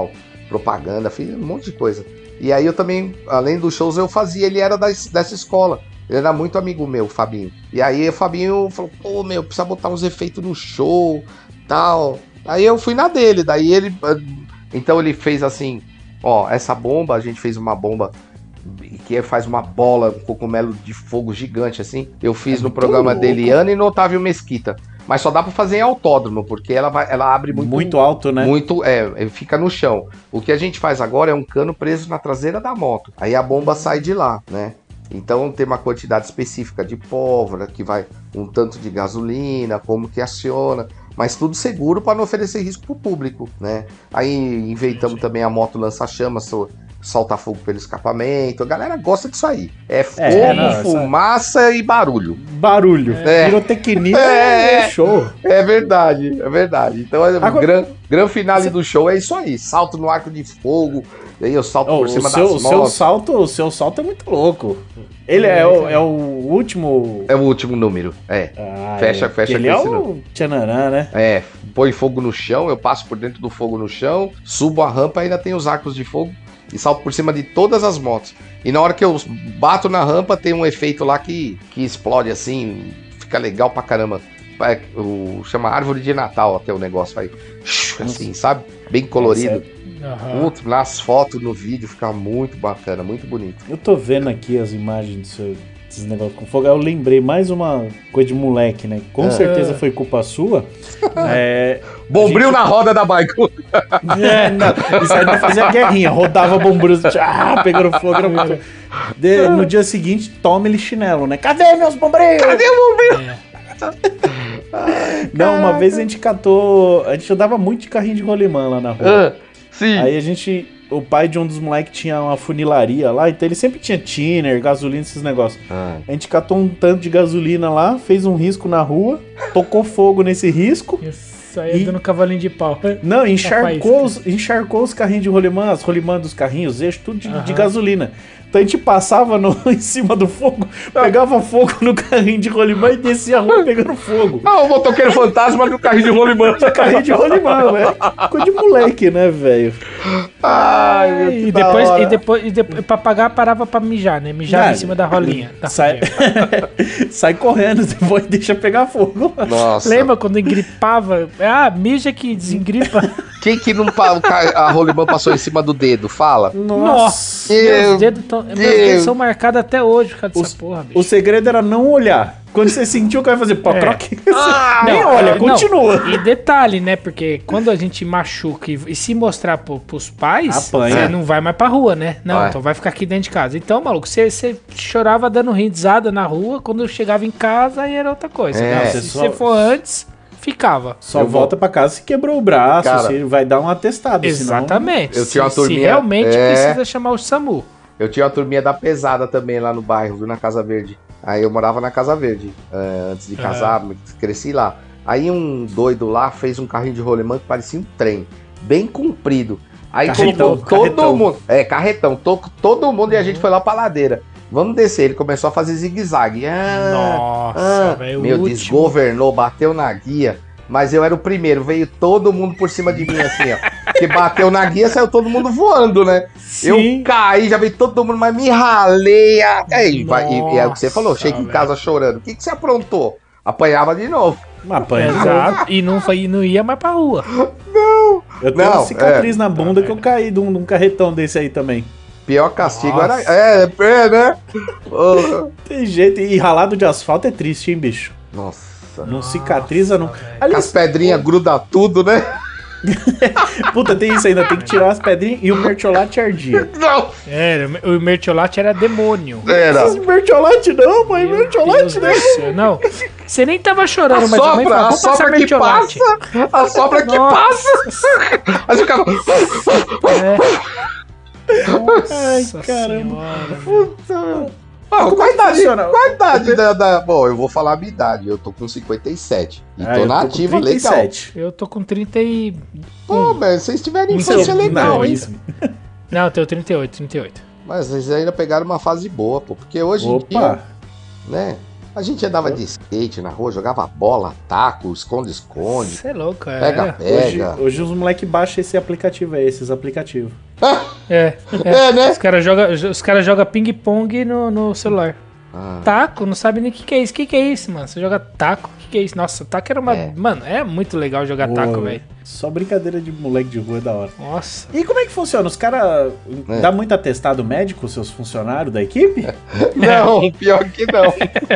Speaker 3: propaganda, fiz um monte de coisa. E aí eu também, além dos shows, eu fazia, ele era das, dessa escola. Ele era muito amigo meu, o Fabinho. E aí o Fabinho falou, pô, meu, precisa botar uns efeitos no show, tal. Aí eu fui na dele, daí ele... Então ele fez assim, ó, essa bomba, a gente fez uma bomba que faz uma bola, um cogumelo de fogo gigante, assim. Eu fiz é no programa louco. dele, Ana, e no Otávio Mesquita. Mas só dá pra fazer em autódromo, porque ela, vai, ela abre muito...
Speaker 1: Muito alto, né?
Speaker 3: Muito, é, fica no chão. O que a gente faz agora é um cano preso na traseira da moto. Aí a bomba sai de lá, né? Então tem uma quantidade específica de pólvora, que vai um tanto de gasolina, como que aciona, mas tudo seguro para não oferecer risco para o público, né? Aí inventamos também a moto lança-chamas, solta fogo pelo escapamento, a galera gosta disso aí. É fogo, é, não, fumaça essa... e barulho.
Speaker 1: Barulho, é. Pirotecnia é, é show.
Speaker 3: É verdade, é verdade. Então Agora... o gran, gran finale Você... do show é isso aí, salto no arco de fogo, e aí eu salto oh, por cima
Speaker 1: seu,
Speaker 3: das motos.
Speaker 1: Seu salto, o seu salto é muito louco. Ele é, é, o, é o último...
Speaker 3: É o último número, é. Ah, fecha,
Speaker 1: é.
Speaker 3: fecha.
Speaker 1: Ele é o Tchananã, né?
Speaker 3: É, põe fogo no chão, eu passo por dentro do fogo no chão, subo a rampa, ainda tem os arcos de fogo e salto por cima de todas as motos. E na hora que eu bato na rampa, tem um efeito lá que, que explode assim, fica legal pra caramba. É, o, chama árvore de Natal até o negócio, vai assim, sabe? Bem colorido. Uhum. Putz, nas fotos, no vídeo, fica muito bacana, muito bonito.
Speaker 1: Eu tô vendo aqui as imagens do seu, desses negócios com fogo, aí eu lembrei mais uma coisa de moleque, né? Com é. certeza foi culpa sua. é,
Speaker 3: Bombril gente... na roda da bike.
Speaker 1: É, não, isso aí não fazia guerrinha, rodava bombril, ah, pegando fogo. Era muito... De, no dia seguinte, toma ele chinelo, né? Cadê meus bombril?
Speaker 3: Cadê o bombril?
Speaker 1: É. Ai, não, uma vez a gente catou, a gente andava muito de carrinho de rolimã lá na rua. Ah. Sim. Aí a gente, o pai de um dos moleques tinha uma funilaria lá, então ele sempre tinha thinner, gasolina, esses negócios. Ah. A gente catou um tanto de gasolina lá, fez um risco na rua, tocou fogo nesse risco.
Speaker 2: Isso aí e... dando cavalinho de pau.
Speaker 1: Não, encharcou os, encharcou os carrinhos de rolimã, as rolimã dos carrinhos, eixo, tudo de, de gasolina. Então a gente passava no, em cima do fogo, pegava fogo no carrinho de rolimã e descia a rua pegando fogo.
Speaker 3: Ah, o motoqueiro fantasma do carrinho de rolimã.
Speaker 1: De carrinho de rolimã, velho. Ficou de moleque, né, velho?
Speaker 2: Ai, meu Deus. E depois, e depois, e depois, pra pagar, parava pra mijar, né? Mijava em cima da rolinha. Da
Speaker 1: sai, sai correndo, depois deixa pegar fogo.
Speaker 2: Nossa. Lembra quando engripava? Ah, mija que desengripa.
Speaker 3: Quem que não a rolimã passou em cima do dedo? Fala.
Speaker 2: Nossa. Meus dedos, tão, meus dedos são marcados até hoje por causa dessa porra, bicho.
Speaker 1: O segredo era não olhar. Quando você sentiu que vai fazer potroque, é. ah, nem não, olha, continua.
Speaker 2: Não. E detalhe, né? Porque quando a gente machuca e, e se mostrar pro, pros pais,
Speaker 1: apanha.
Speaker 2: Você não vai mais pra rua, né? Não, vai. Então vai ficar aqui dentro de casa. Então, maluco, você, você chorava dando risada na rua, quando eu chegava em casa aí era outra coisa. É. Não, se você só... for antes... ficava.
Speaker 1: Só eu volta vou... pra casa se quebrou o braço, cara, você vai dar um atestado.
Speaker 2: Exatamente.
Speaker 3: Senão... Eu tinha uma
Speaker 2: se,
Speaker 3: turminha...
Speaker 2: se realmente é... precisa chamar o SAMU.
Speaker 3: Eu tinha uma turminha da pesada também lá no bairro, viu, na Casa Verde. Aí eu morava na Casa Verde, uh, antes de casar, uhum. cresci lá. Aí um doido lá fez um carrinho de rolimã que parecia um trem, bem comprido. Aí colocou todo carretão. mundo... É, carretão, to, todo mundo uhum. e a gente foi lá pra ladeira. Vamos descer, ele começou a fazer zigue-zague. Ah,
Speaker 2: Nossa,
Speaker 3: ah,
Speaker 2: velho.
Speaker 3: Meu, último. Desgovernou, bateu na guia. Mas eu era o primeiro, veio todo mundo por cima de mim, assim, ó. Que bateu na guia, saiu todo mundo voando, né? Sim. Eu caí, já veio todo mundo, mas me ralei. Aí, vai, e, e é o que você falou, cheguei em casa chorando. O que, que você aprontou? Apanhava de novo.
Speaker 2: Exato. E não, foi, não ia mais pra rua.
Speaker 3: Não.
Speaker 1: Eu tenho não, uma cicatriz é. na bunda que eu caí de um, de um carretão desse aí também.
Speaker 3: Pior castigo Nossa. era... É, é, né?
Speaker 1: Oh. Tem jeito. E ralado de asfalto é triste, hein, bicho?
Speaker 3: Nossa.
Speaker 1: Não cicatriza, não.
Speaker 3: Aliás, as pedrinhas grudam tudo, né?
Speaker 1: Puta, tem isso ainda, tem que tirar as pedrinhas e o mertiolate ardia.
Speaker 2: Não! Era, o mertiolate era demônio.
Speaker 3: Era.
Speaker 1: Mertiolate não, mãe, mertiolate não.
Speaker 2: Não, você nem tava chorando,
Speaker 3: a
Speaker 2: mas
Speaker 3: sopra,
Speaker 2: a mãe falou,
Speaker 3: a sopra que passa, a sopra que passa. Aí ficava...
Speaker 2: É. Nossa,
Speaker 1: ai, caramba.
Speaker 3: Puta... Ah, qual a idade, qual a idade da, da... Bom, eu vou falar a minha idade. Eu tô com cinquenta e sete. E ah, tô na tô ativa legal.
Speaker 2: Eu tô com trinta e...
Speaker 3: Pô, velho, vocês tiveram infância
Speaker 2: não,
Speaker 3: legal,
Speaker 2: não,
Speaker 3: hein?
Speaker 2: Não, eu tenho trinta e oito, trinta e oito.
Speaker 3: Mas vocês ainda pegaram uma fase boa, pô. Porque hoje
Speaker 1: Opa.
Speaker 3: em dia... Né? A gente andava de skate na rua, jogava bola, taco, esconde-esconde.
Speaker 2: Você é louco, é.
Speaker 3: Pega-pega.
Speaker 1: Hoje, hoje os moleques baixam esse aplicativo aí, esses aplicativos.
Speaker 2: É, é.
Speaker 3: É, né?
Speaker 2: Os caras jogam os cara joga ping-pong no, no celular.
Speaker 3: Ah.
Speaker 2: Taco, não sabe nem o que, que é isso. O que, que é isso, mano? Você joga taco, o que, que é isso? Nossa, taco era uma...
Speaker 3: É.
Speaker 2: Mano, é muito legal jogar taco, velho.
Speaker 1: Só brincadeira de moleque de rua é da hora.
Speaker 2: Nossa.
Speaker 1: E como é que funciona? Os caras
Speaker 3: É.
Speaker 1: dá muito atestado médico, seus funcionários da equipe?
Speaker 3: Não, pior que não.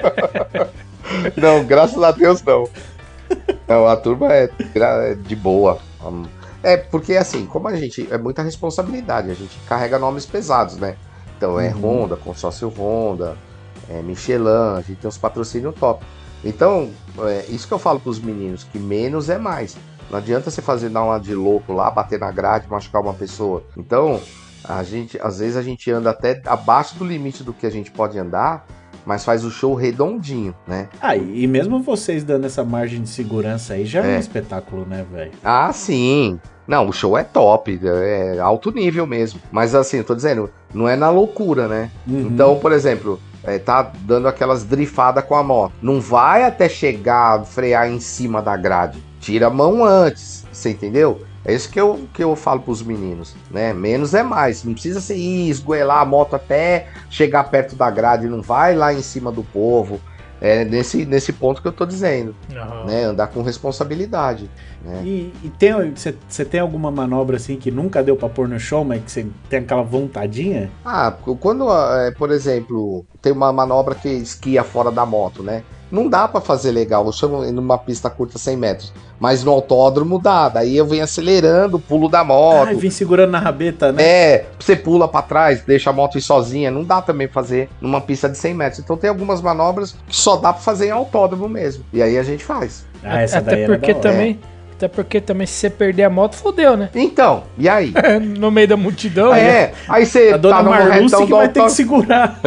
Speaker 3: Não, graças a Deus não. Não, a turma é, é de boa. É porque assim, como a gente... É muita responsabilidade, a gente carrega nomes pesados, né? Então é
Speaker 1: Uhum.
Speaker 3: Honda, consórcio Honda, é Michelin, a gente tem uns patrocínios top. Então, é isso que eu falo pros meninos, que menos é mais. Não adianta você fazer dar uma de louco lá, bater na grade, machucar uma pessoa. Então, a gente, às vezes a gente anda até abaixo do limite do que a gente pode andar, mas faz o show redondinho, né?
Speaker 1: Ah, e mesmo vocês dando essa margem de segurança aí, já é,
Speaker 3: É.
Speaker 1: um espetáculo, né, velho?
Speaker 3: Ah, sim. Não, o show é top, é alto nível mesmo. Mas assim, eu tô dizendo, não é na loucura, né?
Speaker 1: Uhum.
Speaker 3: Então, por exemplo, é, tá dando aquelas drifadas com a moto. Não vai até chegar, frear em cima da grade. Tira a mão antes, você entendeu? É isso que eu, que eu falo pros meninos, né? Menos é mais. Não precisa ser ir, esgoelar a moto até chegar perto da grade. Não vai lá em cima do povo. É nesse, nesse ponto que eu tô dizendo,
Speaker 2: Uhum.
Speaker 3: né? Andar com responsabilidade, né?
Speaker 1: E, e tem, você tem alguma manobra assim que nunca deu pra pôr no show, mas que você tem aquela vontadinha?
Speaker 3: Ah, quando, é, por exemplo, tem uma manobra que esquia fora da moto, né? Não dá pra fazer legal, eu chamo numa pista curta cem metros, mas no autódromo dá, daí eu venho acelerando, pulo da moto.
Speaker 1: Ah, vem segurando na rabeta, né?
Speaker 3: É, você pula pra trás, deixa a moto ir sozinha, não dá também fazer numa pista de cem metros. Então tem algumas manobras que só dá pra fazer em autódromo mesmo, e aí a gente faz.
Speaker 1: Ah, essa daí
Speaker 2: Até
Speaker 1: era
Speaker 2: porque
Speaker 1: da hora.
Speaker 2: também... Até porque também se você perder a moto, fodeu, né?
Speaker 3: Então, e aí?
Speaker 2: No meio da multidão. né?
Speaker 3: É, aí você
Speaker 1: A dona
Speaker 3: tá no
Speaker 1: Marluce
Speaker 3: retão
Speaker 1: que
Speaker 3: do
Speaker 1: vai ter que
Speaker 3: autódromo.
Speaker 1: segurar.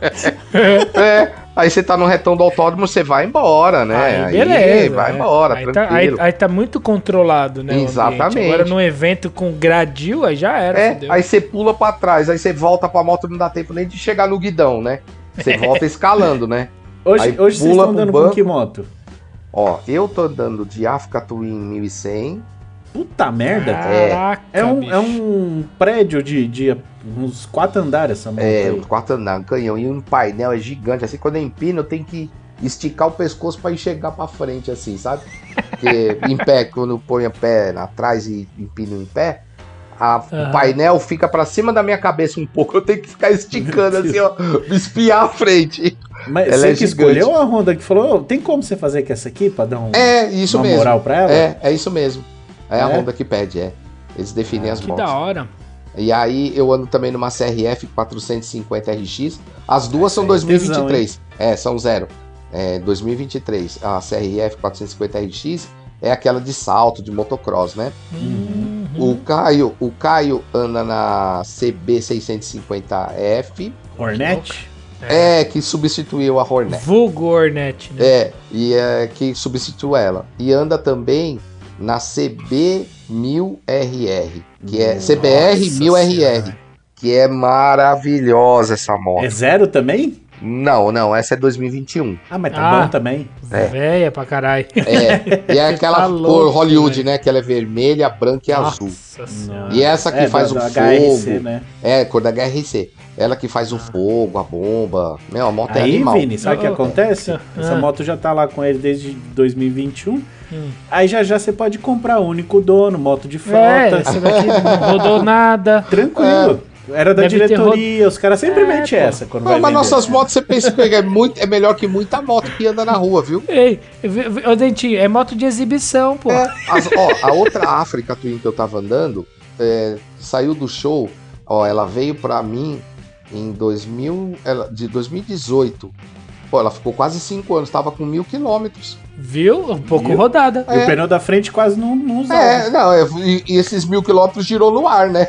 Speaker 3: É, aí você tá no retão do autódromo, você vai embora, né?
Speaker 2: Aí, beleza.
Speaker 3: vai
Speaker 2: é.
Speaker 3: embora,
Speaker 2: aí tá, aí,
Speaker 3: tranquilo.
Speaker 2: aí tá muito controlado, né? o ambiente.
Speaker 3: Exatamente.
Speaker 2: Agora num evento com gradil, aí já era,
Speaker 3: É,
Speaker 2: fodeu.
Speaker 3: aí você pula pra trás, aí você volta pra moto, não dá tempo nem de chegar no guidão, né? Você volta escalando, né?
Speaker 1: Hoje,
Speaker 3: Aí
Speaker 1: hoje vocês
Speaker 3: pula
Speaker 1: estão
Speaker 3: pro
Speaker 1: andando
Speaker 3: banco.
Speaker 1: com que moto?
Speaker 3: Ó, eu tô andando de Africa Twin mil e cem.
Speaker 1: Puta merda.
Speaker 2: Caraca,
Speaker 1: É um,
Speaker 2: bicho.
Speaker 1: é um prédio de, de uns quatro andares essa moto
Speaker 3: É,
Speaker 1: aí.
Speaker 3: um quarto andar, um canhão. E um painel é gigante. Assim, quando eu empino, eu tenho que esticar o pescoço pra enxergar pra frente, assim, sabe? Porque em pé, quando eu ponho o pé atrás e empino em pé, a,
Speaker 2: Aham.
Speaker 3: o painel fica pra cima da minha cabeça um pouco. Eu tenho que ficar esticando, assim, ó, espiar a frente.
Speaker 1: Mas
Speaker 3: Ela
Speaker 1: você
Speaker 3: é
Speaker 1: que
Speaker 3: gigante.
Speaker 1: escolheu ou a Honda que falou, "Ô, tem como você fazer com essa aqui pra dar um,
Speaker 3: É, isso
Speaker 1: uma
Speaker 3: mesmo.
Speaker 1: moral pra ela?"
Speaker 3: É, é isso mesmo. É, a
Speaker 1: É?
Speaker 3: Honda que pede, é. Eles definem as
Speaker 2: Que
Speaker 3: motos.
Speaker 2: da hora.
Speaker 3: E aí eu ando também numa C R F quatrocentos e cinquenta R X. As duas são
Speaker 1: Essa aí é
Speaker 3: dois mil e vinte e três.
Speaker 1: tesão,
Speaker 3: É, são zero. É dois mil e vinte e três. A C R F quatrocentos e cinquenta R X é aquela de salto, de motocross, né?
Speaker 2: Uhum.
Speaker 3: O Caio, o Caio anda na C B seiscentos e cinquenta F.
Speaker 1: Hornet?
Speaker 3: É, que substituiu a Hornet.
Speaker 2: Vulgo Hornet, né?
Speaker 3: É, e é que substitui ela. E anda também na C B mil R R, que é C B R mil R R,
Speaker 1: Senhora.
Speaker 3: que é maravilhosa essa moto.
Speaker 1: É zero também?
Speaker 3: Não, não, essa é dois mil e vinte e um.
Speaker 1: Ah, mas tá
Speaker 2: Ah.
Speaker 1: bom também.
Speaker 3: É.
Speaker 2: Véia pra caralho.
Speaker 3: É, e é aquela
Speaker 2: Tá
Speaker 3: cor
Speaker 2: louco,
Speaker 3: Hollywood,
Speaker 2: velho.
Speaker 3: né? Que ela é vermelha, branca e azul.
Speaker 2: Nossa senhora.
Speaker 3: E essa que
Speaker 1: É,
Speaker 3: faz
Speaker 1: da-
Speaker 3: o
Speaker 1: da H R C,
Speaker 3: fogo.
Speaker 1: né?
Speaker 3: É, cor da H R C. Ela que faz o fogo, a bomba. Meu, a moto é
Speaker 1: Aí,
Speaker 3: animal.
Speaker 1: Vini, sabe o que
Speaker 2: Oh, oh,
Speaker 1: acontece?
Speaker 2: ah.
Speaker 1: Essa moto já tá lá com ele desde dois mil e vinte e um.
Speaker 2: Hum.
Speaker 1: Aí já já você pode comprar único dono, moto de
Speaker 2: É,
Speaker 1: frota.
Speaker 2: essa daqui não rodou nada.
Speaker 1: Tranquilo. Era da
Speaker 2: Deve ter
Speaker 1: diretoria, os caras sempre
Speaker 2: É,
Speaker 1: metem
Speaker 2: pô.
Speaker 1: essa quando
Speaker 3: Ah,
Speaker 1: vai
Speaker 3: mas
Speaker 1: vender.
Speaker 3: nossas motos, você pensa que é, muito, é melhor que muita moto que anda na rua, viu?
Speaker 2: Ei, v- v- ô Dentinho, é moto de exibição, pô.
Speaker 3: É, as- ó, a outra África Twin que eu tava andando, é, saiu do show, ó, ela veio pra mim em dois mil, ela, de dois mil e dezoito. Pô, ela ficou quase cinco anos, tava com mil quilômetros.
Speaker 2: Viu? Um pouco
Speaker 1: Viu?
Speaker 2: rodada.
Speaker 1: E o pneu da frente quase não, não usava.
Speaker 3: É, não, é, e, e esses mil quilômetros girou no ar, né?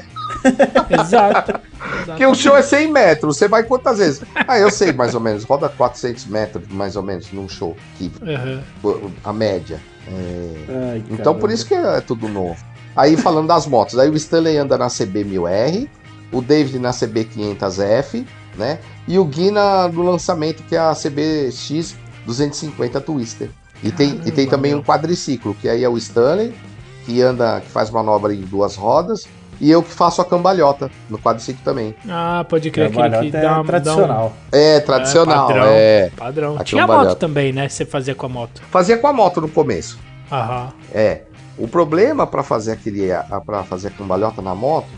Speaker 2: Exato.
Speaker 3: Porque o show é cem metros, você vai quantas vezes? Ah, eu sei mais ou menos, roda quatrocentos metros mais ou menos num show, que,
Speaker 2: Uhum.
Speaker 3: a média. É,
Speaker 1: Ai,
Speaker 3: então
Speaker 1: caramba.
Speaker 3: por isso que é tudo novo. Aí falando das motos, aí o Stanley anda na C B mil R, o David na C B quinhentos F, né? E o Gui na, no lançamento, que é a C B X duzentos e cinquenta Twister. E tem, e tem também um quadriciclo, que aí é o Stanley, que anda, que faz manobra em duas rodas, e eu que faço a cambalhota no quadriciclo também.
Speaker 2: Ah, pode crer, aquele que
Speaker 1: é
Speaker 2: dá,
Speaker 1: tradicional.
Speaker 2: Dá um...
Speaker 3: É, tradicional,
Speaker 2: é. Padrão.
Speaker 3: É,
Speaker 2: padrão. Tinha a moto também, né? Você fazia com a moto.
Speaker 3: Fazia com a moto no começo.
Speaker 2: Aham.
Speaker 3: É. O problema para fazer aquele, para fazer a cambalhota na moto,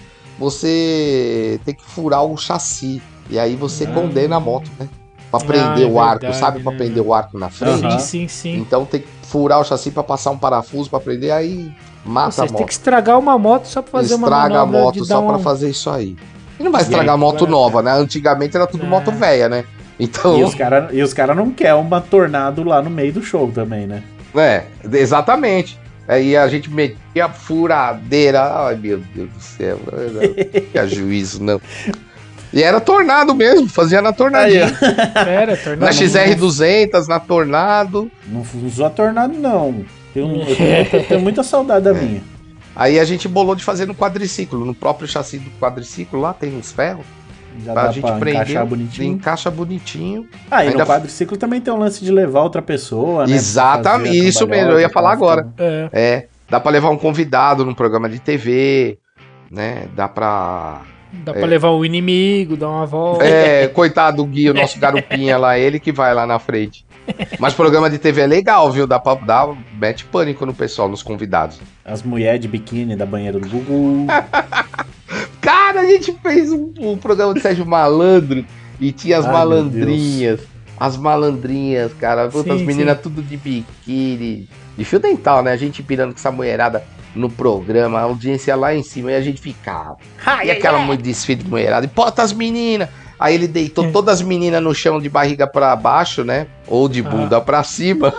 Speaker 3: você tem que furar o chassi. E aí você ah. condena a moto, né? Pra prender ah, é o arco, verdade, sabe? Pra né? prender o arco na frente.
Speaker 2: Sim, sim, sim.
Speaker 3: Então tem que furar o chassi pra passar um parafuso pra prender, aí mata Vocês a moto.
Speaker 2: Tem que estragar uma moto só pra fazer
Speaker 3: Estraga
Speaker 2: uma
Speaker 3: Estraga a moto só
Speaker 2: um...
Speaker 3: pra fazer isso aí. E não vai estragar a moto nova, né? Antigamente era tudo é. moto velha, né? Então...
Speaker 1: E os caras cara não querem uma tornado lá no meio do show também, né?
Speaker 3: É, exatamente. Aí a gente metia a furadeira. Ai, meu Deus do céu. Não tinha juízo, não. E era tornado mesmo, fazia na tornadinha.
Speaker 2: Era, tornado.
Speaker 3: Na X R duzentos, na Tornado.
Speaker 1: Não usou a Tornado, não. Tenho, eu, tenho, eu tenho muita saudade da é. minha.
Speaker 3: Aí a gente bolou de fazer no quadriciclo. No próprio chassi do quadriciclo lá tem uns ferros.
Speaker 1: Já pra dá gente pra prender, encaixar bonitinho.
Speaker 3: Encaixa bonitinho.
Speaker 1: Ah, e Ainda no quadriciclo f... também tem um lance de levar outra pessoa, né?
Speaker 3: Exatamente, isso mesmo, eu ia falar agora. É. é. Dá pra levar um convidado num programa de T V, né? Dá pra...
Speaker 2: Dá é. pra levar o inimigo, dar uma volta.
Speaker 3: É, coitado do Gui, o nosso garupinha lá, ele que vai lá na frente. Mas programa de T V é legal, viu? Dá pra dar, mete pânico no pessoal, nos convidados.
Speaker 1: As mulheres de biquíni da banheira do Gugu.
Speaker 3: Cara, a gente fez um, um programa de Sérgio Malandro e tinha as Ai, malandrinhas. As malandrinhas, cara. Sim, as meninas tudo de biquíni. De fio dental, né? A gente pirando com essa mulherada no programa, a audiência lá em cima, e a gente ficava. Ai, e aquela ai, desfile de mulherada, e bota as meninas. Aí ele deitou é. todas as meninas no chão de barriga pra baixo, né? Ou de bunda ah. pra cima.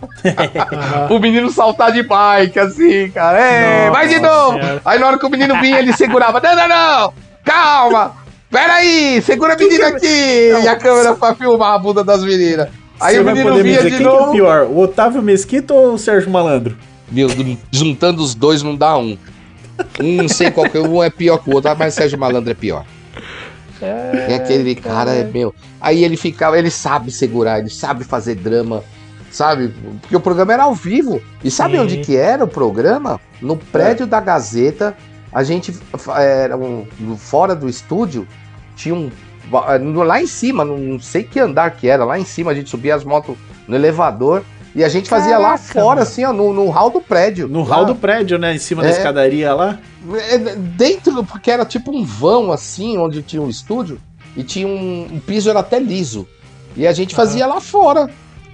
Speaker 3: O menino saltar de bike, assim, cara. É, vai de novo. Senhora. Aí na hora que o menino vinha, ele segurava. Não, não, não. Calma. Peraí, segura a menina aqui. Não. E a câmera pra filmar a bunda das meninas. Aí Você o menino vinha de
Speaker 1: quem
Speaker 3: novo.
Speaker 1: Que é pior, o Otávio Mesquita ou o Sérgio Malandro?
Speaker 3: Meu, juntando os dois não dá um. Um não sei qual que é, um é pior que o outro, mas Sérgio Malandro é pior. É, é aquele cara, é meu. Aí ele ficava, ele sabe segurar, ele sabe fazer drama, sabe? Porque o programa era ao vivo. E sabe Sim. onde que era o programa? No prédio é. da Gazeta. A gente era um, fora do estúdio, tinha um lá em cima, não sei que andar que era, lá em cima a gente subia as motos no elevador. E a gente fazia Caraca, lá fora, mano. assim, ó, no, no hall do prédio.
Speaker 1: No hall do prédio, né? Em cima é, da escadaria lá.
Speaker 3: Dentro, porque era tipo um vão, assim, onde tinha um estúdio. E tinha um... O piso era até liso. E a gente fazia ah. lá fora.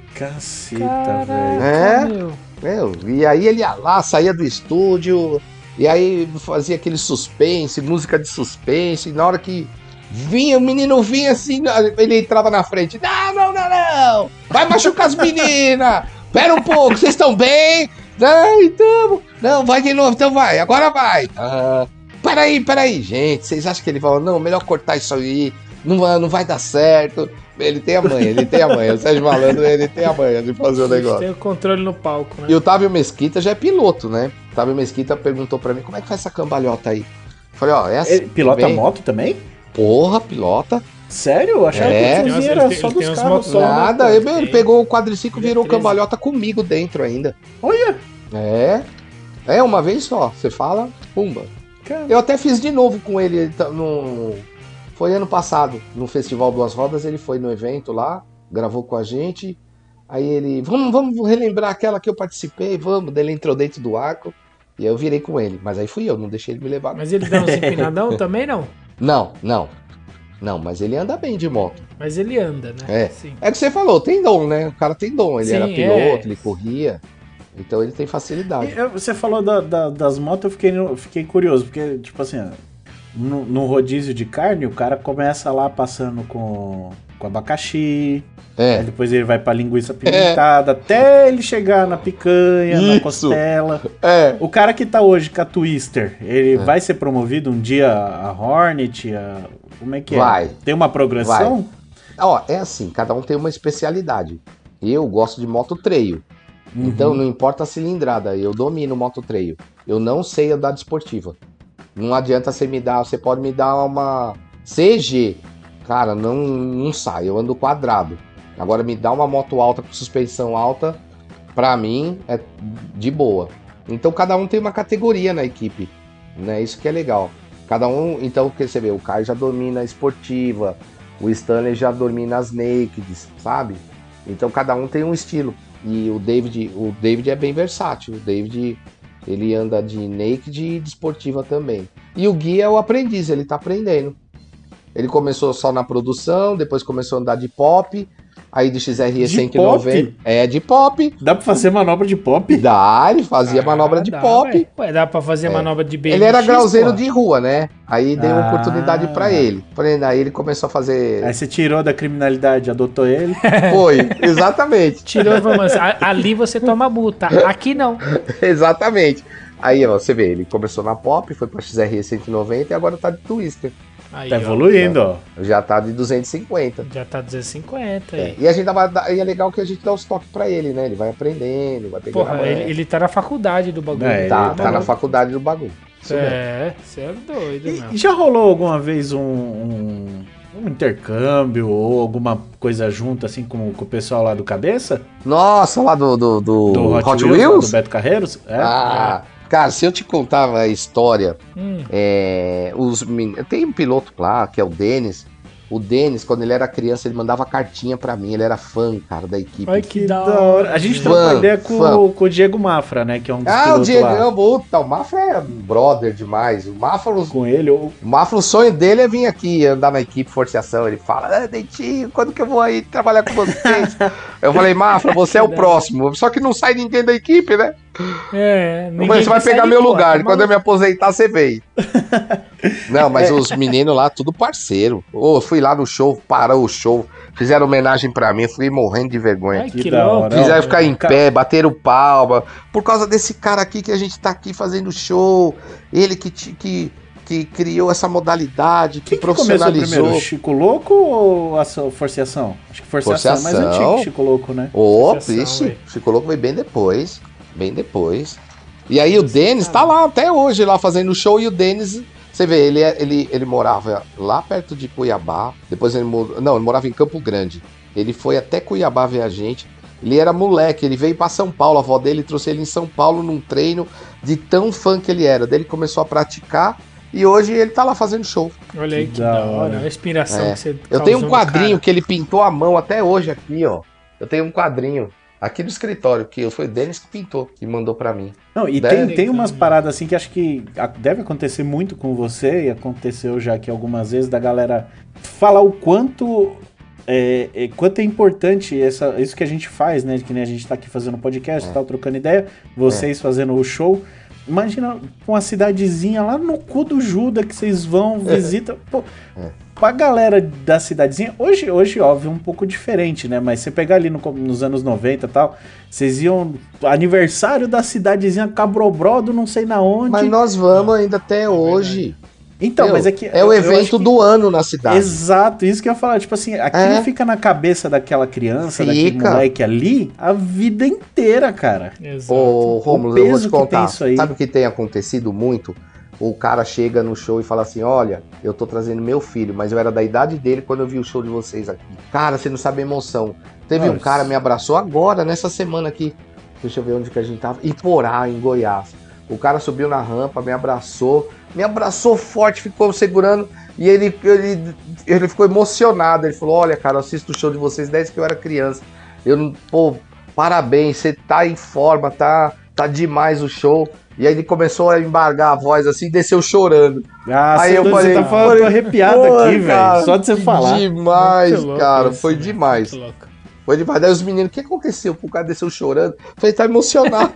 Speaker 1: Caceta, velho.
Speaker 3: É, meu. meu. E aí ele ia lá, saía do estúdio. E aí fazia aquele suspense, música de suspense. E na hora que... Vinha, o menino vinha assim, ele entrava na frente. Não, não, não, não! Vai machucar as meninas! Pera um pouco, vocês estão bem? Não, então. Não, vai de novo, então vai, agora vai. Ah, peraí, peraí, gente. Vocês acham que ele falou, não, melhor cortar isso aí, não, não vai dar certo. Ele tem a manha, ele tem a manha. O Sérgio Malandro, ele tem a manha de fazer o negócio.
Speaker 2: Tem o controle no palco, né?
Speaker 3: E o Otávio Mesquita já é piloto, né? O Otávio Mesquita perguntou pra mim, como é que faz essa cambalhota aí? Eu falei, ó, é assim.
Speaker 1: Ele pilota bem... moto também?
Speaker 3: Porra, pilota.
Speaker 1: Sério? Eu achava
Speaker 3: é.
Speaker 1: que era só dos carros. Só,
Speaker 3: nada, né? ele, ele pegou o quadriciclo e virou cambalhota comigo dentro ainda.
Speaker 1: Olha!
Speaker 3: É. É, uma vez só. Você fala, pumba. Caramba. Eu até fiz de novo com ele no... Foi ano passado, no Festival Duas Rodas, ele foi no evento lá, gravou com a gente. Aí ele, vamos, vamos relembrar aquela que eu participei, vamos. Daí ele entrou dentro do arco e eu virei com ele. Mas aí fui eu, não deixei ele me levar.
Speaker 2: Mas ele dá uns empinadão também, não?
Speaker 3: Não, não. Não, mas ele anda bem de moto.
Speaker 2: Mas ele anda, né?
Speaker 3: É, Sim. é que você falou, tem dom, né? O cara tem dom. Ele Sim, era piloto, é. ele corria. Então ele tem facilidade.
Speaker 1: E, você falou da, da, das motos, eu fiquei, eu fiquei curioso. Porque, tipo assim, no, no rodízio de carne, o cara começa lá passando com, com abacaxi. É. Aí depois ele vai pra linguiça pimentada, é. até ele chegar na picanha, Isso. na costela.
Speaker 3: É.
Speaker 1: O cara que tá hoje com a Twister, ele é. vai ser promovido um dia a Hornet? A... Como é que
Speaker 3: vai.
Speaker 1: é? Tem uma progressão?
Speaker 3: Vai. Ó, é assim, cada um tem uma especialidade. Eu gosto de moto trail. Uhum. Então não importa a cilindrada, eu domino moto trail. Eu não sei andar de esportiva. Não adianta você me dar, você pode me dar uma C G. Cara, não, não sai, eu ando quadrado. Agora me dá uma moto alta com suspensão alta, pra mim é de boa. Então cada um tem uma categoria na equipe, né? Isso que é legal. Cada um, então, quer você vê, o Caio já domina a esportiva, o Stanley já domina as nakeds, sabe? Então cada um tem um estilo. E o David, o David é bem versátil. O David, ele anda de naked e de esportiva também. E o Gui é o aprendiz, ele tá aprendendo. Ele começou só na produção, depois começou a andar de pop, aí de X R E cento e noventa. É, de pop.
Speaker 1: Dá pra fazer manobra de pop?
Speaker 3: Dá, ele fazia ah, manobra de
Speaker 2: dá,
Speaker 3: pop.
Speaker 2: Véio. Ué, dá pra fazer
Speaker 3: é.
Speaker 2: manobra de B M X,
Speaker 3: ele era grauzeiro
Speaker 2: pô.
Speaker 3: de rua, né? Aí dei uma
Speaker 1: ah.
Speaker 3: oportunidade pra ele. Aí ele começou a fazer...
Speaker 1: Aí você tirou da criminalidade, adotou ele.
Speaker 3: Foi, exatamente.
Speaker 2: Tirou, vamos, ali você toma multa, aqui não.
Speaker 3: Exatamente. Aí ó, você vê, ele começou na pop, foi pra X R E cento e noventa e agora tá de Twister.
Speaker 1: Aí, tá evoluindo, ó.
Speaker 3: Já tá de duzentos e cinquenta.
Speaker 2: Já tá duzentos e cinquenta.
Speaker 3: É. E a gente dá, e é legal que a gente dá os toques pra ele, né? Ele vai aprendendo, vai pegando.
Speaker 2: Porra, ele, ele tá na faculdade do bagulho.
Speaker 3: É, tá, tá na faculdade do bagulho.
Speaker 2: Isso é, você é doido,
Speaker 1: e, mesmo. Já rolou alguma vez um, um, um intercâmbio ou alguma coisa junto, assim, com, com o pessoal lá do Cabeça?
Speaker 3: Nossa, lá do, do, do,
Speaker 1: do Hot, Hot
Speaker 3: Wheels?
Speaker 1: Wheels? Do Beto Carreiros?
Speaker 3: É. Ah... É. Cara, se eu te contava a história, hum. é, os, tem um piloto lá, que é o Denis. O Denis, quando ele era criança, ele mandava cartinha pra mim. Ele era fã, cara, da equipe.
Speaker 1: Ai, que da hora. A gente trocou uma ideia com, com o Diego Mafra, né? Que é um dos
Speaker 3: Ah, o Diego, puta, o Mafra é brother demais. O Mafra...
Speaker 1: Com ele, ou...
Speaker 3: O Mafra, o sonho dele é vir aqui, andar na equipe Forçação. Ele fala, ah, Dentinho, quando que eu vou aí trabalhar com vocês? Eu falei, Mafra, você é o próximo. Só que não sai ninguém da equipe, né?
Speaker 2: É,
Speaker 3: eu falei, você vai pegar meu lugar. Tá, quando eu me aposentar, você vem. Não, mas é. Os meninos lá, tudo parceiro. Ô, oh, fui lá no show, parou o show, fizeram homenagem pra mim, eu fui morrendo de vergonha.
Speaker 2: Ai, que da hora.
Speaker 3: Fizeram ficar em pé, bateram palma, por causa desse cara aqui que a gente tá aqui fazendo show, ele que, que, que criou essa modalidade, que, que profissionalizou.
Speaker 1: Começou primeiro, Chico Louco ou a Forçação? Acho que Forçação é mais antigo que Chico Louco, né?
Speaker 3: Ô, vixe, Chico Louco veio bem depois, bem depois. E aí o Denis tá lá até hoje, lá fazendo show, e o Denis... Você vê, ele, ele, ele morava lá perto de Cuiabá, depois ele morava, não, ele morava em Campo Grande. Ele foi até Cuiabá ver a gente. Ele era moleque, ele veio para São Paulo, a avó dele trouxe ele em São Paulo num treino de tão fã que ele era. Daí ele começou a praticar e hoje ele tá lá fazendo show.
Speaker 2: Olha aí que, que da hora, a inspiração
Speaker 3: é.
Speaker 2: que você
Speaker 3: Eu tenho um quadrinho que ele pintou à mão até hoje aqui, ó. Eu tenho um quadrinho aqui no escritório, que foi o Denis que pintou, que mandou pra mim.
Speaker 1: Não, e tem, tem umas paradas assim que acho que deve acontecer muito com você, e aconteceu já aqui algumas vezes, da galera falar o quanto é, é, quanto é importante essa, isso que a gente faz, né? Que nem a gente tá aqui fazendo podcast e é. tal, trocando ideia, vocês é. fazendo o show. Imagina uma cidadezinha lá no cu do Juda que vocês vão, visitam. Pô, é. Pra galera da cidadezinha, hoje, hoje, óbvio, um pouco diferente, né? Mas você pegar ali no, nos anos noventa e tal, vocês iam. Aniversário da cidadezinha Cabrobrodo, não sei na onde.
Speaker 3: Mas nós vamos ainda até é hoje.
Speaker 1: Então, Meu, mas é que.
Speaker 3: É o evento
Speaker 1: que,
Speaker 3: do ano na cidade.
Speaker 1: Exato, isso que eu ia falar. Tipo assim, aquilo é. fica na cabeça daquela criança, fica. daquele moleque ali, a vida inteira, cara.
Speaker 3: Exato. Ô, Rômulo, eu vou te contar. Sabe o que tem acontecido muito? O cara chega no show e fala assim, olha, eu tô trazendo meu filho, mas eu era da idade dele quando eu vi o show de vocês aqui. Cara, você não sabe a emoção. Teve Nossa. um cara me abraçou agora, nessa semana aqui. Deixa eu ver onde que a gente tava. Em Porá, em Goiás. O cara subiu na rampa, me abraçou. Me abraçou forte, ficou segurando. E ele, ele, ele ficou emocionado. Ele falou, olha, cara, eu assisto o show de vocês desde que eu era criança. Eu não... Pô, parabéns, você tá em forma, tá, tá demais o show. E aí ele começou a embargar a voz assim e desceu chorando.
Speaker 1: Ah,
Speaker 3: aí eu
Speaker 1: você
Speaker 3: falei,
Speaker 1: tá falando, tô arrepiado aqui, velho. Só de você falar.
Speaker 3: Demais, cara. Foi demais. Foi demais. Daí os meninos, o que aconteceu? O cara desceu chorando. Eu falei, tá emocionado.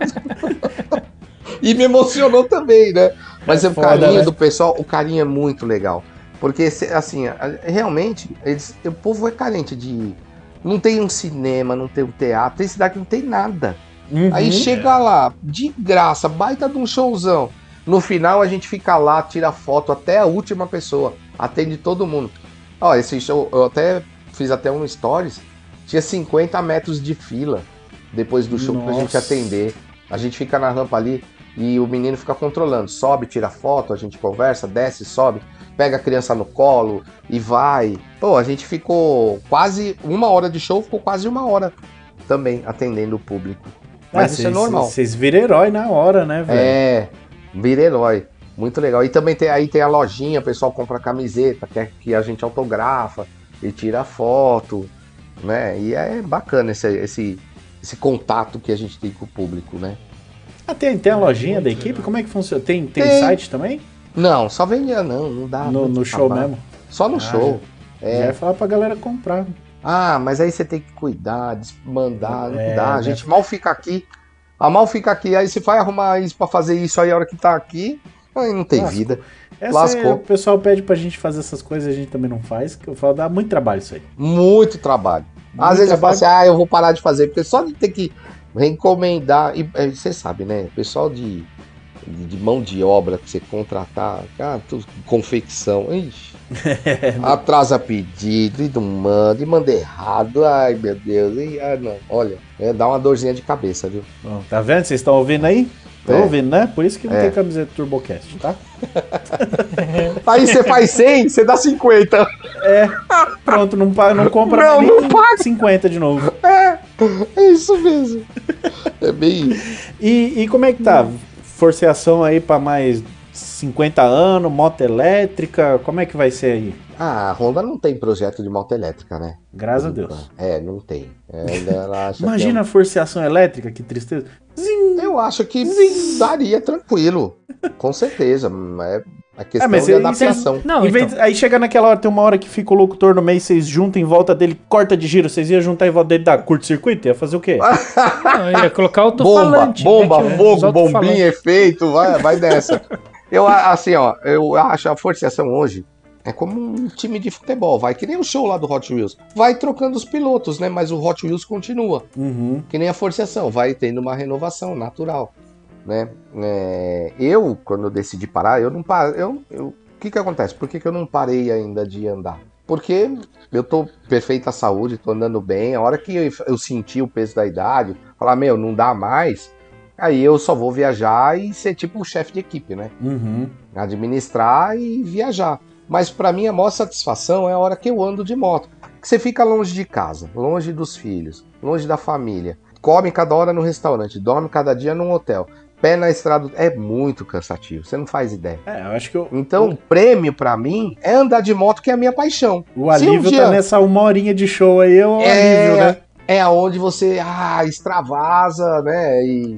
Speaker 3: E me emocionou também, né? Mas é o foda, carinho né? do pessoal, o carinho é muito legal. Porque, assim, realmente, eles, o povo é carente de... Não tem um cinema, não tem um teatro, tem cidade que não tem nada. Uhum. Aí chega lá, de graça, baita de um showzão. No final a gente fica lá, tira foto até a última pessoa, atende todo mundo. Ó, esse show, eu até fiz até um stories, tinha cinquenta metros de fila depois do show. Nossa. Pra gente atender. A gente fica na rampa ali e o menino fica controlando, sobe, tira foto, a gente conversa, desce, sobe. pega a criança no colo e vai. Pô, a gente ficou quase uma hora de show, ficou quase uma hora também atendendo o público. Mas ah, isso cês, é normal.
Speaker 1: Vocês viram herói na hora, né, velho?
Speaker 3: É, vira herói. Muito legal. E também tem, aí tem a lojinha, o pessoal compra camiseta, quer que a gente autografa e tira foto, né? E é bacana esse, esse, esse contato que a gente tem com o público, né?
Speaker 1: Ah, tem, tem a lojinha da equipe? Como é que funciona? Tem, tem, tem. site também?
Speaker 3: Não, só vendia não, não dá.
Speaker 1: No, no show trabalho. mesmo?
Speaker 3: Só no ah, show.
Speaker 1: Já, é. já ia falar pra galera comprar.
Speaker 3: Ah, mas aí você tem que cuidar, mandar, não é, dá. A gente né? mal fica aqui. A mal fica aqui, aí você vai arrumar isso pra fazer isso aí a hora que tá aqui, aí não tem Lascou. vida.
Speaker 1: Essa Lascou. É, o pessoal pede pra gente fazer essas coisas, a gente também não faz, que eu falo, dá muito trabalho isso aí.
Speaker 3: Muito trabalho. Muito Às vezes trabalho. eu falo assim, ah, eu vou parar de fazer, porque só de ter que encomendar, e você sabe, né, pessoal de, de, de mão de obra que você contratar, cara, tudo, confecção, ixi. Atrasa pedido e não manda, e manda errado, ai meu Deus, e, ah, não. Olha, é, dá uma dorzinha de cabeça, viu?
Speaker 1: Bom, tá vendo? Vocês estão ouvindo aí? Estão é. ouvindo, né? Por isso que não é. tem camiseta TurboCast, tá?
Speaker 3: Aí você faz cem, você dá cinquenta.
Speaker 1: É, pronto, não, não compra
Speaker 3: não,
Speaker 1: nem
Speaker 3: não paga.
Speaker 1: cinquenta de novo.
Speaker 3: É, é isso mesmo. É bem
Speaker 1: e, e como é que tá? Forceação aí pra mais cinquenta anos, moto elétrica, como é que vai ser aí?
Speaker 3: Ah, a Honda não tem projeto de moto elétrica, né?
Speaker 1: Graças a Deus.
Speaker 3: É, não tem. É, ela acha
Speaker 1: Imagina
Speaker 3: é um...
Speaker 1: a forceação elétrica, que tristeza.
Speaker 3: Zim, Eu acho que zim. daria tranquilo, com certeza. É a questão é, de adaptação.
Speaker 1: Vocês... Não, então... vez... Aí chega naquela hora, tem uma hora que fica o locutor no meio, vocês juntam em volta dele, corta de giro, vocês iam juntar em volta dele, dar curto-circuito? Ia fazer o quê?
Speaker 2: Não, ia colocar alto-falante.
Speaker 3: Bomba, bomba, né, fogo, bombinha, efeito, vai, vai dessa. Eu, assim, ó, eu acho a forçação hoje é como um time de futebol, vai, que nem o show lá do Hot Wheels. Vai trocando os pilotos, né, mas o Hot Wheels continua.
Speaker 1: Uhum.
Speaker 3: Que nem a forçação, vai tendo uma renovação natural, né. É, eu, quando eu decidi parar, eu não parei, eu, eu, o que que acontece? Por que que eu não parei ainda de andar? Porque eu tô perfeita saúde, tô andando bem, a hora que eu, eu senti o peso da idade, falar, meu, não dá mais... Aí eu só vou viajar e ser tipo o chefe de equipe, né?
Speaker 1: Uhum.
Speaker 3: Administrar e viajar. Mas pra mim a maior satisfação é a hora que eu ando de moto. Que você fica longe de casa, longe dos filhos, longe da família. Come cada hora no restaurante, dorme cada dia num hotel. Pé na estrada, é muito cansativo, você não faz ideia.
Speaker 1: É, eu acho que eu...
Speaker 3: Então o prêmio pra mim é andar de moto, que é a minha paixão.
Speaker 1: O alívio um dia... tá nessa uma horinha de show aí, é o é... alívio, né?
Speaker 3: É onde você ah, extravasa, né? E,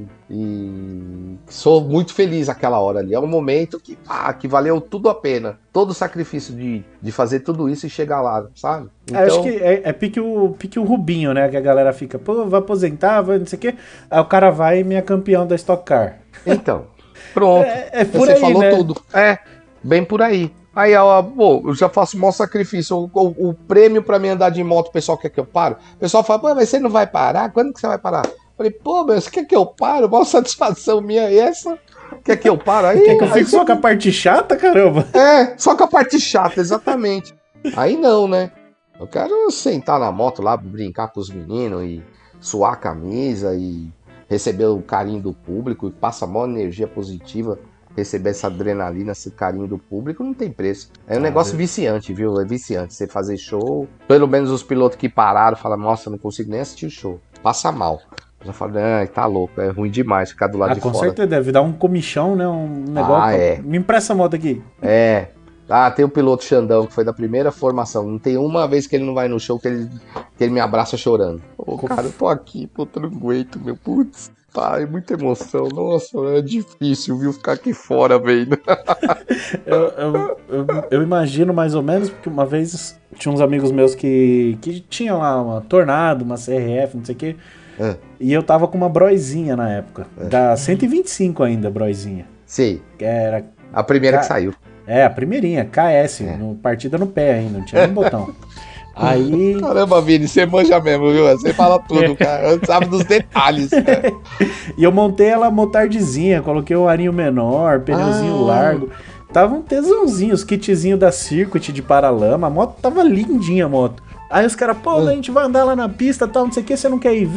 Speaker 3: e sou muito feliz aquela hora ali. É um momento que, ah, que valeu tudo a pena. Todo o sacrifício de, de fazer tudo isso e chegar lá, sabe?
Speaker 1: Então... É, acho que é, é pique, o, pique o Rubinho, né? Que a galera fica, pô, vai aposentar, vai não sei o quê. Aí o cara vai e minha campeão da Stock Car.
Speaker 3: Então, pronto.
Speaker 1: é, é por
Speaker 3: você
Speaker 1: aí,
Speaker 3: falou
Speaker 1: né?
Speaker 3: tudo. É, bem por aí. Aí, ó, pô, eu já faço o maior sacrifício. O, o, o prêmio pra mim andar de moto, o pessoal quer que eu pare. O pessoal fala, pô, mas você não vai parar? Quando que você vai parar? Eu falei, pô, meu, você quer que eu pare? A maior satisfação minha é essa. Quer que eu pare? Aí,
Speaker 1: quer que eu
Speaker 3: aí
Speaker 1: fique só com a parte chata, caramba?
Speaker 3: É, só com a parte chata, exatamente. Aí não, né? Eu quero sentar na moto lá, brincar com os meninos e suar a camisa e receber o carinho do público e passa a maior energia positiva. Receber essa adrenalina, esse carinho do público, não tem preço. É um ah, negócio é. viciante, viu? É viciante. Você fazer show, pelo menos os pilotos que pararam, falam, nossa, não consigo nem assistir o show. Passa mal. Já fala, ah, tá louco, é ruim demais ficar do lado ah, de
Speaker 1: com
Speaker 3: fora. Com
Speaker 1: certeza, deve dar um comichão, né? Um negócio.
Speaker 3: Ah, é.
Speaker 1: Me empresta a moto aqui.
Speaker 3: É. Ah, tem o piloto Xandão, que foi da primeira formação. Não tem uma vez que ele não vai no show que ele, que ele me abraça chorando. Ô, cara, eu tô aqui, pô, eu não aguento, meu. Putz. Pai, muita emoção. Nossa, é difícil, viu? Ficar aqui fora vendo.
Speaker 1: eu, eu, eu, eu imagino mais ou menos, porque uma vez tinha uns amigos meus que, que tinham lá uma Tornado, uma C R F, não sei o quê. É. E eu tava com uma Broizinha na época. É. Da cento e vinte e cinco ainda, Broizinha.
Speaker 3: Sim.
Speaker 1: Era
Speaker 3: a primeira
Speaker 1: K...
Speaker 3: que saiu.
Speaker 1: É, a primeirinha, K S, é. no, partida no pé ainda, não tinha nem botão. Aí...
Speaker 3: Caramba, Vini, você manja mesmo, viu? Você fala tudo, cara. Você sabe dos detalhes, cara.
Speaker 1: E eu montei ela motardezinha, coloquei o arinho menor, pneuzinho ah. largo. Tava um tesãozinho, os kitzinhos da Circuit de paralama. A moto tava lindinha, a moto. Aí os caras, pô, a gente vai andar lá na pista e tal, não sei o que, você não quer ir ver?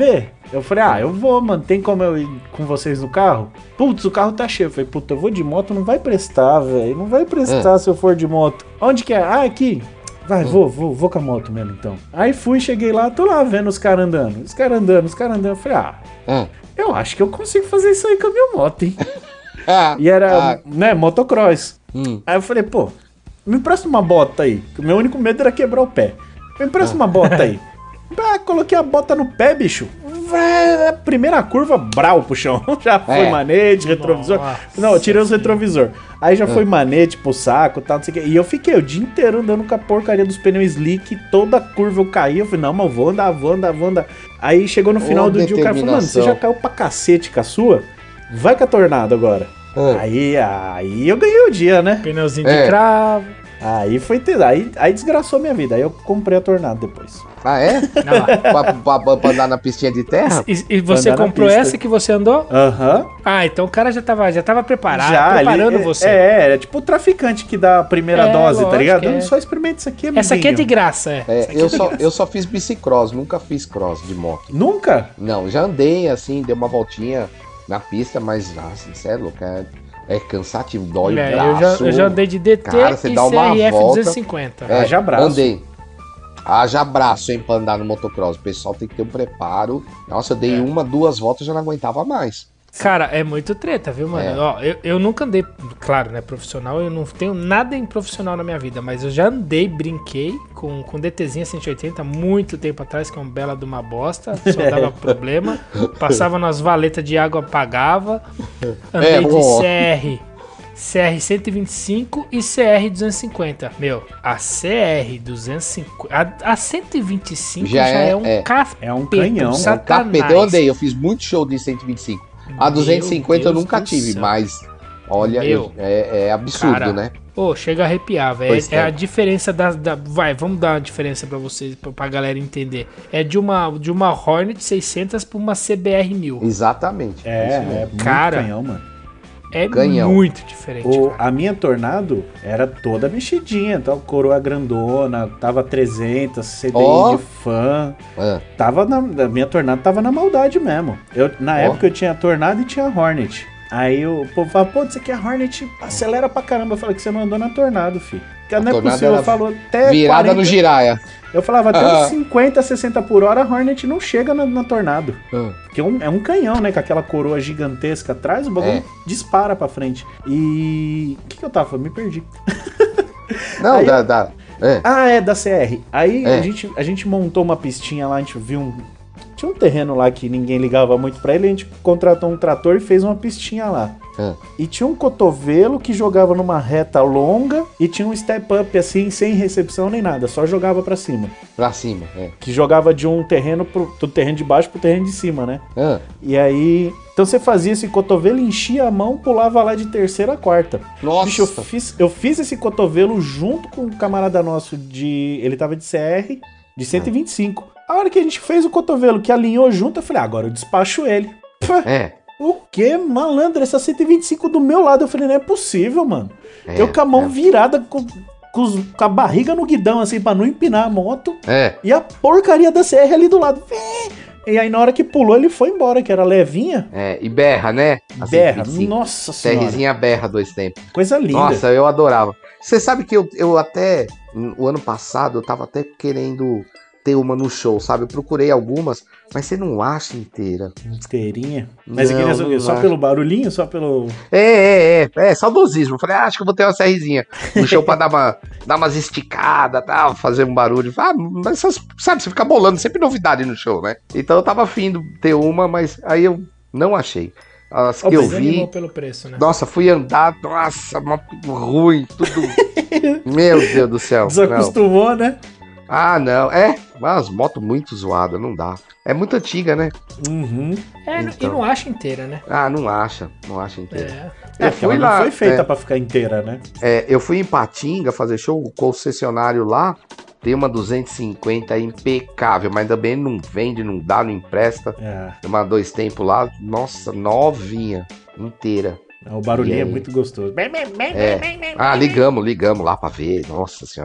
Speaker 1: Eu falei, ah, eu vou, mano, tem como eu ir com vocês no carro? Putz, o carro tá cheio. Eu falei, puta, eu vou de moto, não vai prestar, velho. Não vai prestar é. se eu for de moto. Onde que é? Ah, aqui. Vai, hum. vou, vou, vou com a moto mesmo, então. Aí fui, cheguei lá, tô lá vendo os caras andando. Os caras andando, os caras andando. Eu falei, ah, hum. eu acho que eu consigo fazer isso aí com a minha moto, hein? ah, e era, ah. né, motocross. Hum. Aí eu falei, pô, me empresta uma bota aí. O meu único medo era quebrar o pé. Me empresta ah. uma bota aí. Ah, coloquei a bota no pé, bicho. A primeira curva, brau pro chão. Já foi é. manete, retrovisor. Nossa, não, eu tirei os retrovisor. Aí já é. foi manete pro saco e tal, não sei o que. E eu fiquei o dia inteiro andando com a porcaria dos pneus slick. Toda curva eu caí. Eu falei, não, mas eu vou andar, vou andar, vou andar. Aí chegou no final Ô, do dia, o cara falou, mano, você já caiu pra cacete com a sua? Vai com a Tornado agora. É. Aí, aí eu ganhei o dia, né?
Speaker 2: Pneuzinho é. de cravo.
Speaker 1: Aí foi ter, aí, aí desgraçou minha vida. Aí eu comprei a Tornado depois.
Speaker 3: Ah, é? pra, pra, pra andar na pistinha de terra?
Speaker 2: E, e você comprou essa que você andou?
Speaker 1: Aham. Uhum.
Speaker 2: Ah, então o cara já tava, já tava preparado,
Speaker 1: já,
Speaker 2: preparando
Speaker 1: ele,
Speaker 2: você.
Speaker 1: É, é, é tipo o traficante que dá a primeira é, dose, tá ligado? É. Só experimenta isso aqui, amiguinho.
Speaker 2: Essa aqui é de graça, é.
Speaker 3: é eu, é só, graça. eu só fiz bicicross, nunca fiz cross de moto.
Speaker 1: Nunca?
Speaker 3: Não, já andei assim, dei uma voltinha na pista, mas, assim, cê é louco, é... É cansativo, dói é, o braço.
Speaker 2: Eu já, eu já andei de D T cara, e
Speaker 3: dá uma
Speaker 2: C R F
Speaker 3: volta,
Speaker 2: duzentos e cinquenta.
Speaker 3: É,
Speaker 1: haja braço.
Speaker 3: Andei. Haja braço, hein, pra andar no motocross. O pessoal tem que ter um preparo. Nossa, eu dei é. uma, duas voltas e já não aguentava mais.
Speaker 2: Cara, é muito treta, viu, mano? É. Ó, eu, eu nunca andei, claro, né, profissional, eu não tenho nada em profissional na minha vida, mas eu já andei, brinquei com, com DTzinha cento e oitenta muito tempo atrás, que é um bela de uma bosta, só dava problema. Passava nas valetas de água, apagava. Andei é, de C R... C R cento e vinte e cinco e C R duzentos e cinquenta. Meu, a C R duzentos e cinquenta... A, a cento e vinte e cinco já, já é, é um é, capeta,
Speaker 1: é um canhão.
Speaker 3: É um capeta. Eu andei, eu fiz muito show de cento e vinte e cinco. A duzentos e cinquenta Deus eu nunca tive, céu. Mas... Olha, eu, é, é absurdo, cara, né?
Speaker 2: Pô, chega a arrepiar, velho. É, é a diferença da, da... Vai, vamos dar uma diferença pra vocês, pra, pra galera entender. É de uma, de uma Hornet seiscentos pra uma C B R mil.
Speaker 3: Exatamente.
Speaker 1: É, é muito
Speaker 2: cara,
Speaker 1: canhão, mano.
Speaker 2: É Canhão. muito diferente.
Speaker 1: O, a minha Tornado era toda mexidinha, então coroa grandona, tava trezentos, C D I oh. de fã. É. Tava na, a minha Tornado tava na maldade mesmo. Eu, na oh. época eu tinha a Tornado e tinha a Hornet. Aí o povo fala, pô, isso aqui é a Hornet, acelera pra caramba. Eu falei que você não andou na Tornado, filho. Porque não é possível, eu falo até
Speaker 3: virada quarenta... no Jiraya.
Speaker 1: Eu falava, até ah. uns cinquenta, sessenta por hora, a Hornet não chega na, na Tornado. Ah. Porque é um, é um canhão, né? Com aquela coroa gigantesca atrás, o bagulho é. dispara pra frente. E... O que, que eu tava falando? Me perdi.
Speaker 3: Não, Aí, dá, dá. É.
Speaker 1: Ah, é, da C R. Aí é. a, gente, a gente montou uma pistinha lá, a gente viu um... Tinha um terreno lá que ninguém ligava muito pra ele, a gente contratou um trator e fez uma pistinha lá. É. E tinha um cotovelo que jogava numa reta longa e tinha um step up assim, sem recepção nem nada, só jogava pra cima.
Speaker 3: Pra cima, é.
Speaker 1: Que jogava de um terreno pro do terreno de baixo pro terreno de cima, né? É. E aí... Então você fazia esse cotovelo, enchia a mão, pulava lá de terceira a quarta.
Speaker 3: Nossa!
Speaker 1: Bicho, eu fiz, eu fiz esse cotovelo junto com um camarada nosso de... Ele tava de C R, de cento e vinte e cinco. A hora que a gente fez o cotovelo, que alinhou junto, eu falei, ah, agora eu despacho ele.
Speaker 3: É.
Speaker 1: O que, malandro? Essa cento e vinte e cinco do meu lado. Eu falei, não é possível, mano. É, eu com a mão é. virada, com, com, os, com a barriga no guidão, assim, pra não empinar a moto.
Speaker 3: É.
Speaker 1: E a porcaria da C R ali do lado. E aí, na hora que pulou, ele foi embora, que era levinha.
Speaker 3: É, e berra, né?
Speaker 1: A berra, nossa senhora.
Speaker 3: CRzinha berra dois tempos.
Speaker 1: Coisa linda.
Speaker 3: Nossa, eu adorava. Você sabe que eu, eu até, o ano passado, eu tava até querendo... ter uma no show, sabe? Eu procurei algumas, mas você não acha inteira.
Speaker 1: Inteirinha? Mas não, aqui não só acho. Pelo barulhinho? Só pelo...
Speaker 3: É, é, é. É, saudosismo. Eu falei, ah, acho que eu vou ter uma CRzinha no show pra dar, uma, dar umas esticadas, tal, fazer um barulho. Ah, mas sabe, você fica bolando, sempre novidade no show, né? Então eu tava afim de ter uma, mas aí eu não achei. As que oh, eu vi...
Speaker 2: pelo preço, né?
Speaker 3: Nossa, fui andar, nossa, ruim, tudo... Meu Deus do céu.
Speaker 1: Desacostumou, não. né?
Speaker 3: Ah, não. É, mas moto muito zoada, não dá. É muito antiga, né?
Speaker 1: Uhum.
Speaker 2: É, então. E não acha inteira, né?
Speaker 3: Ah, não acha. Não acha inteira.
Speaker 1: É, é fui lá, não foi feita é, pra ficar inteira, né?
Speaker 3: É, eu fui em Patinga fazer show, o concessionário lá tem uma duzentos e cinquenta impecável, mas também não vende, não dá, não empresta. É. Uma dois tempos lá, nossa, novinha, inteira.
Speaker 1: O barulhinho é muito gostoso.
Speaker 3: É. Ah, ligamos, ligamos lá pra ver, nossa senhora.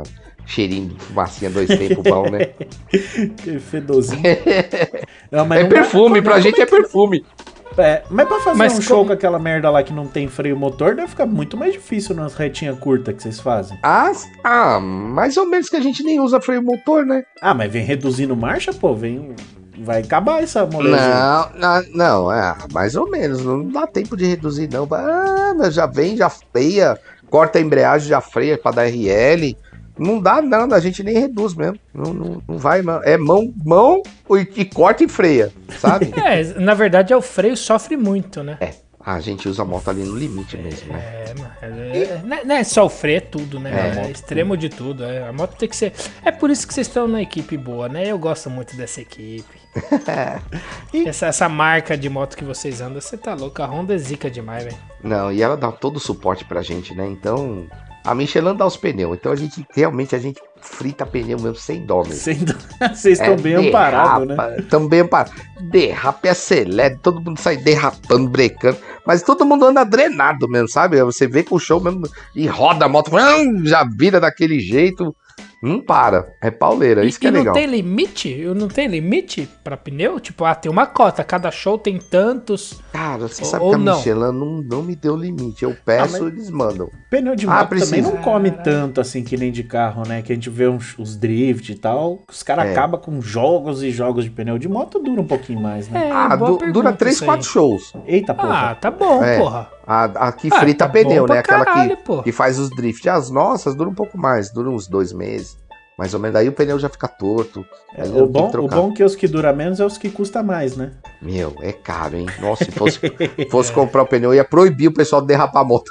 Speaker 3: cheirinho de fumacinha dois tempos bom, né?
Speaker 1: Que fedozinho. Não,
Speaker 3: é perfume, dá, pra gente é perfume.
Speaker 1: É, mas pra fazer
Speaker 2: mas
Speaker 1: um show com aquela merda lá que não tem freio motor, deve ficar muito mais difícil nas retinhas curtas que vocês fazem.
Speaker 3: Ah, ah, mais ou menos que a gente nem usa freio motor, né?
Speaker 1: Ah, mas vem reduzindo marcha, pô, vem... Vai acabar essa moleza.
Speaker 3: Não, não, não, é, mais ou menos, não dá tempo de reduzir não. Ah, já vem, já freia, corta a embreagem, já freia pra dar R L. Não dá nada, a gente nem reduz mesmo. Não, não, não vai, mano. É mão, mão e, e corta e freia, sabe?
Speaker 2: É, na verdade é o freio sofre muito, né?
Speaker 3: É, a gente usa a moto ali no limite mesmo, né?
Speaker 2: É, mano. É, é, não, é, não é só o freio, é tudo, né? É, é extremo de tudo. É, a moto tem que ser. É por isso que vocês estão na equipe boa, né? Eu gosto muito dessa equipe. essa, essa marca de moto que vocês andam, você tá louco. A Honda é zica demais, velho.
Speaker 3: Não, e ela dá todo o suporte pra gente, né? Então. A Michelin dá os pneus, então a gente realmente a gente frita pneu mesmo sem dó mesmo.
Speaker 1: Sem dó. Vocês estão é, bem amparados, né?
Speaker 3: Estão bem amparados. Derrapa e acelera, todo mundo sai derrapando, brecando, mas todo mundo anda drenado mesmo, sabe? Você vê com o show mesmo e roda a moto, já vira daquele jeito, não para, é pauleira,
Speaker 2: e,
Speaker 3: isso que é
Speaker 2: e
Speaker 3: legal.
Speaker 2: não tem limite? Não tem limite pra pneu? Tipo, ah, tem uma cota, cada show tem tantos.
Speaker 3: Cara, você
Speaker 2: ou,
Speaker 3: sabe
Speaker 2: ou
Speaker 3: que a
Speaker 2: não.
Speaker 3: Michelin não, não me deu limite, eu peço, ah, mas... eles mandam.
Speaker 1: Pneu de moto ah, também não come tanto assim que nem de carro, né? Que a gente vê uns, os drift e tal, os caras é. acabam com jogos e jogos de pneu de moto, dura um pouquinho mais, né?
Speaker 2: É,
Speaker 3: ah, du dura três, quatro shows.
Speaker 1: Eita, porra.
Speaker 2: Ah, tá bom,
Speaker 3: é.
Speaker 2: porra.
Speaker 3: A, a que
Speaker 2: ah,
Speaker 3: frita
Speaker 2: tá
Speaker 3: pneu, né? Aquela
Speaker 2: caralho,
Speaker 3: que, que faz os drift. As nossas duram um pouco mais, duram uns dois meses. Mais ou menos, aí o pneu já fica torto.
Speaker 1: É, o, bom, o bom é que os que duram menos é os que custam mais, né?
Speaker 3: Meu, é caro, hein? Nossa, se fosse, fosse comprar o pneu, eu ia proibir o pessoal de derrapar a moto.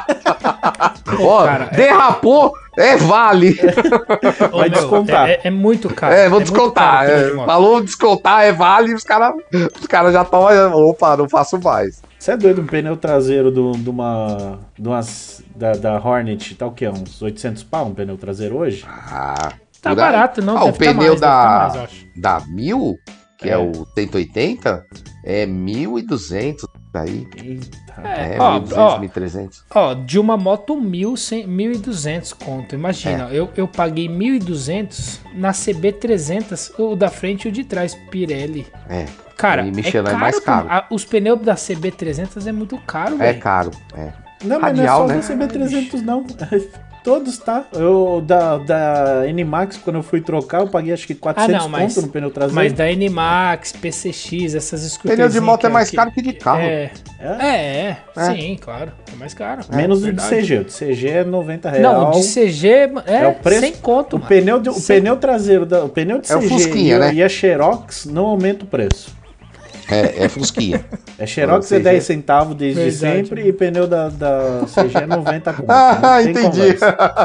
Speaker 3: Ó, cara, derrapou, é, é vale.
Speaker 2: Ô, vai meu, descontar. É, é muito caro.
Speaker 3: É, vou é descontar. É, falou descontar, é vale, os caras os cara já estão. Opa, não faço mais.
Speaker 1: Você é doido, um pneu traseiro de do, do uma, do umas, da, da Hornet, tá o quê? Uns oitocentos pau, um pneu traseiro hoje?
Speaker 3: Ah,
Speaker 2: tá dura... barato, não?
Speaker 3: Ah, o pneu
Speaker 2: mais,
Speaker 3: da,
Speaker 2: mais,
Speaker 3: da mil, que é, é o cento e oitenta, é mil e duzentos aí.
Speaker 1: Eita.
Speaker 2: É,
Speaker 3: é
Speaker 2: ó,
Speaker 3: mil e duzentos,
Speaker 2: ó,
Speaker 3: mil e trezentos.
Speaker 2: Ó, de uma moto mil, mil e duzentos conto. Imagina, é. eu, eu paguei mil e duzentos na C B trezentos, o da frente e o de trás, Pirelli.
Speaker 3: É.
Speaker 2: Cara,
Speaker 3: e Michelin
Speaker 2: é, caro,
Speaker 3: é mais caro.
Speaker 2: A, os pneus da C B trezentos é muito caro, velho.
Speaker 3: É caro, é.
Speaker 1: Não, mas
Speaker 3: Radial,
Speaker 1: não é só
Speaker 3: né?
Speaker 1: da C B trezentos, não. Todos, tá? Eu, da, da N-Max, quando eu fui trocar, eu paguei acho que quatrocentos ah, não, mas, conto no pneu traseiro.
Speaker 2: Mas da N-Max, P C X, essas scooters...
Speaker 3: Pneu de moto é mais que, caro que de carro.
Speaker 2: É, é, é, é, sim, claro. É mais caro.
Speaker 1: Menos
Speaker 2: é,
Speaker 1: o de C G. O de C G é noventa reais.
Speaker 2: Não, o de C G é, é o preço, sem conto,
Speaker 1: o
Speaker 2: mano.
Speaker 1: pneu, de, o pneu traseiro, da, o pneu de
Speaker 3: é
Speaker 1: C G
Speaker 3: Fusquinha,
Speaker 1: e,
Speaker 3: né?
Speaker 1: e a Xerox não aumenta o preço.
Speaker 3: É, é Fusquinha.
Speaker 1: É Xerox é dez centavos desde Verdade. sempre e pneu da, da C G é noventa conto.
Speaker 3: Ah, entendi.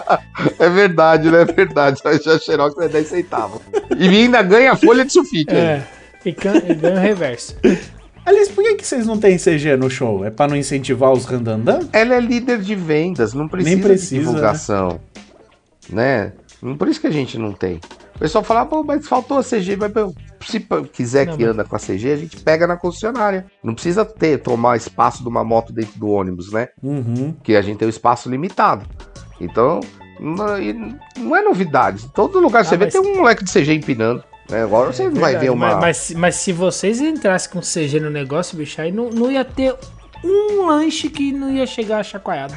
Speaker 3: É verdade, né? É verdade. A Xerox é dez centavos. E ainda ganha folha de sulfite.
Speaker 2: É, e ganha o reverso.
Speaker 1: Aliás, por que, que vocês não têm C G no show? É pra não incentivar os randandã?
Speaker 3: Ela é líder de vendas, não precisa, Nem precisa de divulgação. Né? né? Por isso que a gente não tem. O pessoal fala, pô, mas faltou a C G, mas se quiser não, que mas... anda com a C G, a gente pega na concessionária. Não precisa ter, tomar espaço de uma moto dentro do ônibus, né?
Speaker 1: Uhum.
Speaker 3: Porque a gente tem um espaço limitado. Então, não, não é novidade. Em todo lugar que ah, você mas... vê, tem um moleque de C G empinando. Né? Agora você é, não vai ver uma...
Speaker 2: Mas, mas, mas se vocês entrassem com C G no negócio, bicho, aí não, não ia ter... um lanche que não ia chegar chacoalhado.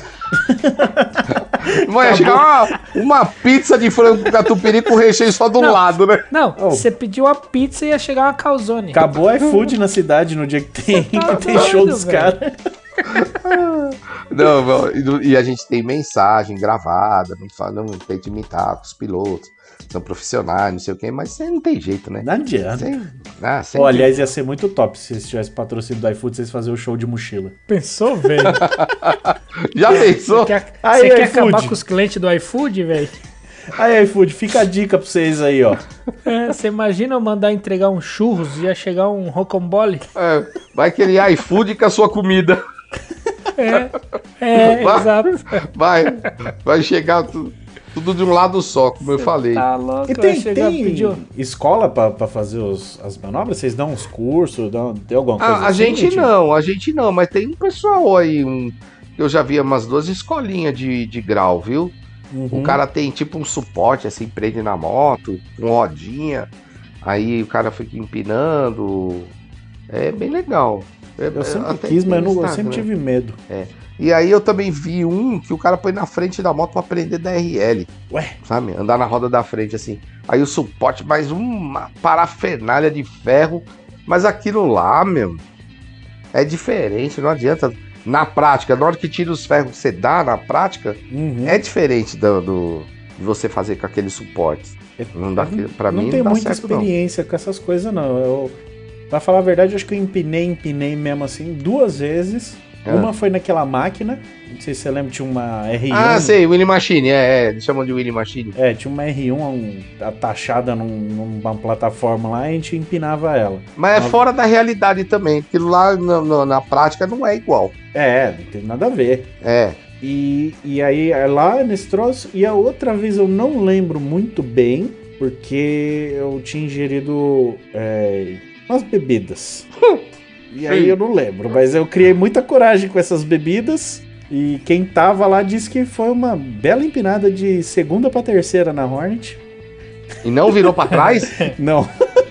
Speaker 3: Não ia chegar uma, uma pizza de frango com catupiry com recheio só do não, lado, né?
Speaker 2: Não, oh. você pediu uma pizza e ia chegar uma calzone.
Speaker 1: Acabou o iFood na cidade no dia que tem, tá que tem doido, show dos caras.
Speaker 3: Não, não, e a gente tem mensagem gravada, não, fala, não tenta imitar com os pilotos. São profissionais, não sei o que, mas você não tem jeito, né?
Speaker 1: Não adianta.
Speaker 3: Sem, ah,
Speaker 1: oh, aliás, ia ser muito top se vocês tivessem patrocínio do iFood, vocês faziam o show de mochila.
Speaker 2: Pensou, velho?
Speaker 3: Já pensou?
Speaker 2: Você quer, aí, você quer acabar com os clientes do iFood, velho?
Speaker 1: Aí, iFood, fica a dica pra vocês aí, ó.
Speaker 2: É, você imagina eu mandar entregar um churros e ia chegar um rocambole?
Speaker 3: É, vai querer iFood com a sua comida.
Speaker 2: É, é, vai, exato.
Speaker 3: Vai, vai chegar tudo. Tudo de um lado só, como Cê eu falei.
Speaker 2: Tá louco,
Speaker 1: e tem, tem escola pra, pra fazer os, as manobras? Vocês dão uns cursos? Dão, tem alguma coisa
Speaker 3: ah, a
Speaker 1: assim?
Speaker 3: A gente não, a gente não, mas tem um pessoal aí, um, eu já vi umas duas escolinhas de, de grau, viu? Uhum. O cara tem tipo um suporte assim, prende na moto, com rodinha. Aí o cara fica empinando. É bem legal.
Speaker 1: Eu sempre quis, mas eu, não, eu sempre tive medo.
Speaker 3: É. E aí eu também vi um que o cara põe na frente da moto pra prender da R L.
Speaker 1: Ué?
Speaker 3: Sabe? Andar na roda da frente assim. Aí o suporte, mais uma parafernália de ferro. Mas aquilo lá, meu, é diferente, não adianta. Na prática, na hora que tira os ferros que você dá, na prática, uhum. é diferente do, do, de você fazer com aqueles suportes. Não dá, pra
Speaker 1: não
Speaker 3: mim,
Speaker 1: tenho
Speaker 3: não dá
Speaker 1: muita
Speaker 3: certo,
Speaker 1: experiência
Speaker 3: não.
Speaker 1: com essas coisas, não. Eu, pra falar a verdade, eu acho que eu empinei, empinei mesmo assim, duas vezes. É. Uma foi naquela máquina, não sei se você lembra, tinha uma R um.
Speaker 3: Ah, sei, Winnie Machine, é, é, eles chamam de Winnie Machine.
Speaker 1: É, tinha uma R um um, atachada num, numa plataforma lá e a gente empinava ela.
Speaker 3: Mas é Mas... fora da realidade também, aquilo lá no, no, na prática não é igual.
Speaker 1: É, não tem nada a ver.
Speaker 3: É.
Speaker 1: E, e aí, lá nesse troço, e a outra vez eu não lembro muito bem, porque eu tinha ingerido é, umas bebidas. E aí eu não lembro, mas eu criei muita coragem com essas bebidas. E quem tava lá disse que foi uma bela empinada de segunda pra terceira na Hornet.
Speaker 3: E não virou pra trás?
Speaker 1: Não.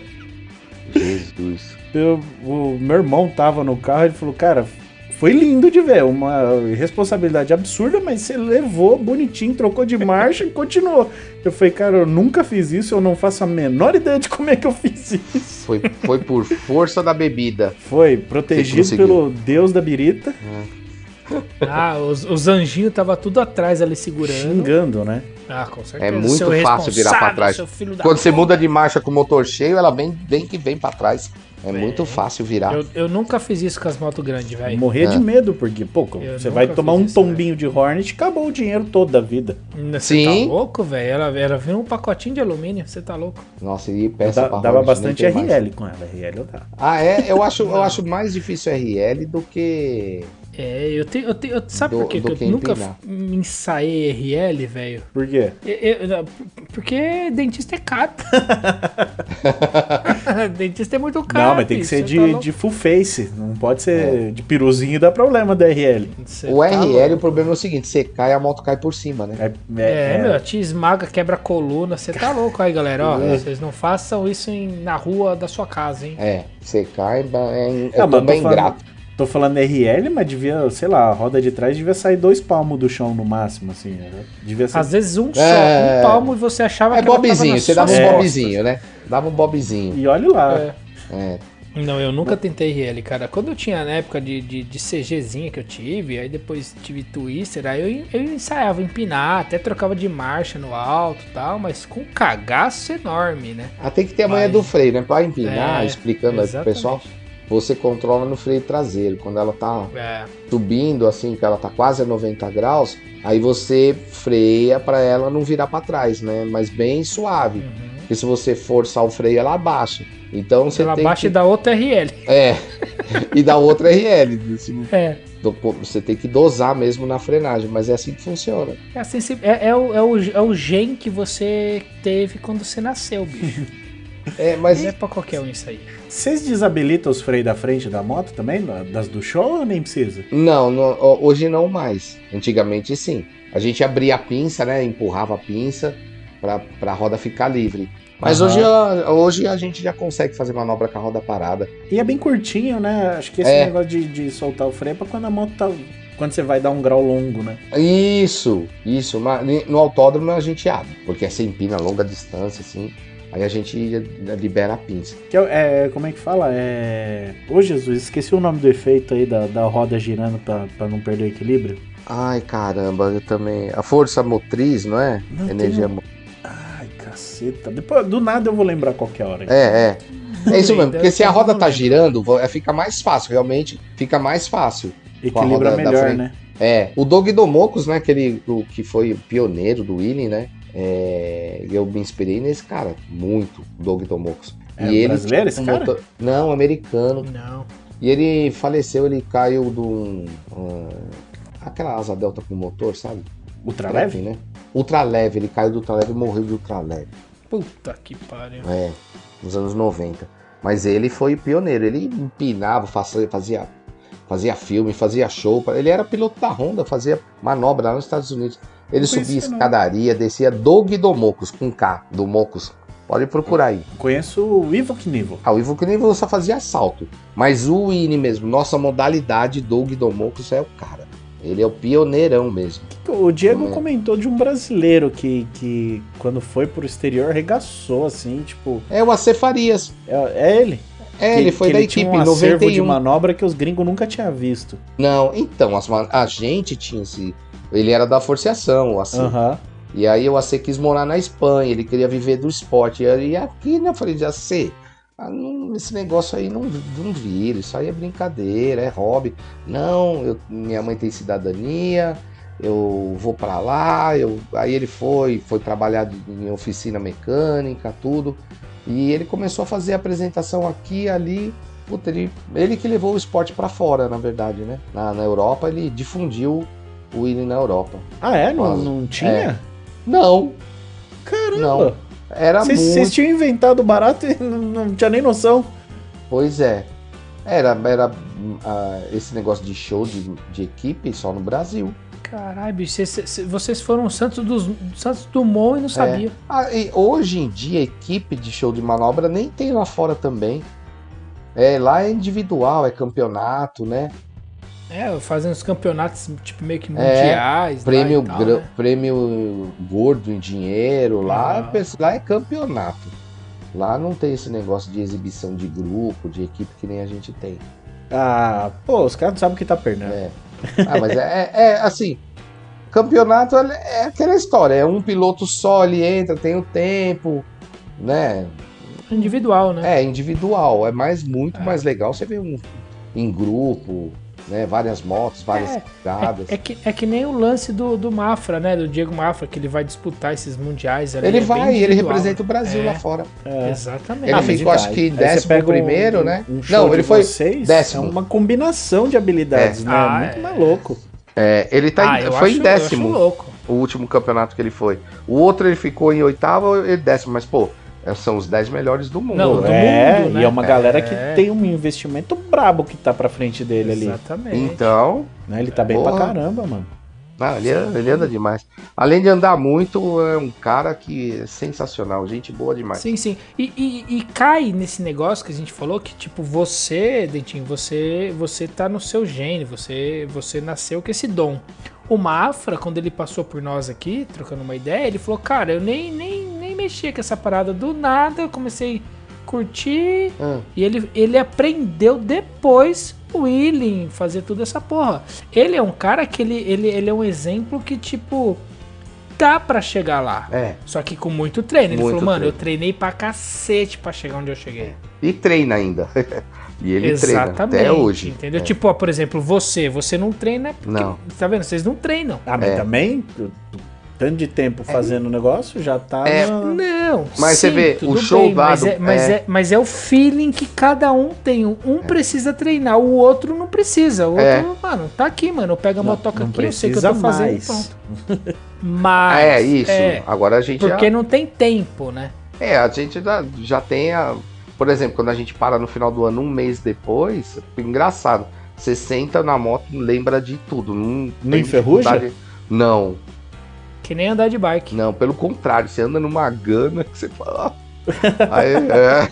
Speaker 3: Jesus.
Speaker 1: Eu, o meu irmão tava no carro e ele falou, cara, foi lindo de ver, uma responsabilidade absurda, mas você levou bonitinho, trocou de marcha e continuou. Eu falei, cara, eu nunca fiz isso, eu não faço a menor ideia de como é que eu fiz isso.
Speaker 3: Foi, foi por força da bebida.
Speaker 1: Foi, protegido pelo Deus da birita.
Speaker 3: É.
Speaker 2: Ah, os, os anjinhos tava tudo atrás ali segurando.
Speaker 1: Xingando, né?
Speaker 2: Ah, com certeza.
Speaker 3: É muito seu fácil virar pra trás. Quando você muda de marcha com o motor cheio, ela vem, vem que vem pra trás. É, é muito fácil virar.
Speaker 2: Eu, eu nunca fiz isso com as motos grandes, velho.
Speaker 1: Morrer é. de medo, porque, pô, eu você vai tomar um isso, tombinho véio. de Hornet e acabou o dinheiro todo da vida.
Speaker 2: Você Sim. tá louco, velho? Ela, ela veio um pacotinho de alumínio, você tá louco.
Speaker 3: Nossa, e peça
Speaker 1: da,
Speaker 3: pra
Speaker 1: Dava
Speaker 3: Hornet,
Speaker 1: bastante R L
Speaker 3: mais.
Speaker 1: com ela, R L eu dava.
Speaker 3: Ah, é? Eu acho, eu acho mais difícil R L do que...
Speaker 2: É, eu tenho. Eu tenho eu, sabe do, por quê? que eu que nunca me ensaiei R L, velho?
Speaker 1: Por quê?
Speaker 2: Eu, eu, porque dentista é caro. Dentista é muito caro.
Speaker 1: Não, mas tem que ser de, tá de full face. Não pode ser é. de piruzinho e dá problema da R L.
Speaker 3: Cê o tá R L, louco. O problema é o seguinte: você cai, a moto cai por cima, né?
Speaker 2: É, é, é. meu, te esmaga, quebra a coluna. Você tá louco aí, galera. Ó, é. Vocês não façam isso em, na rua da sua casa, hein?
Speaker 3: É, você cai, é, é não, bem falando... grato.
Speaker 1: Tô falando R L, mas devia, sei lá, a roda de trás devia sair dois palmos do chão no máximo, assim, né? Devia ser...
Speaker 2: Às vezes um só, é... um palmo e você achava
Speaker 3: é
Speaker 2: que
Speaker 3: bobzinho, você dava um
Speaker 2: costas.
Speaker 3: bobzinho, né? Dava um bobzinho.
Speaker 1: E olha lá.
Speaker 2: É. É. Não, eu nunca tentei R L, cara. Quando eu tinha na época de, de, de CGzinha que eu tive, aí depois tive Twister, aí eu, eu ensaiava empinar, até trocava de marcha no alto e tal, mas com cagaço enorme, né?
Speaker 3: Ah, tem que ter a manha mas... do freio, né? Pra empinar, é, explicando exatamente. Aí pro pessoal. Você controla no freio traseiro. Quando ela tá é. subindo, assim, que ela tá quase a noventa graus, aí você freia para ela não virar para trás, né? Mas bem suave. Uhum. Porque se você forçar o freio, ela abaixa. Então você
Speaker 2: ela
Speaker 3: tem
Speaker 2: abaixa
Speaker 3: que...
Speaker 2: e dá outra R L.
Speaker 3: É, e dá outra R L.
Speaker 2: É.
Speaker 3: Você tem que dosar mesmo na frenagem, mas é assim que funciona.
Speaker 2: É, assim, é, é, o, é, o, é o gen que você teve quando você nasceu, bicho.
Speaker 3: É, mas...
Speaker 2: Não é pra qualquer um isso aí.
Speaker 1: Vocês desabilitam os freios da frente da moto também? Das do show ou nem precisa?
Speaker 3: Não, não, hoje não mais. Antigamente sim. A gente abria a pinça, né? Empurrava a pinça pra, pra roda ficar livre. Mas uhum. hoje, hoje a gente já consegue fazer manobra com a roda parada.
Speaker 1: E é bem curtinho, né? Acho que esse é. negócio de, de soltar o freio é pra quando a moto tá... Quando você vai dar um grau longo, né?
Speaker 3: Isso, isso. No autódromo a gente abre, porque você empina a longa distância, assim... Aí a gente libera a pinça.
Speaker 1: Que é, como é que fala? É... Ô Jesus, esqueci o nome do efeito aí da, da roda girando pra, pra não perder o equilíbrio.
Speaker 3: Ai, caramba, eu também... A força motriz, não é?
Speaker 1: Não,
Speaker 3: Energia
Speaker 1: um... Ai, caceta. Depois, do nada eu vou lembrar qualquer hora.
Speaker 3: É, é. É isso mesmo, porque se a roda tá girando, fica mais fácil, realmente fica mais fácil.
Speaker 1: Equilibra melhor, né?
Speaker 3: É. O Doug Domocos, né, aquele o, que foi pioneiro do wheeling, né? É, eu me inspirei nesse cara, muito, Doug Domocos.
Speaker 1: É
Speaker 3: e ele
Speaker 1: brasileiro esse cara?
Speaker 3: Motor... Não, americano.
Speaker 2: Não.
Speaker 3: E ele faleceu, ele caiu de um... um aquela asa delta com motor, sabe?
Speaker 1: Ultraleve?
Speaker 3: Né? Ultraleve, ele caiu do ultraleve e morreu de ultraleve.
Speaker 2: Puta que pariu.
Speaker 3: É, nos anos noventa. Mas ele foi pioneiro, ele empinava, fazia, fazia, fazia filme, fazia show. Ele era piloto da Honda, fazia manobra lá nos Estados Unidos. Ele subia escadaria, descia Doug Domocos, com K, Domocos. Pode procurar aí.
Speaker 1: Conheço o Ivo Knievel.
Speaker 3: Ah, o Ivo Knievel só fazia assalto. Mas o Winnie mesmo, nossa modalidade, Doug Domocos é o cara. Ele é o pioneirão mesmo.
Speaker 1: O Diego é. comentou de um brasileiro que, que quando foi pro exterior arregaçou, assim, tipo...
Speaker 3: É o A C Farias.
Speaker 1: É, é ele?
Speaker 3: É,
Speaker 1: que,
Speaker 3: ele foi
Speaker 1: que
Speaker 3: da
Speaker 1: ele
Speaker 3: equipe
Speaker 1: tinha um
Speaker 3: noventa e um.
Speaker 1: acervo de manobra que os gringos nunca tinham visto.
Speaker 3: Não, então, as, a gente tinha esse... Ele era da Forceação, o A C.
Speaker 1: Aham. Uhum.
Speaker 3: E aí o A C quis morar na Espanha, ele queria viver do esporte. E aqui, né, eu falei, A C, ah, não, esse negócio aí não, não vira, isso aí é brincadeira, é hobby. Não, eu, minha mãe tem cidadania, eu vou pra lá. Eu... Aí ele foi, foi trabalhar em oficina mecânica, tudo. E ele começou a fazer apresentação aqui e ali. Puta, ele, ele que levou o esporte pra fora, na verdade, né? Na, na Europa, ele difundiu o Winnie na Europa.
Speaker 1: Ah, é? Não, não tinha? É.
Speaker 3: Não.
Speaker 1: Caramba.
Speaker 3: Não. Era
Speaker 1: Vocês
Speaker 3: muito...
Speaker 1: tinham inventado barato e não, não tinha nem noção.
Speaker 3: Pois é. Era, era uh, esse negócio de show de, de equipe só no Brasil.
Speaker 2: Caralho, bicho, vocês, vocês foram Santos, dos, Santos Dumont e não sabia.
Speaker 3: É. Ah, e hoje em dia, equipe de show de manobra nem tem lá fora também. É, lá é individual, é campeonato, né?
Speaker 2: É, fazendo os campeonatos tipo meio que mundiais.
Speaker 3: É, prêmio,
Speaker 2: lá, tal, né?
Speaker 3: prêmio gordo em dinheiro, lá, ah. lá é campeonato. Lá não tem esse negócio de exibição de grupo, de equipe que nem a gente tem.
Speaker 1: Ah, pô, os caras não sabem o que tá perdendo.
Speaker 3: É. Ah, mas é, é, é assim, campeonato é aquela história, é um piloto só, ele entra, tem o tempo, né?
Speaker 2: Individual, né?
Speaker 3: É, individual, é mais, muito é. mais legal você ver um em grupo, né? Várias motos, várias pegadas.
Speaker 2: É, é, que, é que nem o lance do, do Mafra, né? Do Diego Mafra, que ele vai disputar esses mundiais. Ali,
Speaker 3: ele
Speaker 2: é
Speaker 3: vai, ele representa o Brasil
Speaker 2: é,
Speaker 3: lá fora.
Speaker 2: É. Exatamente.
Speaker 3: Ele ah, ficou, acho que décimo primeiro,
Speaker 1: um,
Speaker 3: né?
Speaker 1: Um show
Speaker 3: Não, ele foi décimo.
Speaker 1: É uma combinação de habilidades,
Speaker 3: é.
Speaker 1: né?
Speaker 2: Ah,
Speaker 1: muito
Speaker 2: é.
Speaker 1: mais louco.
Speaker 3: É, ele tá
Speaker 2: ah,
Speaker 3: em, foi
Speaker 2: acho,
Speaker 3: em décimo.
Speaker 2: Eu acho louco.
Speaker 3: O último campeonato que ele foi. O outro ele ficou em oitavo, ele décimo, mas pô, são os dez melhores do mundo.
Speaker 1: Não,
Speaker 3: né?
Speaker 1: do é, mundo, né? E é uma
Speaker 3: é.
Speaker 1: galera que tem um investimento brabo que tá pra frente dele ali.
Speaker 2: Exatamente.
Speaker 3: Então...
Speaker 1: Né? Ele tá bem
Speaker 3: porra.
Speaker 1: pra caramba, mano.
Speaker 3: Ah, ele, ele anda demais. Além de andar muito, é um cara que é sensacional, gente boa demais.
Speaker 2: Sim, sim. E, e, e cai nesse negócio que a gente falou, que tipo, você, Dentinho, você, você tá no seu gene, você, você nasceu com esse dom. O Mafra, quando ele passou por nós aqui, trocando uma ideia, ele falou, cara, eu nem, nem, nem mexia com essa parada do nada, eu comecei a curtir, hum. e ele, ele aprendeu depois o wheeling, fazer tudo essa porra. Ele é um cara que ele, ele, ele é um exemplo que, tipo, dá pra chegar lá.
Speaker 3: É.
Speaker 2: Só que com muito treino. Ele
Speaker 3: muito
Speaker 2: falou, mano,
Speaker 3: treino.
Speaker 2: eu treinei pra cacete pra chegar onde eu cheguei.
Speaker 3: E treina ainda. E ele
Speaker 2: Exatamente,
Speaker 3: treina até hoje.
Speaker 2: Entendeu?
Speaker 3: É.
Speaker 2: Tipo, ó, por exemplo, você, você não treina porque,
Speaker 3: não.
Speaker 2: Tá vendo? Vocês não treinam.
Speaker 1: Ah, mas
Speaker 3: é.
Speaker 1: também, tanto de tempo fazendo o é. negócio, já tá...
Speaker 3: É.
Speaker 1: Na...
Speaker 2: Não,
Speaker 3: mas
Speaker 2: sim,
Speaker 3: você vê, o show
Speaker 2: bem,
Speaker 3: dado...
Speaker 2: Mas é, mas, é. É, mas é o feeling que cada um tem. Um é. precisa treinar, o outro não precisa. O outro,
Speaker 3: é.
Speaker 2: mano, tá aqui, mano. Eu pego a
Speaker 1: não,
Speaker 2: motoca
Speaker 1: não
Speaker 2: aqui, eu sei que eu tô fazendo
Speaker 1: mais.
Speaker 2: pronto. Mas...
Speaker 3: É, isso.
Speaker 2: É,
Speaker 3: agora a gente
Speaker 2: porque
Speaker 3: já...
Speaker 2: não tem tempo, né?
Speaker 3: É, a gente já, já tem a... Por exemplo, quando a gente para no final do ano, um mês depois, é engraçado. Você senta na moto e lembra de tudo. Não,
Speaker 1: não enferruja?
Speaker 3: Não.
Speaker 2: Que nem andar de bike.
Speaker 3: Não, pelo contrário. Você anda numa gana que você fala... Aí, é...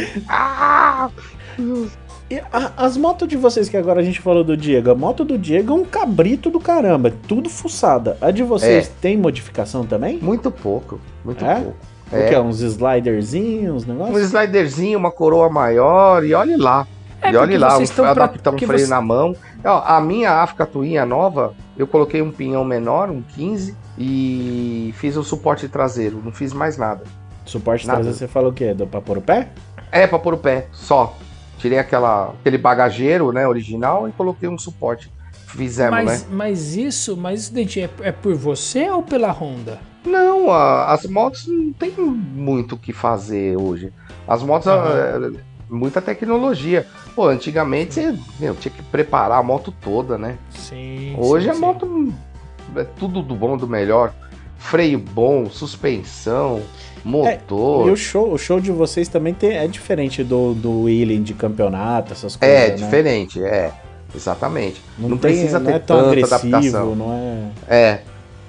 Speaker 3: ah!
Speaker 1: E a, as motos de vocês, que agora a gente falou do Diego, a moto do Diego é um cabrito do caramba. Tudo fuçada. A de vocês é. tem modificação também?
Speaker 3: Muito pouco. Muito
Speaker 1: é?
Speaker 3: pouco.
Speaker 1: O que é? Uns sliderzinhos, uns negócios?
Speaker 3: Um sliderzinho, uma coroa maior e olhe lá.
Speaker 2: É,
Speaker 3: e olhe lá,
Speaker 2: vou
Speaker 3: adaptar um freio
Speaker 2: você...
Speaker 3: na mão. Ó, a minha África Twin nova, eu coloquei um pinhão menor, um quinze, e fiz o suporte traseiro. Não fiz mais nada.
Speaker 1: Suporte nada. traseiro você fala o quê? Pra pôr o pé?
Speaker 3: É, pra pôr o pé, só. Tirei aquela, aquele bagageiro, né, original, e coloquei um suporte. Fizemos,
Speaker 2: mas,
Speaker 3: né? Mas
Speaker 2: isso, mas isso, Dentinho, é, é por você ou pela Honda?
Speaker 3: Não, a, as motos não tem muito o que fazer hoje. As motos, uhum. é, muita tecnologia. Pô, antigamente você meu, tinha que preparar a moto toda, né?
Speaker 2: Sim.
Speaker 3: Hoje
Speaker 2: sim,
Speaker 3: a
Speaker 2: sim.
Speaker 3: moto é tudo do bom, do melhor. Freio bom, suspensão, motor.
Speaker 1: É, e o show, o show de vocês também tem, é diferente do, do wheeling de campeonato, essas coisas,
Speaker 3: É,
Speaker 1: né?
Speaker 3: diferente, é. Exatamente.
Speaker 1: Não,
Speaker 3: não
Speaker 1: tem,
Speaker 3: precisa
Speaker 1: não
Speaker 3: ter
Speaker 1: é tão
Speaker 3: tanta
Speaker 1: agressivo,
Speaker 3: adaptação.
Speaker 1: Não é...
Speaker 3: É.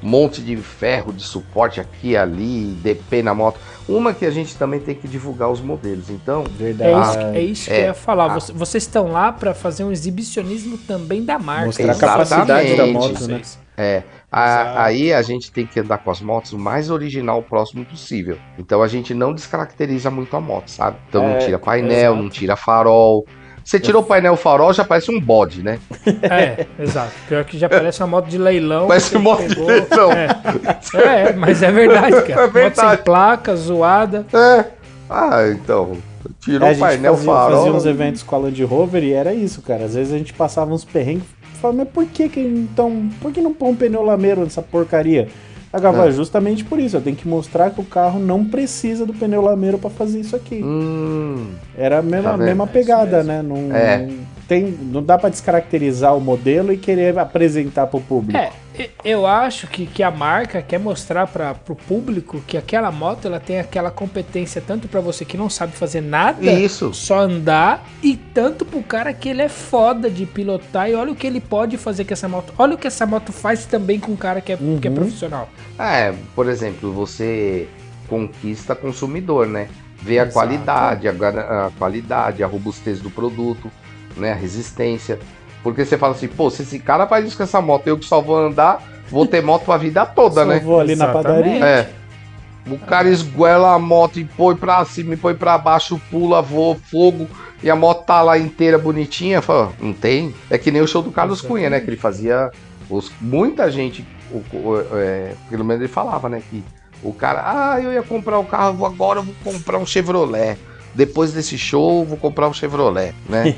Speaker 3: um monte de ferro de suporte aqui e ali, D P na moto. Uma que a gente também tem que divulgar os modelos, então...
Speaker 2: Verdade. É isso, que, é isso que
Speaker 3: é,
Speaker 2: eu ia falar.
Speaker 3: a...
Speaker 2: Vocês estão lá para fazer um exibicionismo também da marca.
Speaker 1: Mostrar a capacidade da moto, né?
Speaker 3: É, a, aí a gente tem que andar com as motos o mais original próximo possível. Então a gente não descaracteriza muito a moto, sabe? Então é, não tira painel, exato. Não tira farol. Você tirou o painel farol, já parece um bode, né?
Speaker 2: É, exato. Pior que já parece uma moto de leilão.
Speaker 3: Parece moto pegou. de leilão.
Speaker 2: É. é, mas é verdade, cara. É verdade. Moto sem placa, zoada.
Speaker 3: É. Ah, então... Tirou
Speaker 1: é,
Speaker 3: o painel
Speaker 1: fazia,
Speaker 3: farol.
Speaker 1: Fazia uns eventos com a Land Rover e era isso, cara. Às vezes a gente passava uns perrengues e falava, mas por que que então... Por que não põe um pneu lameiro nessa porcaria? Agora, ah. justamente por isso, eu tenho que mostrar que o carro não precisa do pneu lameiro pra fazer isso aqui.
Speaker 3: Hum,
Speaker 1: Era a mesma,
Speaker 3: tá
Speaker 1: mesma pegada, né? Não,
Speaker 3: é.
Speaker 1: não, tem, não dá pra descaracterizar o modelo e querer apresentar pro público.
Speaker 2: É, eu acho que, que a marca quer mostrar para pro público que aquela moto ela tem aquela competência tanto pra você que não sabe fazer nada,
Speaker 3: isso.
Speaker 2: só andar, e tanto pro cara que ele é foda de pilotar e olha o que ele pode fazer com essa moto. Olha o que essa moto faz também com um cara que é, uhum. que é profissional.
Speaker 3: É, por exemplo, você conquista consumidor, né? Vê a Exato. qualidade, a, a qualidade, a robustez do produto, né? A resistência. Porque você fala assim, pô, se esse cara faz isso com essa moto, eu que só vou andar, vou ter moto a vida toda,
Speaker 1: só
Speaker 3: né?
Speaker 1: vou ali Exatamente. na padaria.
Speaker 3: É. O cara esguela a moto e põe pra cima e põe pra baixo, pula, voa, fogo, e a moto tá lá inteira, bonitinha. Fala, não tem? É que nem o show do Carlos Exatamente. Cunha, né? Que ele fazia... Os, muita gente, o, o, é, pelo menos ele falava, né? Que o cara, ah, eu ia comprar um carro, agora eu vou comprar um Chevrolet. Depois desse show, vou comprar um Chevrolet, né?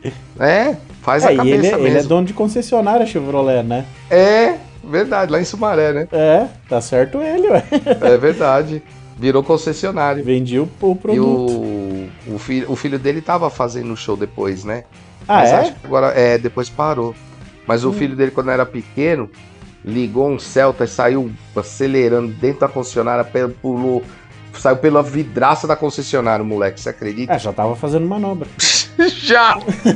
Speaker 3: É, faz é, a cabeça
Speaker 1: e ele,
Speaker 3: mesmo.
Speaker 1: Ele é dono de concessionária Chevrolet, né?
Speaker 3: É, verdade, lá em Sumaré, né?
Speaker 1: É, tá certo ele, ué.
Speaker 3: É verdade, virou concessionário.
Speaker 1: Vendia o, o produto.
Speaker 3: E o, o, filho, o filho dele tava fazendo o show depois, né?
Speaker 1: Ah,
Speaker 3: Mas
Speaker 1: é?
Speaker 3: acho que agora, é, depois parou. Mas hum. o filho dele, quando era pequeno, ligou um Celta e saiu acelerando dentro da concessionária, pulou... Saiu pela vidraça da concessionária, o moleque, você acredita?
Speaker 1: É, já tava fazendo manobra.
Speaker 3: Já!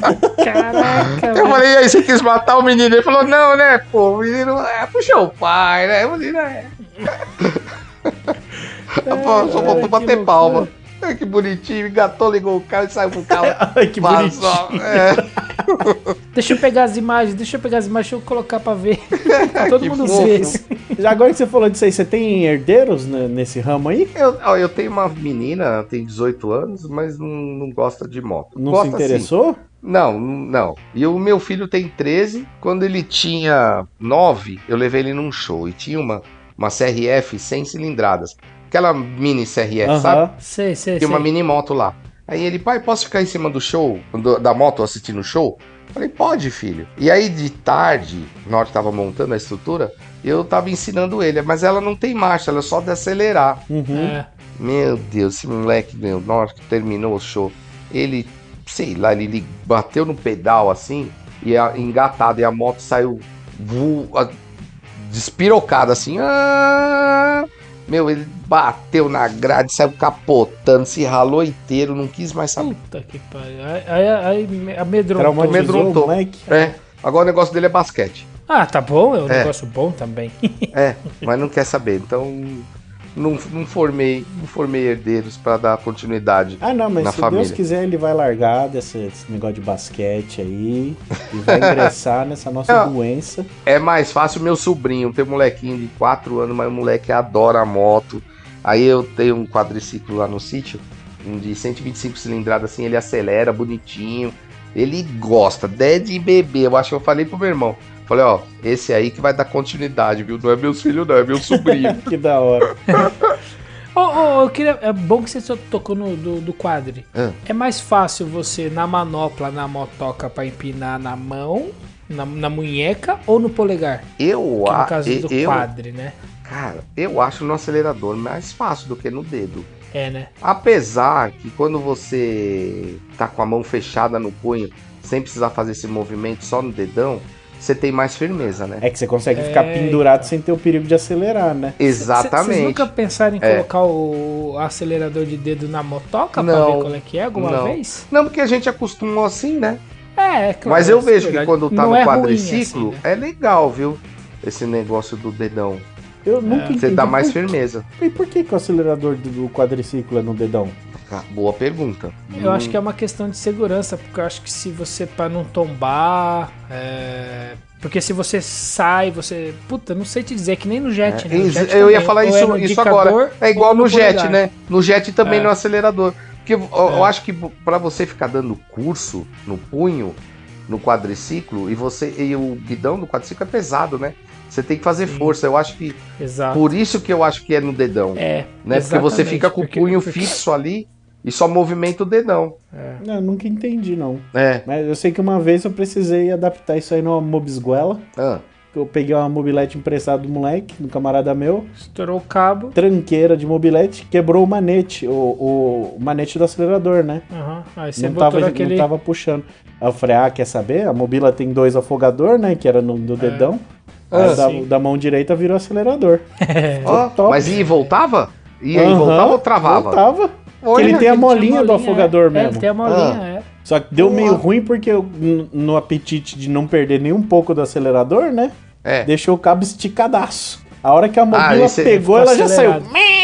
Speaker 2: Caraca!
Speaker 3: Eu falei, e aí, você quis matar o menino? Ele falou, não, né, pô, o menino é, puxou o pai, né, o menino é... é só faltou bater palma. Ai, que bonitinho, engatou, ligou o carro e saiu pro carro.
Speaker 1: Ai, que bonitinho.
Speaker 2: É. Deixa eu pegar as imagens, deixa eu pegar as imagens, deixa eu colocar pra ver. Pra todo mundo ver.
Speaker 1: Já agora que você falou disso aí, você tem herdeiros nesse ramo aí?
Speaker 3: Eu, eu tenho uma menina, tem dezoito anos, mas não, não gosta de moto.
Speaker 1: Não
Speaker 3: gosta,
Speaker 1: se interessou?
Speaker 3: Assim. Não, não. E o meu filho tem treze. Quando ele tinha nove, eu levei ele num show. E tinha uma, uma C R F cem cilindradas. Aquela mini C R F, uh-huh. sabe?
Speaker 2: Sei, sei,
Speaker 3: Tem
Speaker 2: sei.
Speaker 3: uma mini moto lá. Aí ele, pai, posso ficar em cima do show, do, da moto assistindo o show? Falei, pode, filho. E aí de tarde, na hora que tava montando a estrutura, eu tava ensinando ele. Mas ela não tem marcha, ela é só de acelerar.
Speaker 1: Uhum.
Speaker 2: É.
Speaker 3: Meu Deus, esse moleque, meu, na hora que terminou o show, ele, sei lá, ele, ele bateu no pedal assim, e a, engatado, e a moto saiu vo, a, despirocada assim. Ah, meu, ele bateu na grade, saiu capotando, se ralou inteiro, não quis mais saber.
Speaker 2: Puta que pariu. Aí, aí, aí amedrontou.
Speaker 3: Amedrontou. É. Agora o negócio dele é basquete.
Speaker 2: Ah, tá bom, é um
Speaker 3: é.
Speaker 2: negócio bom também.
Speaker 3: É, mas não quer saber, então não, não formei, não formei herdeiros pra dar continuidade.
Speaker 1: Ah, não, mas
Speaker 3: na
Speaker 1: se
Speaker 3: família.
Speaker 1: Deus quiser, ele vai largar desse, desse negócio de basquete aí e vai ingressar nessa nossa
Speaker 3: não,
Speaker 1: doença.
Speaker 3: É mais fácil meu sobrinho, tem um molequinho de quatro anos, mas o moleque adora a moto. Aí eu tenho um quadriciclo lá no sítio, um de cento e vinte e cinco cilindradas, assim, ele acelera bonitinho. Ele gosta, desde bebê. Eu acho que eu falei pro meu irmão. Falei, ó, esse aí que vai dar continuidade, viu? Não é meus filhos, não, é meu sobrinho.
Speaker 1: Que da hora.
Speaker 2: oh, oh, eu queria, é bom que você só tocou no do, do quadri.
Speaker 3: Ah.
Speaker 2: É mais fácil você, na manopla, na motoca, pra empinar na mão, na, na munheca ou no polegar?
Speaker 3: Eu
Speaker 2: acho. No caso
Speaker 3: eu,
Speaker 2: do quadri, né?
Speaker 3: Cara, eu acho no acelerador mais fácil do que no dedo.
Speaker 2: É, né?
Speaker 3: Apesar que quando você tá com a mão fechada no punho, sem precisar fazer esse movimento só no dedão, você tem mais firmeza, né?
Speaker 1: É que você consegue
Speaker 2: é,
Speaker 1: ficar pendurado
Speaker 2: então.
Speaker 1: sem ter o perigo de acelerar, né?
Speaker 3: Exatamente.
Speaker 2: Vocês nunca pensaram em
Speaker 3: é.
Speaker 2: colocar o acelerador de dedo na motoca
Speaker 3: não,
Speaker 2: pra ver qual é que é alguma
Speaker 3: não.
Speaker 2: vez?
Speaker 3: Não, porque a gente acostumou assim, né?
Speaker 2: É, é claro.
Speaker 3: Mas eu vejo
Speaker 2: verdade.
Speaker 3: que quando tá
Speaker 2: não
Speaker 3: no
Speaker 2: é
Speaker 3: quadriciclo,
Speaker 2: ruim, assim, né?
Speaker 3: é legal, viu? Esse negócio do dedão.
Speaker 1: Eu nunca entendi.
Speaker 3: Você dá mais
Speaker 1: por...
Speaker 3: firmeza.
Speaker 1: E por que, que o acelerador do quadriciclo é no dedão?
Speaker 3: Boa pergunta.
Speaker 2: Eu
Speaker 3: hum.
Speaker 2: acho que é uma questão de segurança, porque eu acho que se você, pra não tombar, é... porque se você sai, você... Puta, não sei te dizer, que nem no jet,
Speaker 3: é,
Speaker 2: né? No jet
Speaker 3: eu
Speaker 2: também,
Speaker 3: ia falar isso,
Speaker 2: é
Speaker 3: isso agora. É igual no, no jet,
Speaker 2: polegar.
Speaker 3: né? No jet também
Speaker 2: é.
Speaker 3: no acelerador. Porque eu,
Speaker 2: é.
Speaker 3: eu acho que pra você ficar dando curso no punho, no quadriciclo, e você e o guidão do quadriciclo é pesado, né? Você tem que fazer Sim. força. Eu acho que...
Speaker 2: Exato.
Speaker 3: Por isso que eu acho que é no dedão.
Speaker 2: É,
Speaker 3: né? Porque você fica com
Speaker 2: porque,
Speaker 3: o punho
Speaker 2: porque...
Speaker 3: fixo ali e só movimenta o dedão.
Speaker 1: É. Não, nunca entendi, não.
Speaker 3: É.
Speaker 1: Mas eu sei que uma vez eu precisei adaptar isso aí numa mobisguela.
Speaker 3: Ah.
Speaker 1: Eu peguei uma mobilete emprestada do moleque, do camarada meu.
Speaker 2: Estourou o cabo.
Speaker 1: Tranqueira de mobilete, quebrou o manete, o, o, o manete do acelerador, né?
Speaker 2: Uhum. Aí você
Speaker 1: não,
Speaker 2: botou
Speaker 1: tava,
Speaker 2: aquele...
Speaker 1: não tava puxando. Aí eu falei, ah, quer saber? A mobila tem dois afogador, né? Que era no, no dedão. É. Aí ah, da, da mão direita virou acelerador.
Speaker 3: Oh, mas e voltava? E aí
Speaker 1: uhum,
Speaker 3: voltava ou travava?
Speaker 1: Voltava. Porque ele tem a molinha, molinha do afogador
Speaker 2: é.
Speaker 1: mesmo.
Speaker 2: É, ele tem a molinha,
Speaker 3: ah.
Speaker 2: é.
Speaker 1: Só que deu Uau. meio ruim porque eu, no apetite de não perder nem um pouco do acelerador, né?
Speaker 3: É.
Speaker 1: Deixou o cabo esticadaço. A hora que a mobila
Speaker 3: ah,
Speaker 1: pegou, ela já saiu.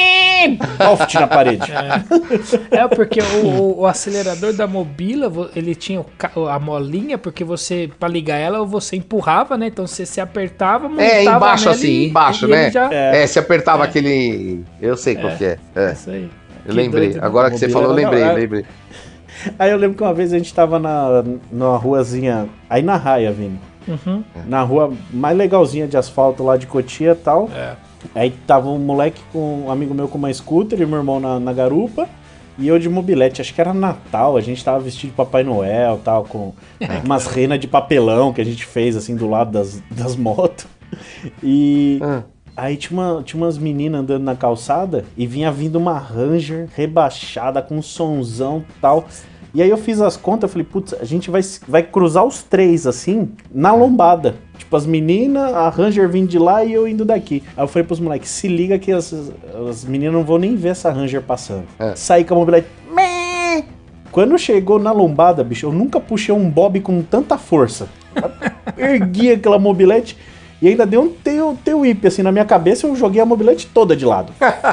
Speaker 1: Oft na parede.
Speaker 2: É, é porque o, o, o acelerador da mobila, ele tinha a molinha, porque você, pra ligar ela, você empurrava, né? Então você se apertava, montava
Speaker 3: É, embaixo assim,
Speaker 2: e,
Speaker 3: embaixo,
Speaker 2: e
Speaker 3: né?
Speaker 2: Já...
Speaker 3: É, se apertava é. aquele... Eu sei qual
Speaker 2: é.
Speaker 3: que é. É.
Speaker 2: Isso aí.
Speaker 3: Eu que lembrei. Doido, Agora que você falou, eu lembrei, não, lembrei.
Speaker 1: Aí eu lembro que uma vez a gente tava na, numa ruazinha, aí na Raia, Vini.
Speaker 2: Uhum.
Speaker 1: Na rua mais legalzinha de asfalto lá de Cotia e tal.
Speaker 2: É.
Speaker 1: Aí tava um moleque com um amigo meu com uma scooter e meu irmão na, na garupa. E eu de mobilete, acho que era Natal, a gente tava vestido de Papai Noel tal, com umas renas de papelão que a gente fez assim do lado das, das motos. E ah. aí tinha, uma, tinha umas meninas andando na calçada e vinha vindo uma Ranger rebaixada com um sonzão e tal. E aí eu fiz as contas, eu falei, putz, a gente vai, vai cruzar os três, assim, na lombada. Tipo, as meninas, a Ranger vindo de lá e eu indo daqui. Aí eu falei pros moleques, se liga que as, as meninas não vão nem ver essa Ranger passando. É. Saí com a mobilete. Quando chegou na lombada, bicho, eu nunca puxei um bob com tanta força. Ergui aquela mobilete e ainda deu um teu, teu whip, assim, na minha cabeça, eu joguei a mobilete toda de lado.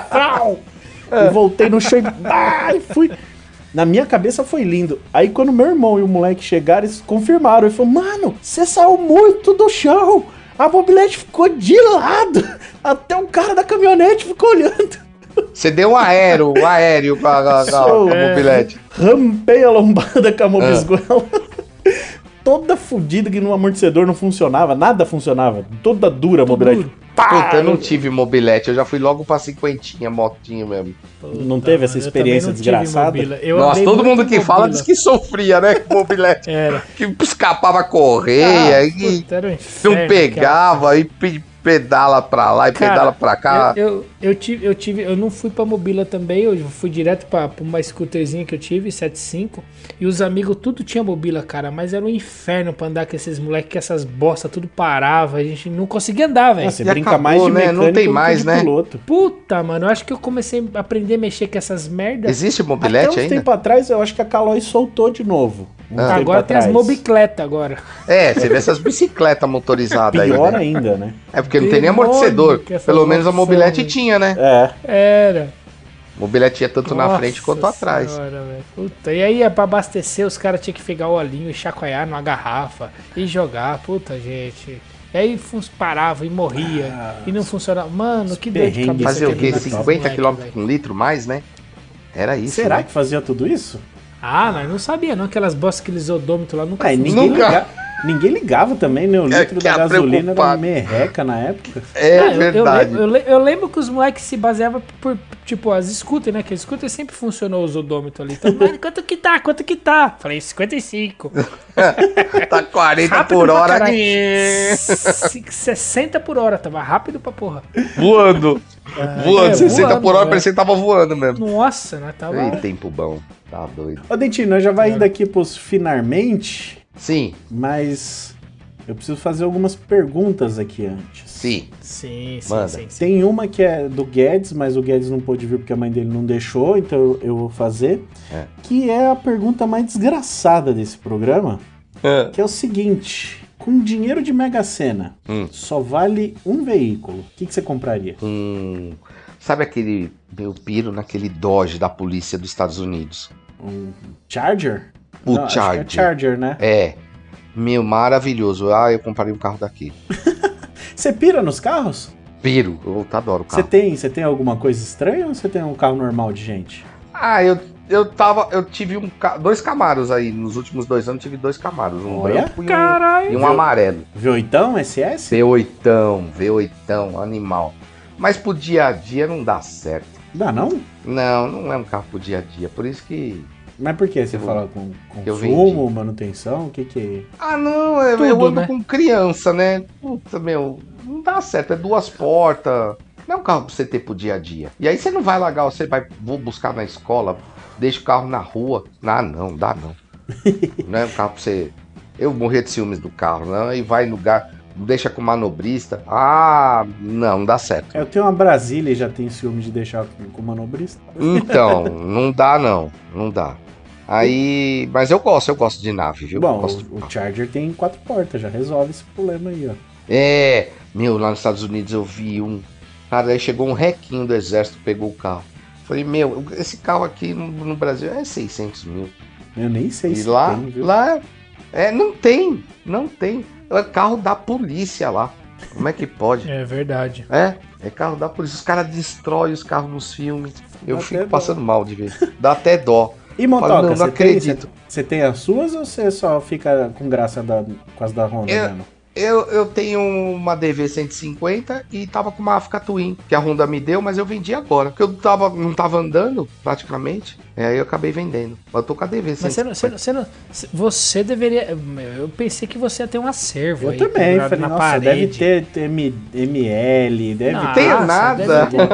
Speaker 1: E voltei no chão e, ah, e fui... Na minha cabeça foi lindo. Aí quando meu irmão e o moleque chegaram, eles confirmaram. Ele falou, mano, você saiu muito do chão. A mobilete ficou de lado. Até o cara da caminhonete ficou olhando.
Speaker 3: Você deu um aéreo, um aéreo com a, a, a, a
Speaker 1: é,
Speaker 3: mobilete.
Speaker 1: Rampei a lombada com a mobisguela. Ah. Toda fodida que no amortecedor não funcionava. Nada funcionava. Toda dura a mobilete.
Speaker 3: Puta, eu não tive mobilete, eu já fui logo pra cinquentinha, motinha mesmo.
Speaker 1: Puta, não teve essa experiência desgraçada?
Speaker 3: Nossa, todo mundo que mobila. fala diz que sofria, né, com mobilete.
Speaker 2: Era.
Speaker 3: Que escapava a correia, ah, e puta, era um inferno, não pegava, cara. E pedala pra lá e cara, pedala pra cá.
Speaker 2: Eu, eu, eu, tive, eu tive, eu não fui pra mobila também, eu fui direto pra, pra uma scooterzinha que eu tive, setenta e cinco, e os amigos tudo tinha mobila, cara, mas era um inferno pra andar com esses moleques, que essas bosta tudo parava, a gente não conseguia andar, velho.
Speaker 1: Você brinca acabou, mais de
Speaker 3: né? Não tem mais, né?
Speaker 1: Piloto.
Speaker 2: Puta, mano, eu acho que eu comecei a aprender a mexer com essas merdas.
Speaker 3: Existe mobilete
Speaker 1: Até uns
Speaker 3: ainda?
Speaker 1: tempo atrás, eu acho que a Caloi soltou de novo. Um
Speaker 2: ah. Agora tem atrás. As mobicletas agora.
Speaker 3: É, você vê essas bicicletas motorizadas aí.
Speaker 1: Pior
Speaker 3: né?
Speaker 1: ainda, né?
Speaker 3: É porque não tem nem amortecedor. Pelo menos a mobilete tinha, né?
Speaker 1: É.
Speaker 2: Era.
Speaker 3: Mobilete ia tanto Nossa na frente quanto atrás.
Speaker 2: Senhora, puta. E aí, pra abastecer, os caras tinham que pegar o olhinho e chacoalhar numa garrafa e jogar. Puta, gente. E aí parava e morria. Ah, e não funcionava. Mano, que dor de cabeça.
Speaker 3: Fazer o quê? cinquenta quilômetros por litro mais, né? Era isso.
Speaker 1: Será
Speaker 3: né?
Speaker 1: que fazia tudo isso?
Speaker 2: Ah, mas não sabia não, aquelas bostas, aqueles odômetros lá, nunca
Speaker 1: ah, ninguém,
Speaker 3: nunca.
Speaker 1: Liga, ninguém ligava também, né? O litro
Speaker 3: é
Speaker 1: da gasolina
Speaker 3: preocupado.
Speaker 1: Era merreca na época.
Speaker 3: É
Speaker 2: ah,
Speaker 3: verdade.
Speaker 2: Eu, eu, eu, eu lembro que os moleques se baseavam por, tipo, as scooters, né? Que as scooters sempre funcionou os odômetros ali. Então, mano, quanto que tá? Quanto que tá? Falei, cinquenta e cinco.
Speaker 3: Tá quarenta
Speaker 2: rápido
Speaker 3: por hora.
Speaker 2: sessenta por hora, tava rápido pra porra.
Speaker 3: Voando.
Speaker 2: Ah,
Speaker 3: voando,
Speaker 2: é,
Speaker 3: sessenta
Speaker 2: voando,
Speaker 3: por hora,
Speaker 2: é.
Speaker 3: parecia que tava voando mesmo.
Speaker 2: Nossa, né? Tava...
Speaker 3: Ei, tempo bom. Tá doido.
Speaker 1: Ô, Dentinho, nós já vai indo aqui pros finalmente.
Speaker 3: Sim.
Speaker 1: Mas eu preciso fazer algumas perguntas aqui antes.
Speaker 3: Sim.
Speaker 2: Sim, sim,
Speaker 3: Manda.
Speaker 2: sim, sim.
Speaker 1: Tem uma que é do Guedes, mas o Guedes não pôde vir porque a mãe dele não deixou, então eu, eu vou fazer.
Speaker 3: É.
Speaker 1: Que é a pergunta mais desgraçada desse programa.
Speaker 3: É.
Speaker 1: Que é o seguinte: Com dinheiro de Mega Sena,
Speaker 3: Hum.
Speaker 1: só vale um veículo. O que, que você compraria?
Speaker 3: Hum, sabe aquele meu piro naquele Dodge da polícia dos Estados Unidos?
Speaker 1: Um Charger?
Speaker 3: O
Speaker 1: Não, acho que
Speaker 3: Charger.
Speaker 1: é Charger, né?
Speaker 3: É. Meu, maravilhoso. Ah, eu compraria um carro daqui.
Speaker 1: Você pira nos carros?
Speaker 3: Piro. Eu adoro o
Speaker 1: Você
Speaker 3: carro.
Speaker 1: tem, você tem alguma coisa estranha ou você tem um carro normal de gente?
Speaker 3: Ah, eu, eu tava. Eu tive um, ca- dois Camaros aí. Nos últimos dois anos tive dois Camaros. Um
Speaker 1: Olha.
Speaker 3: branco e um,
Speaker 2: Caralho.
Speaker 3: e um amarelo.
Speaker 1: V oito S S?
Speaker 3: V oito, V oito, animal. Mas pro dia a dia não dá certo.
Speaker 1: Dá não?
Speaker 3: Não, não é um carro pro dia a dia. Por isso que.
Speaker 1: Mas por que? Você
Speaker 3: Eu-
Speaker 1: fala com
Speaker 3: eu
Speaker 1: consumo,
Speaker 3: vendi.
Speaker 1: manutenção? O que que é?
Speaker 3: Ah, não, eu,
Speaker 2: Tudo,
Speaker 3: eu ando
Speaker 2: né?
Speaker 3: com criança, né? Puta, meu, não dá certo. É duas portas. Não é um carro pra você ter pro dia a dia. E aí você não vai largar, você vai vou buscar na escola, deixa o carro na rua. Ah, não, dá não. Não é um carro pra você. Eu morria de ciúmes do carro, não. E vai no lugar, deixa com manobrista. Ah, não, não dá certo.
Speaker 1: Eu tenho uma Brasília e já tenho ciúme de deixar com, com manobrista.
Speaker 3: Então, não dá não, não dá. Aí, mas eu gosto, eu gosto de nave, viu? Eu
Speaker 1: Bom,
Speaker 3: gosto de
Speaker 1: o, o Charger tem quatro portas, já resolve esse problema aí, ó.
Speaker 3: É, meu, lá nos Estados Unidos eu vi um. Cara, aí chegou um requinho do exército, pegou o carro. Falei, meu, esse carro aqui no, no Brasil é seiscentos mil.
Speaker 1: Eu nem sei
Speaker 3: E
Speaker 1: se
Speaker 3: lá,
Speaker 1: tem, viu?
Speaker 3: lá, é, não tem, não tem. É carro da polícia lá. Como é que pode?
Speaker 2: É verdade.
Speaker 3: É, é carro da polícia. Os caras destroem os carros nos filmes. Eu
Speaker 1: Dá
Speaker 3: fico
Speaker 1: até
Speaker 3: passando mal de ver. Dá até dó.
Speaker 1: E Motoca,
Speaker 3: Fala, não, não
Speaker 1: você tem,
Speaker 3: acredito.
Speaker 1: você, você tem as suas ou você só fica com graça da, com as da Honda
Speaker 3: Eu-
Speaker 1: mesmo?
Speaker 3: Eu, eu tenho uma D V cento e cinquenta e tava com uma Africa Twin, que a Honda me deu, mas eu vendi agora. Porque eu tava, não tava andando, praticamente. É, aí eu acabei vendendo. Mas eu tô com a D V
Speaker 2: Mas você não, você,
Speaker 3: cento e cinquenta.
Speaker 2: não, você, não, você deveria. meu, Eu pensei que você ia ter um acervo
Speaker 1: Eu
Speaker 2: aí.
Speaker 1: também,
Speaker 2: pendurado
Speaker 1: falei,
Speaker 2: na
Speaker 1: nossa,
Speaker 2: parede.
Speaker 1: deve ter, ter M- ML, deve
Speaker 2: Nossa,
Speaker 1: ter.
Speaker 3: Tenho nada.
Speaker 2: deve ter tudo,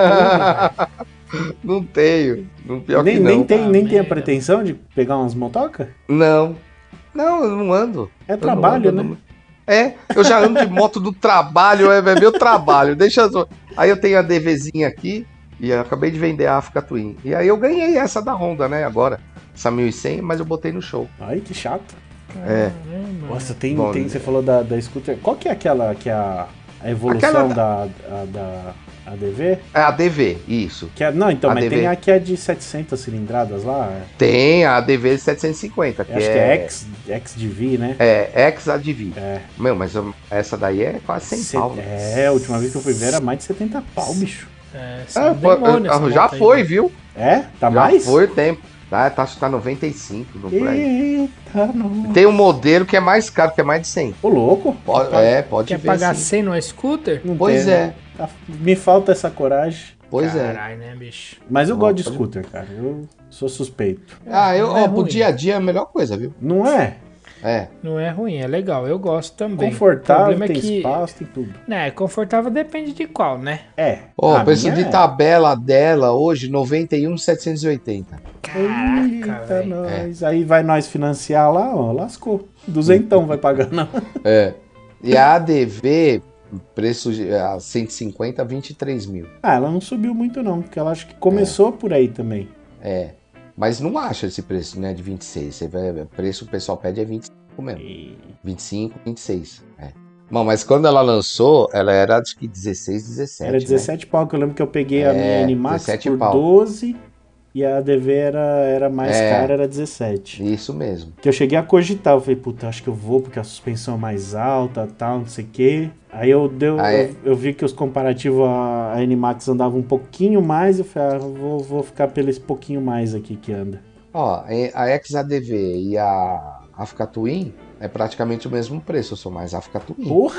Speaker 2: velho.
Speaker 3: Não tenho. Não, pior
Speaker 1: Nem,
Speaker 3: que não.
Speaker 1: nem tem,
Speaker 2: Ah,
Speaker 1: nem tem a
Speaker 2: merda.
Speaker 1: pretensão de pegar umas motoca?
Speaker 3: Não. Não, eu não ando.
Speaker 1: É
Speaker 3: Eu não
Speaker 1: trabalho,
Speaker 3: ando, eu
Speaker 1: né?
Speaker 3: não- É, eu já ando de moto do trabalho, é, é meu trabalho. Deixa eu... Aí eu tenho a DVzinha aqui e eu acabei de vender a Africa Twin. E aí eu ganhei essa da Honda, né, agora. Essa mil e cem, mas eu botei no show.
Speaker 1: Ai, que chato.
Speaker 3: É.
Speaker 2: Caramba.
Speaker 1: Nossa, tem,
Speaker 3: Bom,
Speaker 1: tem
Speaker 3: né?
Speaker 1: você falou da, da scooter. Qual que é aquela que é a, a evolução
Speaker 3: Aquela
Speaker 1: da, a- da A D V?
Speaker 3: É a D V, isso.
Speaker 1: Que é, não, então,
Speaker 3: A
Speaker 1: mas
Speaker 3: D V.
Speaker 1: tem a que é de setecentas cilindradas lá.
Speaker 3: Tem a D V setecentos e cinquenta, que
Speaker 1: Acho
Speaker 3: é...
Speaker 1: que é X, X D V, né?
Speaker 3: É, X-A-D-V.
Speaker 1: É.
Speaker 3: Meu, mas eu- essa daí é quase cem
Speaker 1: Cê-
Speaker 3: pau. né?
Speaker 1: É, a última vez que eu fui ver era mais de setenta pau, bicho.
Speaker 2: É,
Speaker 3: É,
Speaker 2: são
Speaker 3: pô,
Speaker 2: demônios essa
Speaker 3: eu- já
Speaker 2: moto aí,
Speaker 3: foi,
Speaker 2: né?
Speaker 3: viu?
Speaker 1: É? Tá
Speaker 3: já
Speaker 1: mais?
Speaker 3: foi o tempo. Tá, tá, acho que tá noventa e cinco no por aí.
Speaker 1: Eita, não.
Speaker 3: Tem um modelo que é mais caro, que é mais de cem.
Speaker 1: Ô, louco.
Speaker 3: Pode, é, pode
Speaker 2: Quer
Speaker 3: ver
Speaker 2: pagar
Speaker 3: sim.
Speaker 2: cem no scooter?
Speaker 1: Não
Speaker 3: Pois
Speaker 1: tem,
Speaker 3: é,
Speaker 1: né? Tá- Me falta essa coragem.
Speaker 3: pois é.
Speaker 2: Caralho, né, bicho?
Speaker 1: Mas eu
Speaker 3: Não,
Speaker 1: gosto de
Speaker 3: pode-
Speaker 1: scooter, cara. Eu sou suspeito.
Speaker 3: Ah, eu,
Speaker 2: Não é
Speaker 3: ó, pro
Speaker 2: ruim.
Speaker 3: dia a dia é a melhor coisa, viu?
Speaker 1: Não é?
Speaker 3: É.
Speaker 2: Não é ruim, é legal. Eu gosto também.
Speaker 1: Confortável,
Speaker 2: O problema
Speaker 1: tem
Speaker 2: é que,
Speaker 1: espaço, tem tudo.
Speaker 2: né, confortável depende de qual, né?
Speaker 1: É.
Speaker 3: Ó,
Speaker 1: a
Speaker 3: o preço
Speaker 1: minha
Speaker 3: de
Speaker 1: é.
Speaker 3: tabela dela hoje, noventa e um mil setecentos e oitenta.
Speaker 2: Caraca,
Speaker 1: Eita,
Speaker 2: velho.
Speaker 1: nós. Aí vai nós financiar lá, ó, lascou. Duzentão vai pagando.
Speaker 3: É. E a A D V, preço de- a cento e cinquenta, vinte e três mil.
Speaker 1: Ah, ela não subiu muito não, porque ela acho que começou por aí também.
Speaker 3: É. Mas não acha esse preço, né, de vinte e seis. Você vai, o preço que o pessoal pede é vinte e cinco mesmo.
Speaker 1: E-
Speaker 3: vinte e cinco, vinte e seis. É. Bom, mas quando ela lançou, ela era acho que dezesseis, dezessete.
Speaker 1: Era dezessete pau, que eu lembro que eu peguei a
Speaker 3: É,
Speaker 1: minha Animax
Speaker 3: dezessete
Speaker 1: por
Speaker 3: pau.
Speaker 1: doze e a A D V era, era mais
Speaker 3: É.
Speaker 1: cara, era dezessete.
Speaker 3: Né? Isso mesmo.
Speaker 1: Que eu cheguei a cogitar, eu falei, puta, acho que eu vou porque a suspensão é mais alta, tal, não sei o quê. Aí eu, deu,
Speaker 3: Ah, é?
Speaker 1: eu, eu vi que os comparativos a, a Animax andavam um pouquinho mais, eu falei, ah, eu vou, vou ficar pelo esse pouquinho mais aqui que anda.
Speaker 3: Ó, a X A D V e a Africa Twin é praticamente o mesmo preço, eu sou mais Africa Twin.
Speaker 1: Porra,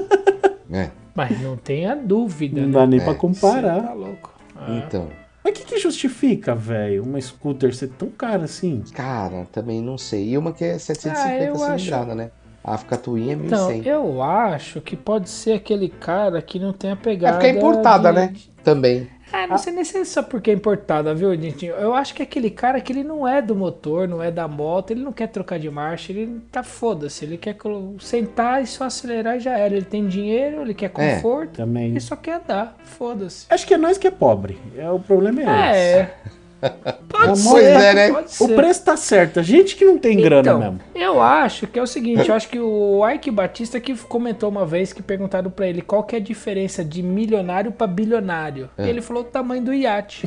Speaker 3: É.
Speaker 2: Mas não tenha dúvida,
Speaker 1: não
Speaker 2: né?
Speaker 1: dá nem
Speaker 3: É.
Speaker 1: pra
Speaker 2: Cê
Speaker 1: comparar.
Speaker 2: tá louco. Ah.
Speaker 3: Então,
Speaker 1: Mas o que, que justifica, velho, uma scooter ser tão cara assim?
Speaker 3: cara, também não sei. E uma que é setecentos e cinquenta
Speaker 2: Ah, eu acho-
Speaker 3: cilindrada, né? A Africa Twin é mil e
Speaker 2: Então,
Speaker 3: cem.
Speaker 2: eu acho que pode ser aquele cara que não tem a
Speaker 3: É
Speaker 2: pegada.
Speaker 3: porque é importada,
Speaker 2: de-
Speaker 3: né? Também.
Speaker 2: Ah, não sei nem se é só porque é importada, viu, Dintinho? Eu acho que é aquele cara que ele não é do motor, não é da moto, ele não quer trocar de marcha, ele tá foda-se, ele quer colo- sentar e só acelerar e já era. Ele tem dinheiro, ele quer
Speaker 3: É,
Speaker 2: conforto,
Speaker 1: Também.
Speaker 2: ele só quer andar, foda-se.
Speaker 1: Acho que é nós que é pobre. É, o problema é esse.
Speaker 2: É, Pode
Speaker 1: Ah,
Speaker 2: ser,
Speaker 1: pois
Speaker 3: é, né?
Speaker 2: pode
Speaker 1: O
Speaker 2: ser.
Speaker 1: preço tá certo. A gente que não tem grana
Speaker 2: Então,
Speaker 1: mesmo.
Speaker 2: eu acho que é o seguinte, eu acho que o Ike Batista que comentou uma vez que perguntaram pra ele qual que é a diferença de milionário pra bilionário.
Speaker 3: É.
Speaker 2: E ele falou o tamanho do iate.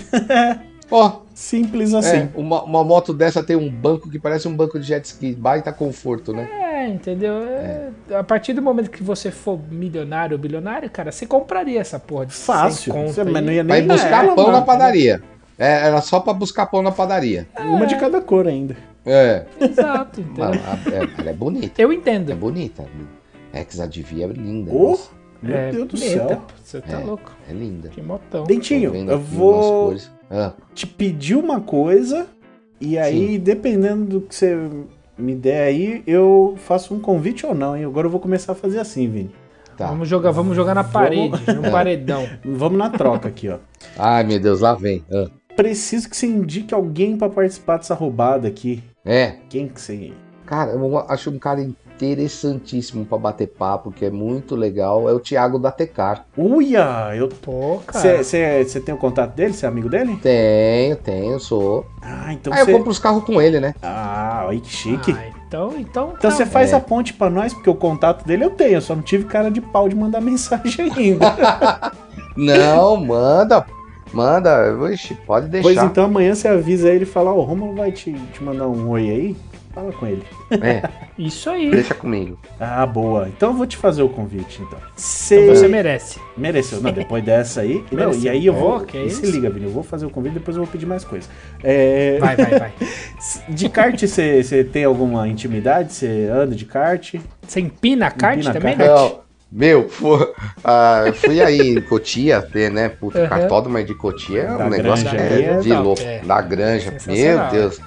Speaker 3: Ó,
Speaker 1: Simples assim.
Speaker 3: é, uma, uma moto dessa tem um banco que parece um banco de jet ski. Baita conforto, né?
Speaker 2: É, entendeu? É, a partir do momento que você for milionário ou bilionário, cara, você compraria essa porra de
Speaker 1: Fácil.
Speaker 2: cem conto
Speaker 1: Você,
Speaker 2: aí.
Speaker 1: mas não ia
Speaker 3: Vai
Speaker 1: nem
Speaker 3: buscar
Speaker 1: é,
Speaker 3: pão
Speaker 1: não,
Speaker 3: na padaria. É, era só pra buscar pão na padaria.
Speaker 1: Uma de cada cor ainda.
Speaker 3: É.
Speaker 2: Exato,
Speaker 3: Ela,
Speaker 2: entendeu?
Speaker 3: é, ela é bonita.
Speaker 2: Eu
Speaker 3: É
Speaker 2: entendo.
Speaker 3: bonita. Ex-Adivia é linda.
Speaker 1: Oh,
Speaker 3: nossa.
Speaker 1: meu
Speaker 2: É,
Speaker 1: Deus do
Speaker 2: bonita,
Speaker 1: céu.
Speaker 2: pô, Você tá
Speaker 3: É.
Speaker 2: louco.
Speaker 3: É linda.
Speaker 2: Que motão.
Speaker 1: Dentinho,
Speaker 3: Tô vendo
Speaker 1: eu
Speaker 3: aqui umas
Speaker 1: vou
Speaker 3: cores. Ah,
Speaker 1: te pedir uma coisa e aí, dependendo do que você me der aí, eu faço um convite ou não, hein? Agora eu vou começar a fazer assim, Vini.
Speaker 3: tá.
Speaker 2: Vamos jogar, vamos jogar na parede, no
Speaker 3: É.
Speaker 2: paredão.
Speaker 1: Vamos na troca aqui, ó.
Speaker 3: Ai, meu Deus, lá vem. Ah.
Speaker 1: Preciso que você indique alguém pra participar dessa roubada aqui.
Speaker 3: É.
Speaker 1: Quem que você...
Speaker 3: Cara, eu acho um cara interessantíssimo pra bater papo, que é muito legal. É o Thiago da Tecar.
Speaker 1: Uia, eu...
Speaker 2: Pô, cara.
Speaker 1: Você tem o contato dele? Você é amigo dele?
Speaker 3: Tenho, tenho, sou.
Speaker 1: Ah, então
Speaker 3: Aí eu
Speaker 1: você...
Speaker 3: compro os carros com ele, né?
Speaker 1: Ah, olha que chique.
Speaker 2: Ah, então, então.
Speaker 1: Então
Speaker 2: tá.
Speaker 1: você faz
Speaker 3: É.
Speaker 1: a ponte pra nós, porque o contato dele eu tenho, eu só não tive cara de pau de mandar mensagem ainda.
Speaker 3: Não, manda. Manda. Oxi, pode deixar.
Speaker 1: Pois então amanhã você avisa ele e fala, ó, o Romulo vai te, te mandar um oi aí, fala com ele.
Speaker 3: É,
Speaker 2: Isso aí.
Speaker 3: deixa comigo.
Speaker 1: Ah, boa. Então eu vou te fazer o convite, então.
Speaker 2: Então
Speaker 1: Cê...
Speaker 2: você merece.
Speaker 1: Mereceu. Não, depois dessa aí... Não,
Speaker 2: Mereceu.
Speaker 1: e aí eu vou...
Speaker 2: Oh, que é
Speaker 1: e se
Speaker 2: isso?
Speaker 1: liga, Vini, eu vou fazer o convite, depois eu vou pedir mais coisa. É...
Speaker 2: Vai, vai, vai.
Speaker 1: De kart, você você tem alguma intimidade? Você anda de kart?
Speaker 2: Você empina a kart
Speaker 1: Empina a
Speaker 2: também,
Speaker 1: kart.
Speaker 2: né?
Speaker 3: Não, meu, fu- ah, fui aí em Cotia, ter, né? Puta,
Speaker 2: Uhum.
Speaker 3: cartódromo de Cotia é um
Speaker 1: Da
Speaker 3: negócio
Speaker 1: Granja
Speaker 3: é
Speaker 1: aí é
Speaker 3: de
Speaker 2: top,
Speaker 3: louco.
Speaker 2: é.
Speaker 3: Da Granja, meu
Speaker 2: Sensacional.
Speaker 3: Deus.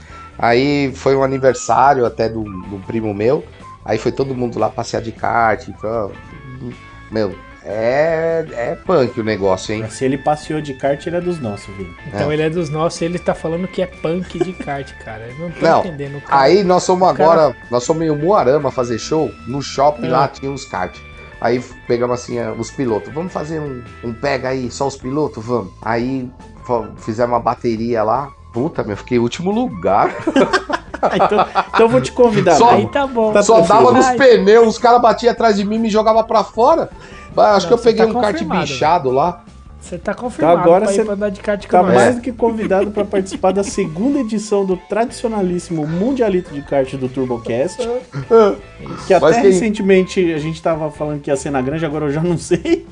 Speaker 3: Aí foi um aniversário até do, do primo meu. Aí foi todo mundo lá passear de kart. Então, meu, é, é punk o negócio, hein?
Speaker 1: Se ele passeou de kart, ele é dos nossos, Vini.
Speaker 2: Então
Speaker 3: É.
Speaker 2: ele é dos nossos e ele tá falando que é punk de kart, cara. Eu não tô
Speaker 3: Não,
Speaker 2: entendendo. Cara.
Speaker 3: Aí nós fomos
Speaker 2: O cara-
Speaker 3: agora, nós fomos em Umuarama fazer show, no shopping
Speaker 2: É.
Speaker 3: lá tinha uns kart. Aí pegamos assim eh, os pilotos, vamos fazer um, um pega aí, só os pilotos, vamos. Aí fo- fizemos uma bateria lá, puta, meu, fiquei em último lugar.
Speaker 1: Ah, então, então eu vou te convidar.
Speaker 3: Só-
Speaker 2: Aí tá bom.
Speaker 1: Tá
Speaker 3: Só
Speaker 1: tranquilo.
Speaker 3: dava nos
Speaker 2: Ai.
Speaker 3: pneus, os caras batiam atrás de mim e me jogavam pra fora. Ah, acho
Speaker 2: Não,
Speaker 3: que eu
Speaker 2: você
Speaker 3: peguei
Speaker 2: tá
Speaker 3: um kart
Speaker 2: confirmado,
Speaker 3: bichado lá.
Speaker 2: Você tá confirmado
Speaker 1: Então agora
Speaker 2: pra
Speaker 1: você
Speaker 2: ir pra andar de kart com
Speaker 1: Tá
Speaker 2: nós.
Speaker 1: mais do que convidado para participar da segunda edição do tradicionalíssimo Mundialito de Kart do TurboCast. Que até
Speaker 3: Mas quem-
Speaker 1: recentemente a gente tava falando que ia ser na Granja, agora eu já não sei.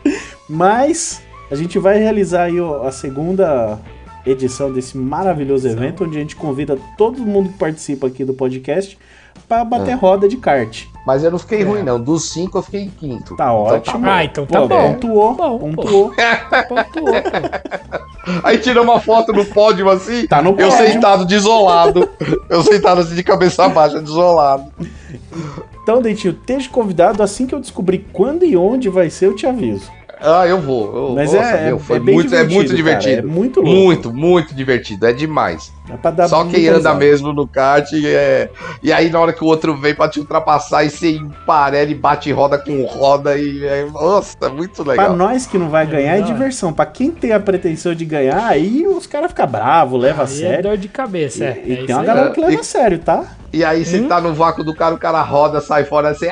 Speaker 1: Mas a gente vai realizar aí ó, a segunda edição desse maravilhoso evento, onde a gente convida todo mundo que participa aqui do podcast para bater
Speaker 3: Ah.
Speaker 1: roda de kart.
Speaker 3: Mas eu não fiquei
Speaker 2: É.
Speaker 3: ruim, não. Dos cinco eu fiquei em quinto.
Speaker 1: Tá ótimo.
Speaker 2: Ah, então tá
Speaker 1: Pô,
Speaker 2: bom.
Speaker 1: Pontuou,
Speaker 2: Bom,
Speaker 1: pontuou.
Speaker 2: Pontuou, pô.
Speaker 3: Aí tirou uma foto no pódio assim.
Speaker 1: Tá no
Speaker 3: Eu
Speaker 1: pódio.
Speaker 3: sentado desolado. Eu sentado assim de cabeça baixa, desolado.
Speaker 1: Então, Dentinho, esteja convidado. Assim que eu descobrir quando e onde vai ser, eu te aviso.
Speaker 3: Ah, eu vou. Eu,
Speaker 1: Mas
Speaker 3: nossa,
Speaker 1: é,
Speaker 3: meu, foi
Speaker 1: é bem
Speaker 3: muito, é muito
Speaker 1: divertido, cara,
Speaker 3: divertido.
Speaker 1: é muito louco.
Speaker 3: Muito, muito divertido. É demais.
Speaker 1: Dá pra dar
Speaker 3: Só
Speaker 1: muita
Speaker 3: quem anda
Speaker 1: risada.
Speaker 3: mesmo no kart é. E aí, na hora que o outro vem pra te ultrapassar e você emparelha e bate roda com roda e. É... Nossa, muito
Speaker 1: Pra
Speaker 3: legal.
Speaker 1: nós que não vai ganhar é
Speaker 2: legal.
Speaker 1: diversão. Pra quem tem a pretensão de ganhar, aí os caras ficam bravos, leva a
Speaker 2: Aí é
Speaker 1: sério.
Speaker 2: dor de cabeça, é.
Speaker 1: E, e
Speaker 2: é
Speaker 1: tem
Speaker 2: isso
Speaker 1: uma
Speaker 2: aí.
Speaker 1: galera que leva
Speaker 3: E-
Speaker 1: a sério, tá?
Speaker 3: E aí você
Speaker 2: Hum?
Speaker 3: tá no vácuo do cara, o cara roda, sai fora assim.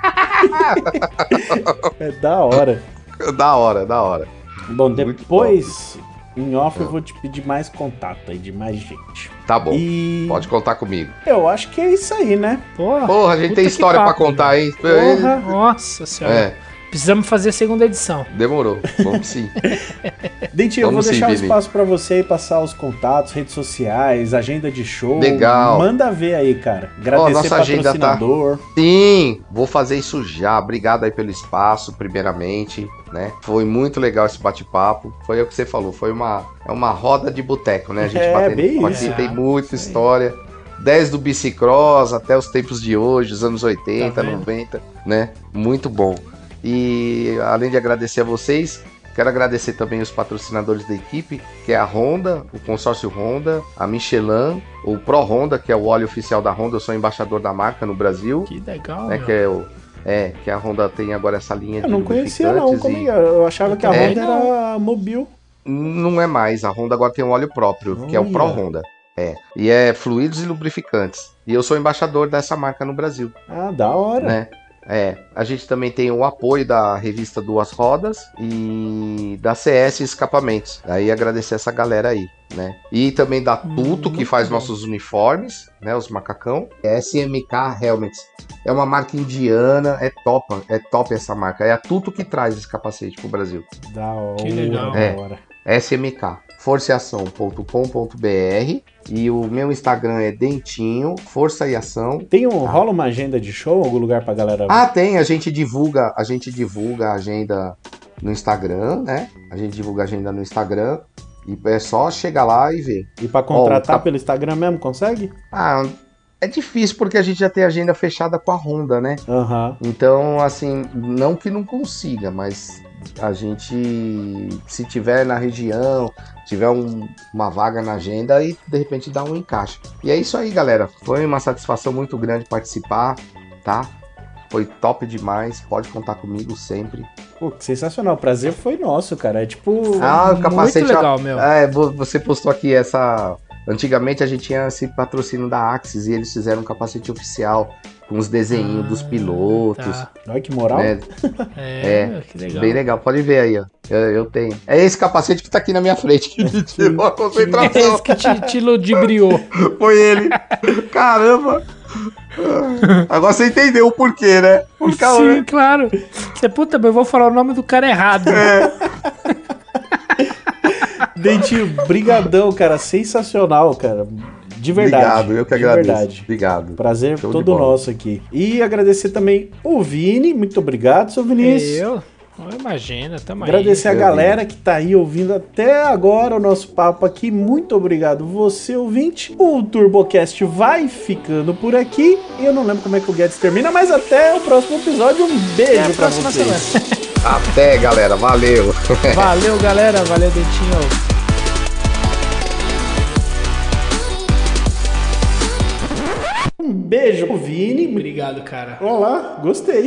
Speaker 1: É da hora.
Speaker 3: Ah, da hora, da hora.
Speaker 1: Bom,
Speaker 3: Muito
Speaker 1: depois, em off, eu vou te pedir mais contato aí, de mais gente.
Speaker 3: Tá bom.
Speaker 1: E
Speaker 3: Pode contar comigo.
Speaker 1: eu acho que é isso aí, né?
Speaker 2: Porra,
Speaker 3: Porra, a gente
Speaker 2: puta
Speaker 3: tem
Speaker 2: que
Speaker 3: história pra
Speaker 2: papo,
Speaker 3: contar, hein?
Speaker 1: Porra.
Speaker 2: Nossa senhora.
Speaker 3: É,
Speaker 2: Precisamos fazer a segunda edição.
Speaker 3: demorou. Vamos sim.
Speaker 1: Dentinho, eu vou
Speaker 3: Vamos sim,
Speaker 1: deixar um
Speaker 3: Vini.
Speaker 1: espaço pra você aí passar os contatos, redes sociais, agenda de show.
Speaker 3: Legal.
Speaker 1: Manda ver aí, cara. Agradecer
Speaker 3: nossa agenda tá-
Speaker 1: patrocinador.
Speaker 3: Sim, vou fazer isso já. Obrigado aí pelo espaço, primeiramente, né? Foi muito legal esse bate-papo. Foi o que você falou, foi uma, é uma roda de boteco, né? A gente
Speaker 1: É,
Speaker 3: batendo
Speaker 1: bem
Speaker 3: aqui,
Speaker 2: isso.
Speaker 3: tem muita história. Desde o bicicross até os tempos de hoje, os anos oitenta,
Speaker 2: Tá vendo?
Speaker 3: noventa, né? Muito bom. E além de agradecer a vocês, quero agradecer também os patrocinadores da equipe, que é a Honda, o consórcio Honda, a Michelin, o Pro Honda, que é o óleo oficial da Honda, eu sou embaixador da marca no Brasil,
Speaker 2: Que legal,
Speaker 3: né?
Speaker 2: meu.
Speaker 3: Que é o é, que a Honda tem agora essa linha
Speaker 1: Eu
Speaker 3: de
Speaker 1: não conhecia não,
Speaker 3: lubrificantes
Speaker 1: como
Speaker 3: e-
Speaker 1: é? Eu achava que a
Speaker 3: É.
Speaker 1: Honda era mobil.
Speaker 3: Não é mais, a Honda agora tem um óleo próprio, que é o
Speaker 1: Olha.
Speaker 3: Pro Honda. É, e é fluidos e lubrificantes. E eu sou embaixador dessa marca no Brasil,
Speaker 1: Ah, da hora.
Speaker 3: né? É, a gente também tem o apoio da revista Duas Rodas e da C S Escapamentos. Aí agradecer essa galera aí, né? E também da Tuto, que faz nossos uniformes, né? Os macacão. S M K Helmets. É uma marca indiana, é top, é top essa marca. É a Tuto que traz esse capacete pro Brasil.
Speaker 1: Da hora.
Speaker 2: Que legal.
Speaker 1: Da
Speaker 3: É.
Speaker 1: hora.
Speaker 3: S M K, forçação ponto com ponto b r, e o meu Instagram é Dentinho, Força e Ação.
Speaker 1: Tem um, rola uma agenda de show, algum lugar pra galera?
Speaker 3: Ah, tem, a gente divulga, a gente divulga a agenda no Instagram, né? A gente divulga a agenda no Instagram e é só chegar lá e ver.
Speaker 1: E pra contratar
Speaker 3: Ó, tá-
Speaker 1: pelo Instagram mesmo, consegue?
Speaker 3: Ah, é difícil porque a gente já tem agenda fechada com a Honda, né?
Speaker 1: Aham.
Speaker 3: Então, assim, não que não consiga, mas a gente, se tiver na região, tiver um- uma vaga na agenda, aí de repente dá um encaixe. E é isso aí, galera. Foi uma satisfação muito grande participar, tá? Foi top demais. Pode contar comigo sempre.
Speaker 1: Pô, que sensacional. O prazer foi nosso, cara. É tipo.
Speaker 3: Ah, o capacete.
Speaker 2: Muito legal, meu.
Speaker 3: É, vo- você postou aqui essa. Antigamente a gente tinha esse patrocínio da Axis e eles fizeram um capacete oficial com os desenhinhos
Speaker 2: Ah,
Speaker 3: dos pilotos.
Speaker 2: tá.
Speaker 1: Olha que moral.
Speaker 3: Né?
Speaker 2: É,
Speaker 3: É,
Speaker 2: que legal.
Speaker 3: Bem legal, pode ver aí, ó. Eu, eu tenho. É esse capacete que tá aqui na minha frente que me tirou a
Speaker 2: É
Speaker 3: concentração.
Speaker 2: esse que te, te ludibriou.
Speaker 3: Foi ele. Caramba. Agora você entendeu o porquê, né? Por causa,
Speaker 2: Sim, claro. Você, puta, mas eu vou falar o nome do cara errado.
Speaker 1: Dentinho, brigadão, cara. Sensacional, cara. De verdade.
Speaker 3: Obrigado, eu que
Speaker 1: de
Speaker 3: agradeço.
Speaker 1: verdade.
Speaker 3: Obrigado.
Speaker 1: Prazer
Speaker 3: Show de
Speaker 1: todo
Speaker 3: bola.
Speaker 1: nosso aqui. E agradecer também o Vini. Muito obrigado, seu Vinícius.
Speaker 2: Eu? Imagina, tamo aí.
Speaker 1: Agradecer a
Speaker 3: Eu
Speaker 1: galera que tá aí ouvindo até agora o nosso papo aqui. Muito obrigado, você ouvinte. O TurboCast vai ficando por aqui. Eu não lembro como é que o Guedes termina, mas até o próximo episódio. Um beijo
Speaker 2: Até a
Speaker 1: pra
Speaker 2: próxima
Speaker 1: vocês.
Speaker 2: semana.
Speaker 3: Até, galera. Valeu.
Speaker 2: Valeu, galera. Valeu, Dentinho.
Speaker 1: Um beijo pro Vini.
Speaker 2: Obrigado, cara.
Speaker 1: Olá, gostei.